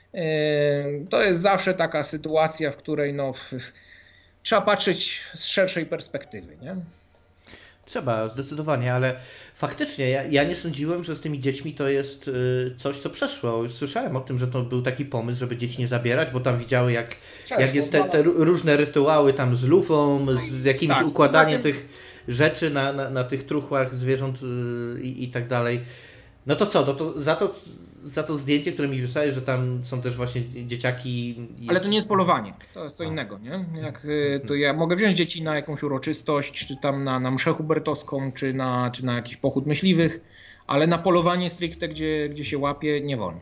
to jest zawsze taka sytuacja, w której no, trzeba patrzeć z szerszej perspektywy, nie? Trzeba, zdecydowanie, ale faktycznie ja, ja nie sądziłem, że z tymi dziećmi to jest y, coś, co przeszło. Słyszałem o tym, że to był taki pomysł, żeby dzieci nie zabierać, bo tam widziały jak, przeszło, jak jest te, te różne rytuały tam z lufą, z jakimś tak, układaniem tych rzeczy na, na, na tych truchłach zwierząt i, i tak dalej. No to co, no to za to za to zdjęcie, które mi wysłałeś, że tam są też właśnie dzieciaki... Jest... Ale to nie jest polowanie, to jest co innego, nie? Jak, to ja mogę wziąć dzieci na jakąś uroczystość, czy tam na, na mszę hubertowską, czy na, czy na jakiś pochód myśliwych, ale na polowanie stricte, gdzie, gdzie się łapie, nie wolno.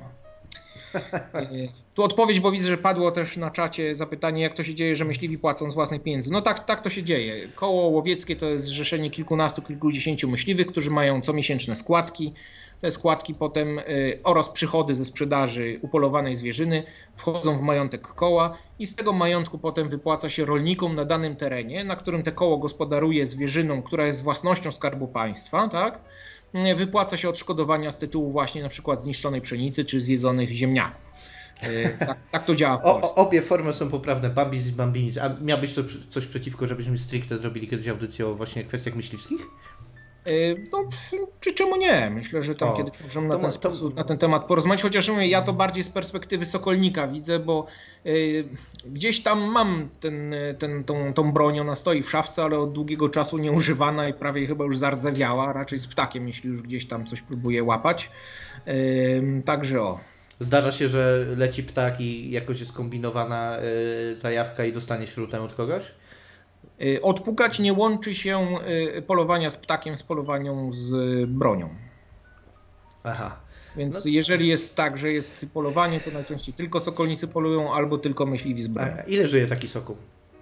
Tu odpowiedź, bo widzę, że padło też na czacie zapytanie, jak to się dzieje, że myśliwi płacą z własnych pieniędzy. No tak, tak to się dzieje. Koło łowieckie to jest zrzeszenie kilkunastu, kilkudziesięciu myśliwych, którzy mają comiesięczne składki. Te składki potem oraz przychody ze sprzedaży upolowanej zwierzyny wchodzą w majątek koła i z tego majątku potem wypłaca się rolnikom na danym terenie, na którym te koło gospodaruje zwierzyną, która jest własnością Skarbu Państwa, tak? Wypłaca się odszkodowania z tytułu właśnie na przykład zniszczonej pszenicy czy zjedzonych ziemniaków. Tak, tak to działa w Polsce. O, obie formy są poprawne, Bambis i Bambinis. A miałbyś coś, coś przeciwko, żebyśmy stricte zrobili kiedyś audycję o właśnie kwestiach myśliwskich? No, czy czemu nie? Myślę, że tam o, kiedyś możemy na, ten sposób, na ten temat porozmawiać, chociaż ja to bardziej z perspektywy sokolnika widzę, bo y, gdzieś tam mam ten, ten, tą, tą broń, ona stoi w szafce, ale od długiego czasu nieużywana i prawie chyba już zardzewiała, raczej z ptakiem, jeśli już gdzieś tam coś próbuje łapać. Y, także o. Zdarza się, że leci ptak i jakoś jest kombinowana y, zajawka i dostanie śrutę od kogoś? Odpukać nie łączy się polowania z ptakiem z polowanią z bronią. Aha. Więc no. Jeżeli jest tak, że jest polowanie, to najczęściej tylko sokolnicy polują albo tylko myśliwi z bronią. A ile żyje taki sokół?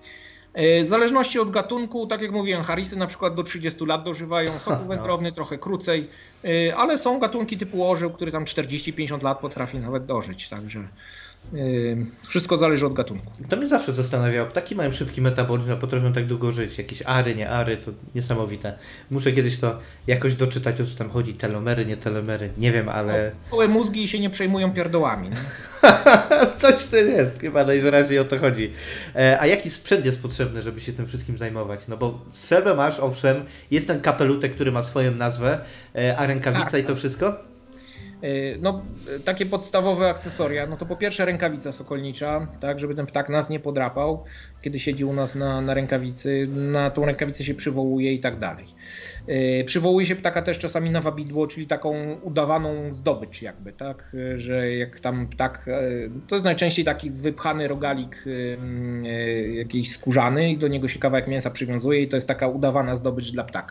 W zależności od gatunku, tak jak mówiłem, harisy na przykład do trzydziestu lat dożywają, sokół wędrowny trochę krócej, ale są gatunki typu orzeł, który tam czterdzieści pięćdziesiąt lat potrafi nawet dożyć, także wszystko zależy od gatunku. To mnie zawsze zastanawiało, ptaki mają szybki metabolizm, a potrafią tak długo żyć, jakieś ary, nie ary, to niesamowite. Muszę kiedyś to jakoś doczytać, o co tam chodzi, telomery, nie telomery, nie wiem, ale... Małe mózgi się nie przejmują pierdołami. Coś w tym jest, chyba najwyraźniej o to chodzi. A jaki sprzęt jest potrzebny, żeby się tym wszystkim zajmować? No bo strzelbę masz, owszem, jest ten kapelutek, który ma swoją nazwę, a rękawica tak, i to wszystko? No, takie podstawowe akcesoria, no to po pierwsze rękawica sokolnicza, tak, żeby ten ptak nas nie podrapał, kiedy siedzi u nas na, na rękawicy, na tą rękawicę się przywołuje i tak dalej. Yy, przywołuje się ptaka też czasami na wabidło, czyli taką udawaną zdobycz jakby, tak, że jak tam ptak, yy, to jest najczęściej taki wypchany rogalik yy, yy, jakiś skórzany i do niego się kawałek mięsa przywiązuje i to jest taka udawana zdobycz dla ptaka.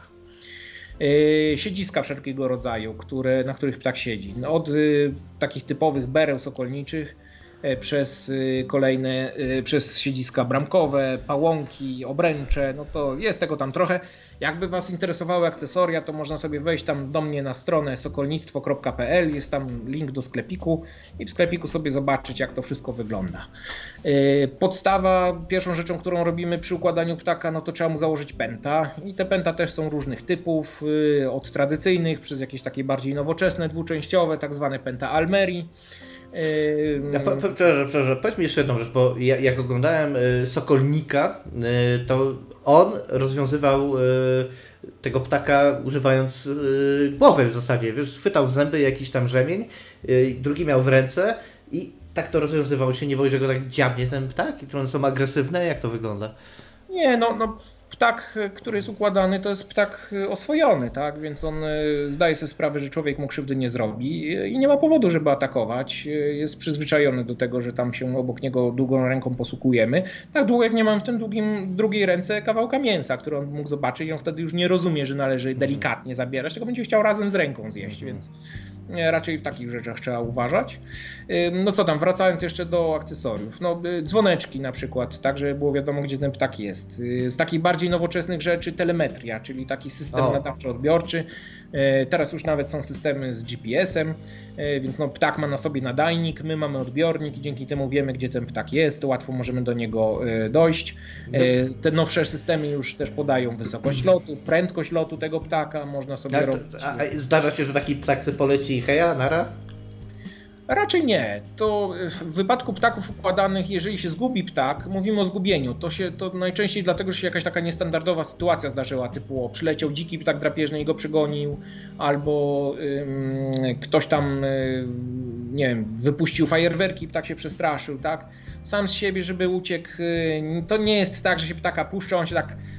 Siedziska wszelkiego rodzaju, które, na których ptak siedzi. Od y, takich typowych bereł sokolniczych y, przez y, kolejne, y, przez siedziska bramkowe, pałąki, obręcze, no to jest tego tam trochę. Jakby Was interesowały akcesoria, to można sobie wejść tam do mnie na stronę sokolnictwo kropka p l, jest tam link do sklepiku i w sklepiku sobie zobaczyć, jak to wszystko wygląda. Podstawa, pierwszą rzeczą, którą robimy przy układaniu ptaka, no to trzeba mu założyć pęta i te pęta też są różnych typów, od tradycyjnych przez jakieś takie bardziej nowoczesne, dwuczęściowe, tak zwane pęta Almerii. Ja, po, po, przepraszam, przepraszam, powiedz mi jeszcze jedną rzecz, bo ja, jak oglądałem y, Sokolnika, y, to on rozwiązywał y, tego ptaka używając y, głowy w zasadzie, wiesz, chwytał w zęby jakiś tam rzemień, y, drugi miał w ręce i tak to rozwiązywało się, nie boi, że go tak dziabnie ten ptak i czy one są agresywne, jak to wygląda? Nie, no, no ptak, który jest układany, to jest ptak oswojony, tak? Więc on zdaje sobie sprawę, że człowiek mu krzywdy nie zrobi i nie ma powodu, żeby atakować. Jest przyzwyczajony do tego, że tam się obok niego długą ręką posługujemy. Tak długo jak nie mam w tym długim, drugiej ręce kawałka mięsa, który on mógł zobaczyć i on wtedy już nie rozumie, że należy delikatnie zabierać, tylko będzie chciał razem z ręką zjeść, więc raczej w takich rzeczach trzeba uważać. No co tam, wracając jeszcze do akcesoriów. No, dzwoneczki na przykład, tak żeby było wiadomo, gdzie ten ptak jest. Z takich bardziej nowoczesnych rzeczy telemetria, czyli taki system o. nadawczo-odbiorczy. Teraz już nawet są systemy z G P S-em, więc no, ptak ma na sobie nadajnik, my mamy odbiornik i dzięki temu wiemy, gdzie ten ptak jest, łatwo możemy do niego dojść. Te nowsze systemy już też podają wysokość lotu, prędkość lotu tego ptaka, można sobie a, robić. A, a zdarza się, że taki ptak se poleci i heja, nara? Raczej nie. To w wypadku ptaków układanych, jeżeli się zgubi ptak, mówimy o zgubieniu, to się to najczęściej dlatego, że się jakaś taka niestandardowa sytuacja zdarzyła, typu o, przyleciał dziki ptak drapieżny i go przegonił, albo ym, ktoś tam y, nie wiem, wypuścił fajerwerki, ptak się przestraszył, tak? Sam z siebie, żeby uciekł, y, to nie jest tak, że się ptaka puszcza, on się tak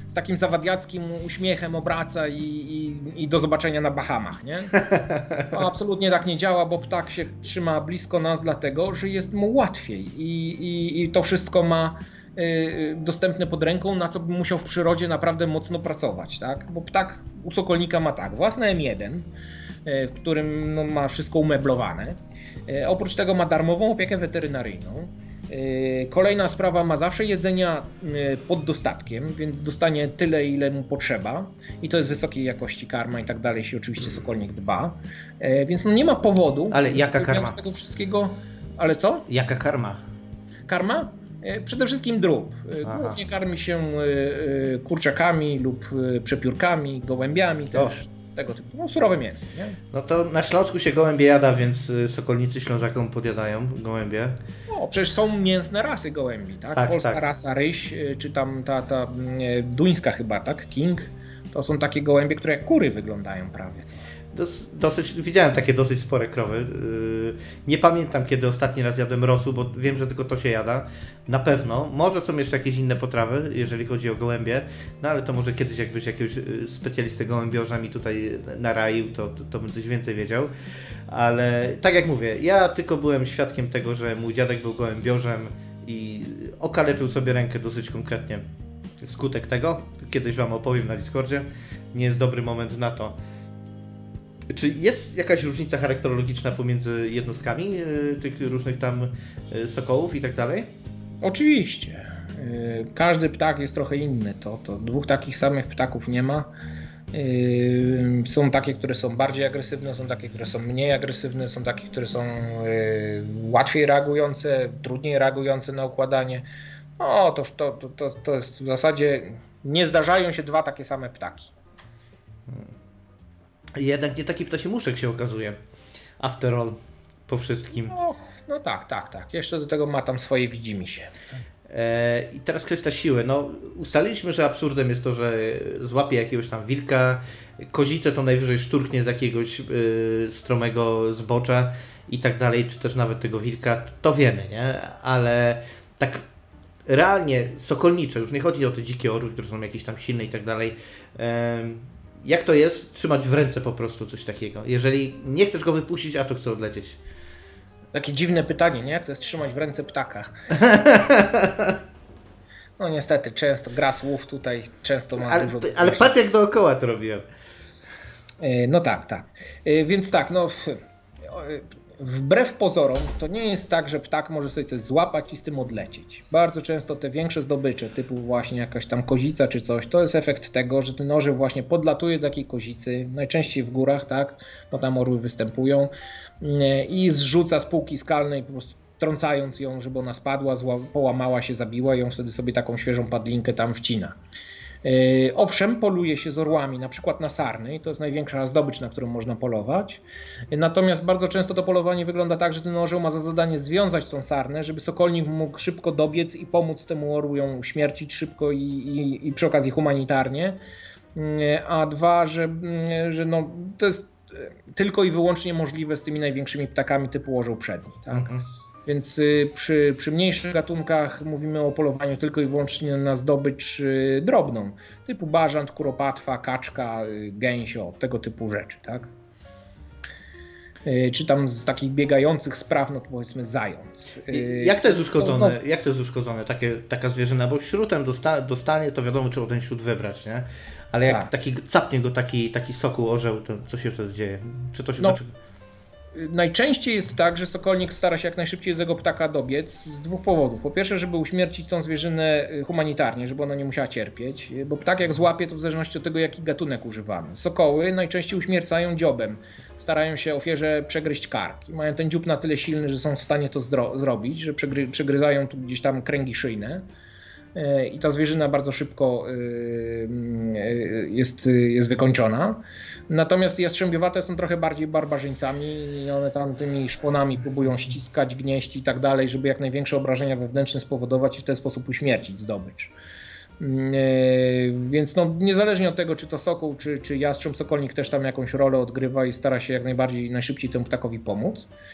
z takim zawadiackim uśmiechem obraca i, i, i do zobaczenia na Bahamach, nie? No, absolutnie tak nie działa, bo ptak się trzyma blisko nas dlatego, że jest mu łatwiej i, i, i to wszystko ma y, dostępne pod ręką, na co by musiał w przyrodzie naprawdę mocno pracować, tak? Bo ptak u sokolnika ma tak, własne M jeden, w którym no, ma wszystko umeblowane. Oprócz tego ma darmową opiekę weterynaryjną. Kolejna sprawa, ma zawsze jedzenia pod dostatkiem, więc dostanie tyle, ile mu potrzeba i to jest wysokiej jakości karma i tak dalej, jeśli oczywiście sokolnik dba. Więc no, nie ma powodu. Ale jaka karma? Tego wszystkiego. Ale co? Jaka karma? Karma? Przede wszystkim drób. Aha. Głównie karmi się kurczakami lub przepiórkami, gołębiami też. O. Tego typu, no surowe mięso, nie? No to na Śląsku się gołębie jada, więc sokolnicy Ślązakom podjadają gołębie. No przecież są mięsne rasy gołębi, tak? tak Polska tak. rasa ryś, czy tam ta, ta duńska chyba, tak? King. To są takie gołębie, które jak kury wyglądają prawie. Dos, dosyć, widziałem takie dosyć spore krowy. Nie pamiętam, kiedy ostatni raz jadłem rosu, bo wiem, że tylko to się jada. Na pewno. Może są jeszcze jakieś inne potrawy, jeżeli chodzi o gołębie. No ale to może kiedyś jakbyś jakiegoś specjalistę gołębiorza mi tutaj naraił, to, to, to bym coś więcej wiedział. Ale tak jak mówię, ja tylko byłem świadkiem tego, że mój dziadek był gołębiorzem i okaleczył sobie rękę dosyć konkretnie wskutek tego. Kiedyś wam opowiem na Discordzie. Nie jest dobry moment na to. Czy jest jakaś różnica charakterologiczna pomiędzy jednostkami yy, tych różnych tam yy, sokołów i tak dalej? Oczywiście. Yy, każdy ptak jest trochę inny. To, to dwóch takich samych ptaków nie ma. Yy, są takie, które są bardziej agresywne, są takie, które są mniej agresywne, są takie, które są yy, łatwiej reagujące, trudniej reagujące na układanie. No to, to, to, to jest w zasadzie, nie zdarzają się dwa takie same ptaki. Hmm. Jednak nie taki ptasimuszek się okazuje. After all, po wszystkim. No, no tak, tak, tak. Jeszcze do tego ma tam swoje widzimisię. E, I teraz kwestia siły. No, ustaliliśmy, że absurdem jest to, że złapie jakiegoś tam wilka, kozicę to najwyżej szturknie z jakiegoś y, stromego zbocza i tak dalej, czy też nawet tego wilka. To wiemy, nie? Ale tak realnie sokolnicze, już nie chodzi o te dzikie orły, które są jakieś tam silne i tak dalej. Y, Jak to jest trzymać w ręce po prostu coś takiego? Jeżeli nie chcesz go wypuścić, a to chce odlecieć. Takie dziwne pytanie, nie? Jak to jest trzymać w ręce ptaka? No niestety, często gra słów tutaj, często ma ale, dużo... Ale patrz jak dookoła to robiłem. No tak, tak. Więc tak, no... Wbrew pozorom, to nie jest tak, że ptak może sobie coś złapać i z tym odlecieć. Bardzo często te większe zdobycze, typu właśnie jakaś tam kozica czy coś, to jest efekt tego, że ten orzeł właśnie podlatuje do takiej kozicy, najczęściej w górach, tak, bo tam orły występują, i zrzuca z półki skalnej, po prostu trącając ją, żeby ona spadła, zła, połamała się, zabiła i ją wtedy sobie taką świeżą padlinkę tam wcina. Yy, owszem, poluje się z orłami, na przykład na sarny, i to jest największa zdobycz, na którą można polować. Natomiast bardzo często to polowanie wygląda tak, że ten orzeł ma za zadanie związać tą sarnę, żeby sokolnik mógł szybko dobiec i pomóc temu orłu ją uśmiercić szybko i, i, i przy okazji humanitarnie. Yy, a dwa, że, yy, że no, to jest tylko i wyłącznie możliwe z tymi największymi ptakami typu orzeł przedni. Tak? Mhm. Więc przy, przy mniejszych gatunkach mówimy o polowaniu tylko i wyłącznie na zdobycz drobną, typu bażant, kuropatwa, kaczka, gęsio, tego typu rzeczy, tak? Czy tam z takich biegających spraw, no to powiedzmy zając. I jak to jest uszkodzone? Jak to jest uszkodzone takie, taka zwierzyna? Bo śrutem dosta, dostanie, to wiadomo, trzeba ten śrut wybrać, nie? Ale jak tak. taki capnie go taki, taki sokół, orzeł, to co się wtedy dzieje? Czy to się no. znaczy... Najczęściej jest tak, że sokolnik stara się jak najszybciej do tego ptaka dobiec z dwóch powodów. Po pierwsze, żeby uśmiercić tą zwierzynę humanitarnie, żeby ona nie musiała cierpieć, bo ptak jak złapie, to w zależności od tego, jaki gatunek używamy. Sokoły najczęściej uśmiercają dziobem, starają się ofierze przegryźć kark i mają ten dziób na tyle silny, że są w stanie to zrobić, że przegry przegryzają tu gdzieś tam kręgi szyjne. I ta zwierzyna bardzo szybko jest, jest wykończona. Natomiast jastrzębiowate są trochę bardziej barbarzyńcami i one tam tymi szponami próbują ściskać, gnieść i tak dalej, żeby jak największe obrażenia wewnętrzne spowodować i w ten sposób uśmiercić zdobycz. Więc no, niezależnie od tego, czy to sokół, czy, czy jastrząb, sokolnik też tam jakąś rolę odgrywa i stara się jak najbardziej, najszybciej temu ptakowi pomóc.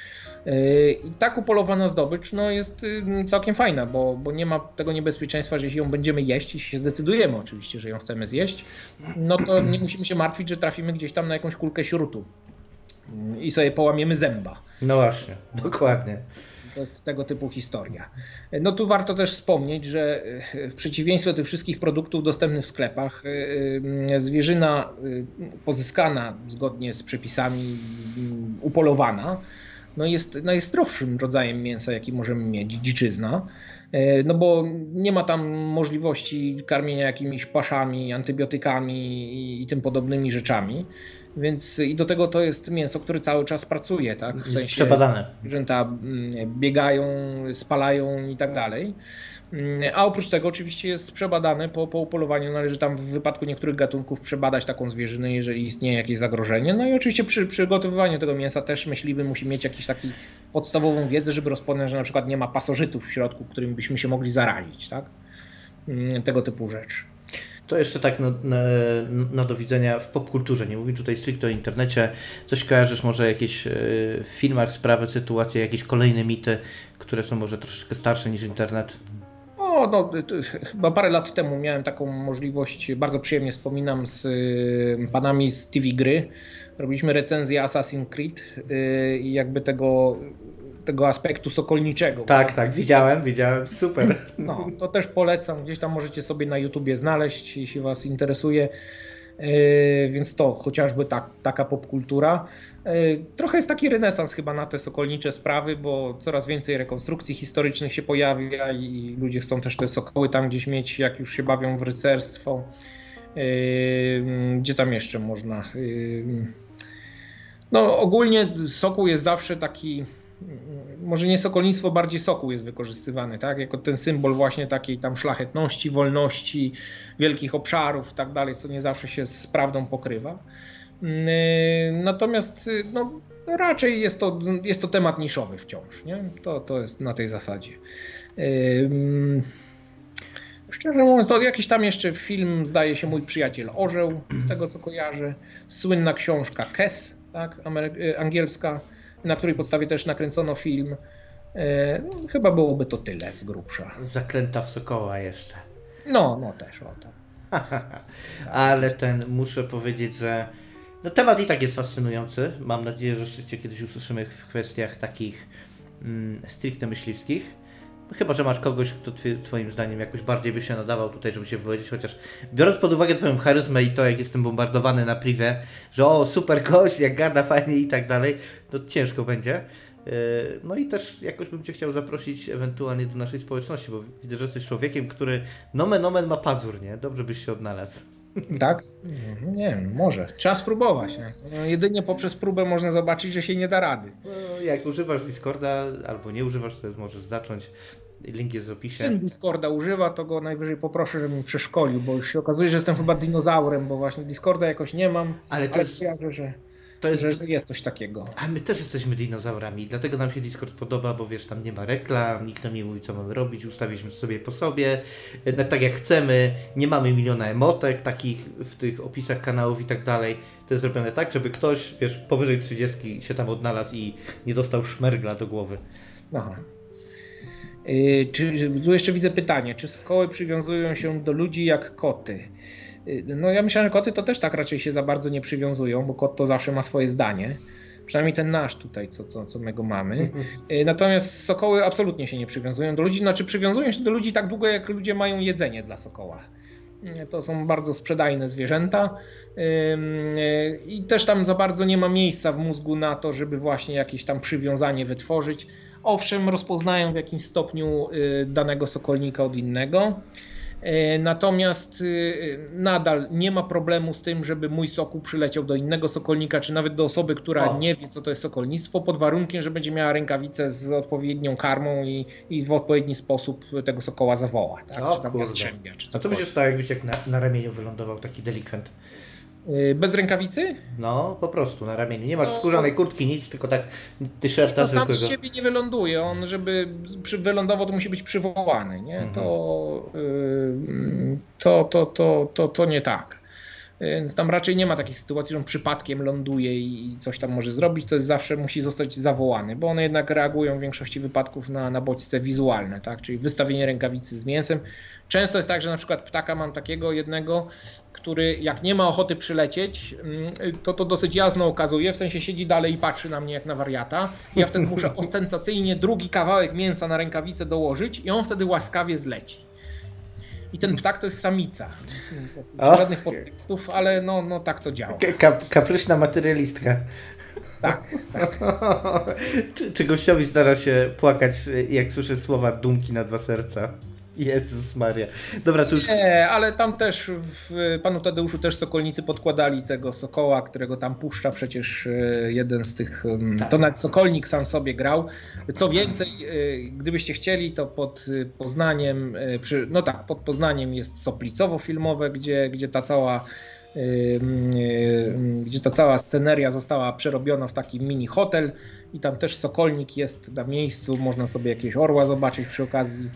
I tak upolowana zdobycz no, jest całkiem fajna, bo, bo nie ma tego niebezpieczeństwa, że jeśli ją będziemy jeść, jeśli się zdecydujemy oczywiście, że ją chcemy zjeść, no to nie musimy się martwić, że trafimy gdzieś tam na jakąś kulkę śrutu i sobie połamiemy zęba. No właśnie, dokładnie. To jest tego typu historia. No tu warto też wspomnieć, że w przeciwieństwie do tych wszystkich produktów dostępnych w sklepach, zwierzyna pozyskana zgodnie z przepisami, upolowana, no jest najzdrowszym rodzajem mięsa, jaki możemy mieć, dziczyzna. No bo nie ma tam możliwości karmienia jakimiś paszami, antybiotykami i tym podobnymi rzeczami. Więc i do tego to jest mięso, które cały czas pracuje, tak? W sensie przebadane. Zwierzęta biegają, spalają i tak dalej. A oprócz tego oczywiście jest przebadane po, po upolowaniu. Należy tam w wypadku niektórych gatunków przebadać taką zwierzynę, jeżeli istnieje jakieś zagrożenie. No i oczywiście przy przygotowywaniu tego mięsa też myśliwy musi mieć jakiś taki podstawową wiedzę, żeby rozpoznać, że na przykład nie ma pasożytów w środku, którymi byśmy się mogli zarazić, tak? Tego typu rzeczy. To jeszcze tak na, na, na do widzenia w popkulturze, nie mówię tutaj stricte o internecie, coś kojarzysz może jakieś w filmach, sprawy, sytuacje, jakieś kolejne mity, które są może troszeczkę starsze niż internet? O, no, chyba parę lat temu miałem taką możliwość, bardzo przyjemnie wspominam z panami z T V Gry. Robiliśmy recenzję Assassin's Creed i jakby tego... tego aspektu sokolniczego. Tak, tak, widziałem, widziałem, super. No, to też polecam, gdzieś tam możecie sobie na YouTubie znaleźć, jeśli Was interesuje, yy, więc to chociażby tak, taka popkultura. Yy, trochę jest taki renesans chyba na te sokolnicze sprawy, bo coraz więcej rekonstrukcji historycznych się pojawia i ludzie chcą też te sokoły tam gdzieś mieć, jak już się bawią w rycerstwo. Yy, gdzie tam jeszcze można? Yy, no ogólnie sokół jest zawsze taki, może nie sokolnictwo, bardziej sokół jest wykorzystywany, tak? Jako ten symbol właśnie takiej tam szlachetności, wolności, wielkich obszarów i tak dalej, co nie zawsze się z prawdą pokrywa. Natomiast no, raczej jest to, jest to temat niszowy wciąż, nie? To, to jest na tej zasadzie. Szczerze mówiąc, to jakiś tam jeszcze film, zdaje się, Mój przyjaciel Orzeł, z tego co kojarzę. Słynna książka Kes, tak? Angielska, na której podstawie też nakręcono film. No, chyba byłoby to tyle z grubsza. Zaklęta w sokoła jeszcze. No, no też o to. Ale ten, muszę powiedzieć, że no, temat i tak jest fascynujący. Mam nadzieję, że rzeczywiście kiedyś usłyszymy w kwestiach takich mm, stricte myśliwskich. Chyba że masz kogoś, kto twoim zdaniem jakoś bardziej by się nadawał tutaj, żeby się wypowiedzieć, chociaż biorąc pod uwagę twoją charyzmę i to, jak jestem bombardowany na privie, że o, super gość, jak gada fajnie i tak dalej, to ciężko będzie. No i też jakoś bym cię chciał zaprosić ewentualnie do naszej społeczności, bo widzę, że jesteś człowiekiem, który nomen omen ma pazur, nie? Dobrze byś się odnalazł. Tak? Nie wiem, może. Trzeba spróbować. Nie? No, jedynie poprzez próbę można zobaczyć, że się nie da rady. No, jak używasz Discorda albo nie używasz, to możesz zacząć. Link jest w opisie. Syn Discorda używa, to go najwyżej poproszę, żeby mi przeszkolił, bo już się okazuje, że jestem chyba dinozaurem, bo właśnie Discorda jakoś nie mam, ale to ale jest... kojarzę, że... To jest... że jest coś takiego. A my też jesteśmy dinozaurami, dlatego nam się Discord podoba, bo wiesz, tam nie ma reklam, nikt nam nie mówi, co mamy robić, ustawiliśmy sobie po sobie, tak jak chcemy, nie mamy miliona emotek takich w tych opisach kanałów i tak dalej. To jest zrobione tak, żeby ktoś, wiesz, powyżej trzydziestki się tam odnalazł i nie dostał szmergla do głowy. Aha. Yy, czy, tu jeszcze widzę pytanie, czy sokoły przywiązują się do ludzi jak koty? No ja myślę, że koty to też tak raczej się za bardzo nie przywiązują, bo kot to zawsze ma swoje zdanie. Przynajmniej ten nasz tutaj, co, co, co my go mamy. Mhm. Natomiast sokoły absolutnie się nie przywiązują do ludzi. Znaczy przywiązują się do ludzi tak długo, jak ludzie mają jedzenie dla sokoła. To są bardzo sprzedajne zwierzęta i też tam za bardzo nie ma miejsca w mózgu na to, żeby właśnie jakieś tam przywiązanie wytworzyć. Owszem, rozpoznają w jakimś stopniu danego sokolnika od innego. Natomiast nadal nie ma problemu z tym, żeby mój sokół przyleciał do innego sokolnika, czy nawet do osoby, która o. nie wie, co to jest sokolnictwo, pod warunkiem, że będzie miała rękawicę z odpowiednią karmą i, i w odpowiedni sposób tego sokoła zawoła. Tak? O, czy tam jastrzębia, czy A co by się stało, jakbyś jak na, na ramieniu wylądował taki delikwent? Bez rękawicy? No, po prostu na ramieniu. Nie masz no, skórzanej kurtki, nic, tylko tak t-shirta no, sam z siebie nie wyląduje. On, żeby przy, wylądował, to musi być przywołany. Nie? Mhm. To, yy, to, to, to, to, to nie tak. Więc tam raczej nie ma takiej sytuacji, że on przypadkiem ląduje i coś tam może zrobić, to jest zawsze musi zostać zawołany, bo one jednak reagują w większości wypadków na, na bodźce wizualne, tak? Czyli wystawienie rękawicy z mięsem. Często jest tak, że na przykład ptaka mam takiego jednego, który jak nie ma ochoty przylecieć, to to dosyć jasno okazuje, w sensie siedzi dalej i patrzy na mnie jak na wariata. Ja wtedy muszę ostentacyjnie drugi kawałek mięsa na rękawicę dołożyć i on wtedy łaskawie zleci. I ten ptak to jest samica. O. Żadnych podtekstów, ale no, no tak to działa. Kap, kapryśna materialistka. Tak, tak. czy, czy gościowi zdarza się płakać, jak słyszę słowa dumki na dwa serca? Jezus Maria. Dobra, to już... Nie, ale tam też w Panu Tadeuszu też sokolnicy podkładali tego sokoła, którego tam puszcza przecież jeden z tych, tak. To nawet Sokolnik sam sobie grał. Co więcej, gdybyście chcieli, to pod Poznaniem, no tak, pod Poznaniem jest Soplicowo filmowe, gdzie, gdzie ta cała gdzie ta cała sceneria została przerobiona w taki mini hotel i tam też Sokolnik jest na miejscu, można sobie jakiegoś orła zobaczyć przy okazji.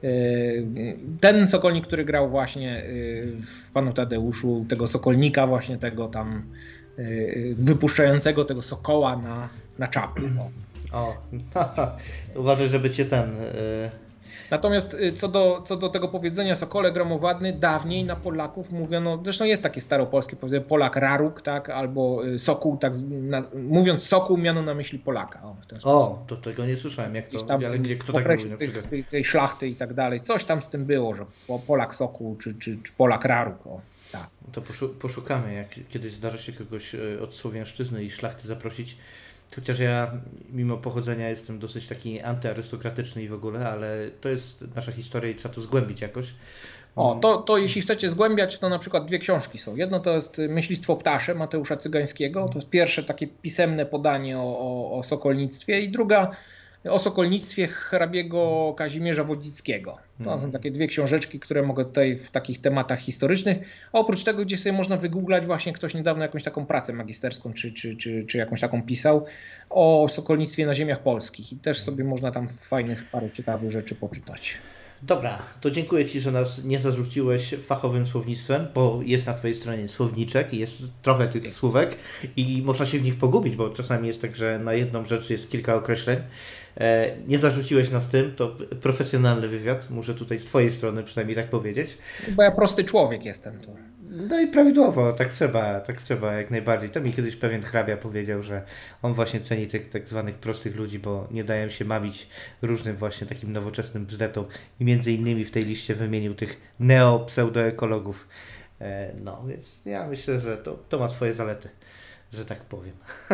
Ten Sokolnik, który grał właśnie w Panu Tadeuszu, tego Sokolnika właśnie tego tam wypuszczającego tego sokoła na, na czapy. O, o uważaj, żeby cię ten... Natomiast co do, co do tego powiedzenia Sokole gromowadny, dawniej na Polaków mówiono, zresztą jest takie staropolskie powiedzenie Polak raruk, tak, albo Sokół, tak, na, mówiąc Sokół miano na myśli Polaka. O, w ten o to tego nie słyszałem, jak to, tam, ale gdzie, kto tak mówi na przykład? Tej, tej szlachty i tak dalej, coś tam z tym było, że Polak Sokół czy, czy, czy Polak raruk. O, tak. To poszukamy, jak kiedyś zdarzy się kogoś od Słowiańszczyzny i szlachty zaprosić. Chociaż ja mimo pochodzenia jestem dosyć taki antyarystokratyczny i w ogóle, ale to jest nasza historia i trzeba to zgłębić jakoś. O, to, to jeśli chcecie zgłębiać, to na przykład dwie książki są. Jedno to jest Myślistwo ptasze Mateusza Cygańskiego, to jest pierwsze takie pisemne podanie o, o, o sokolnictwie i druga o sokolnictwie hrabiego Kazimierza Wodzickiego. To są takie dwie książeczki, które mogę tutaj w takich tematach historycznych. A oprócz tego, gdzie sobie można wygooglać, właśnie ktoś niedawno jakąś taką pracę magisterską, czy, czy, czy, czy jakąś taką pisał o sokolnictwie na ziemiach polskich. I też sobie można tam fajnych parę ciekawych rzeczy poczytać. Dobra, to dziękuję Ci, że nas nie zarzuciłeś fachowym słownictwem, bo jest na Twojej stronie słowniczek i jest trochę tych jest. słówek i można się w nich pogubić, bo czasami jest tak, że na jedną rzecz jest kilka określeń. Nie zarzuciłeś nas tym, to profesjonalny wywiad, muszę tutaj z Twojej strony przynajmniej tak powiedzieć. Bo ja prosty człowiek jestem tu. No i prawidłowo, tak trzeba, tak trzeba jak najbardziej. To mi kiedyś pewien hrabia powiedział, że on właśnie ceni tych tak zwanych prostych ludzi, bo nie dają się mamić różnym właśnie takim nowoczesnym bzdetom i między innymi w tej liście wymienił tych neo-pseudoekologów. No więc ja myślę, że to, to ma swoje zalety, że tak powiem.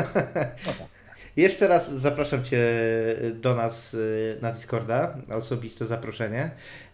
No tak. Jeszcze raz zapraszam Cię do nas na Discorda, osobiste zaproszenie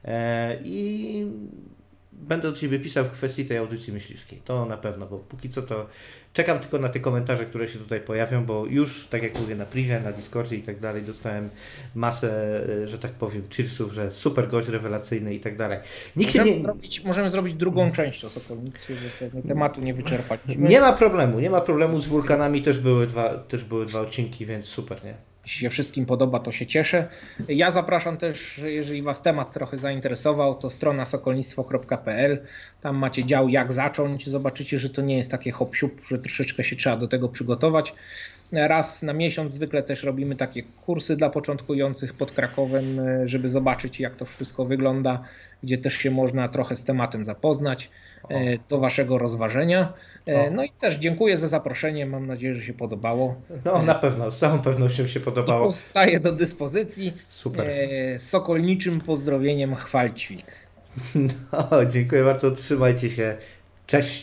i będę do Ciebie pisał w kwestii tej audycji myśliwskiej, to na pewno, bo póki co to czekam tylko na te komentarze, które się tutaj pojawią, bo już, tak jak mówię, na privie, na Discordzie i tak dalej dostałem masę, że tak powiem, cheersów, że super gość, rewelacyjny i tak dalej. Nikt możemy, nie... zrobić, możemy zrobić drugą część o sokolnictwie, bo pewnie tematu nie wyczerpaliśmy. Nie ma problemu, nie ma problemu, z wulkanami też były dwa, też były dwa odcinki, więc super, nie? Jeśli się wszystkim podoba, to się cieszę. Ja zapraszam też, jeżeli Was temat trochę zainteresował, to strona sokolnictwo kropka p l. Tam macie dział jak zacząć. Zobaczycie, że to nie jest takie hop-siup, że troszeczkę się trzeba do tego przygotować. Raz na miesiąc zwykle też robimy takie kursy dla początkujących pod Krakowem, żeby zobaczyć, jak to wszystko wygląda, gdzie też się można trochę z tematem zapoznać. O. Do Waszego rozważenia. O. No i też dziękuję za zaproszenie. Mam nadzieję, że się podobało. No na pewno, z całą pewnością się podobało. Pozostaję do dyspozycji. Super. Sokolniczym pozdrowieniem Chwalćwik. No, dziękuję bardzo, trzymajcie się. Cześć.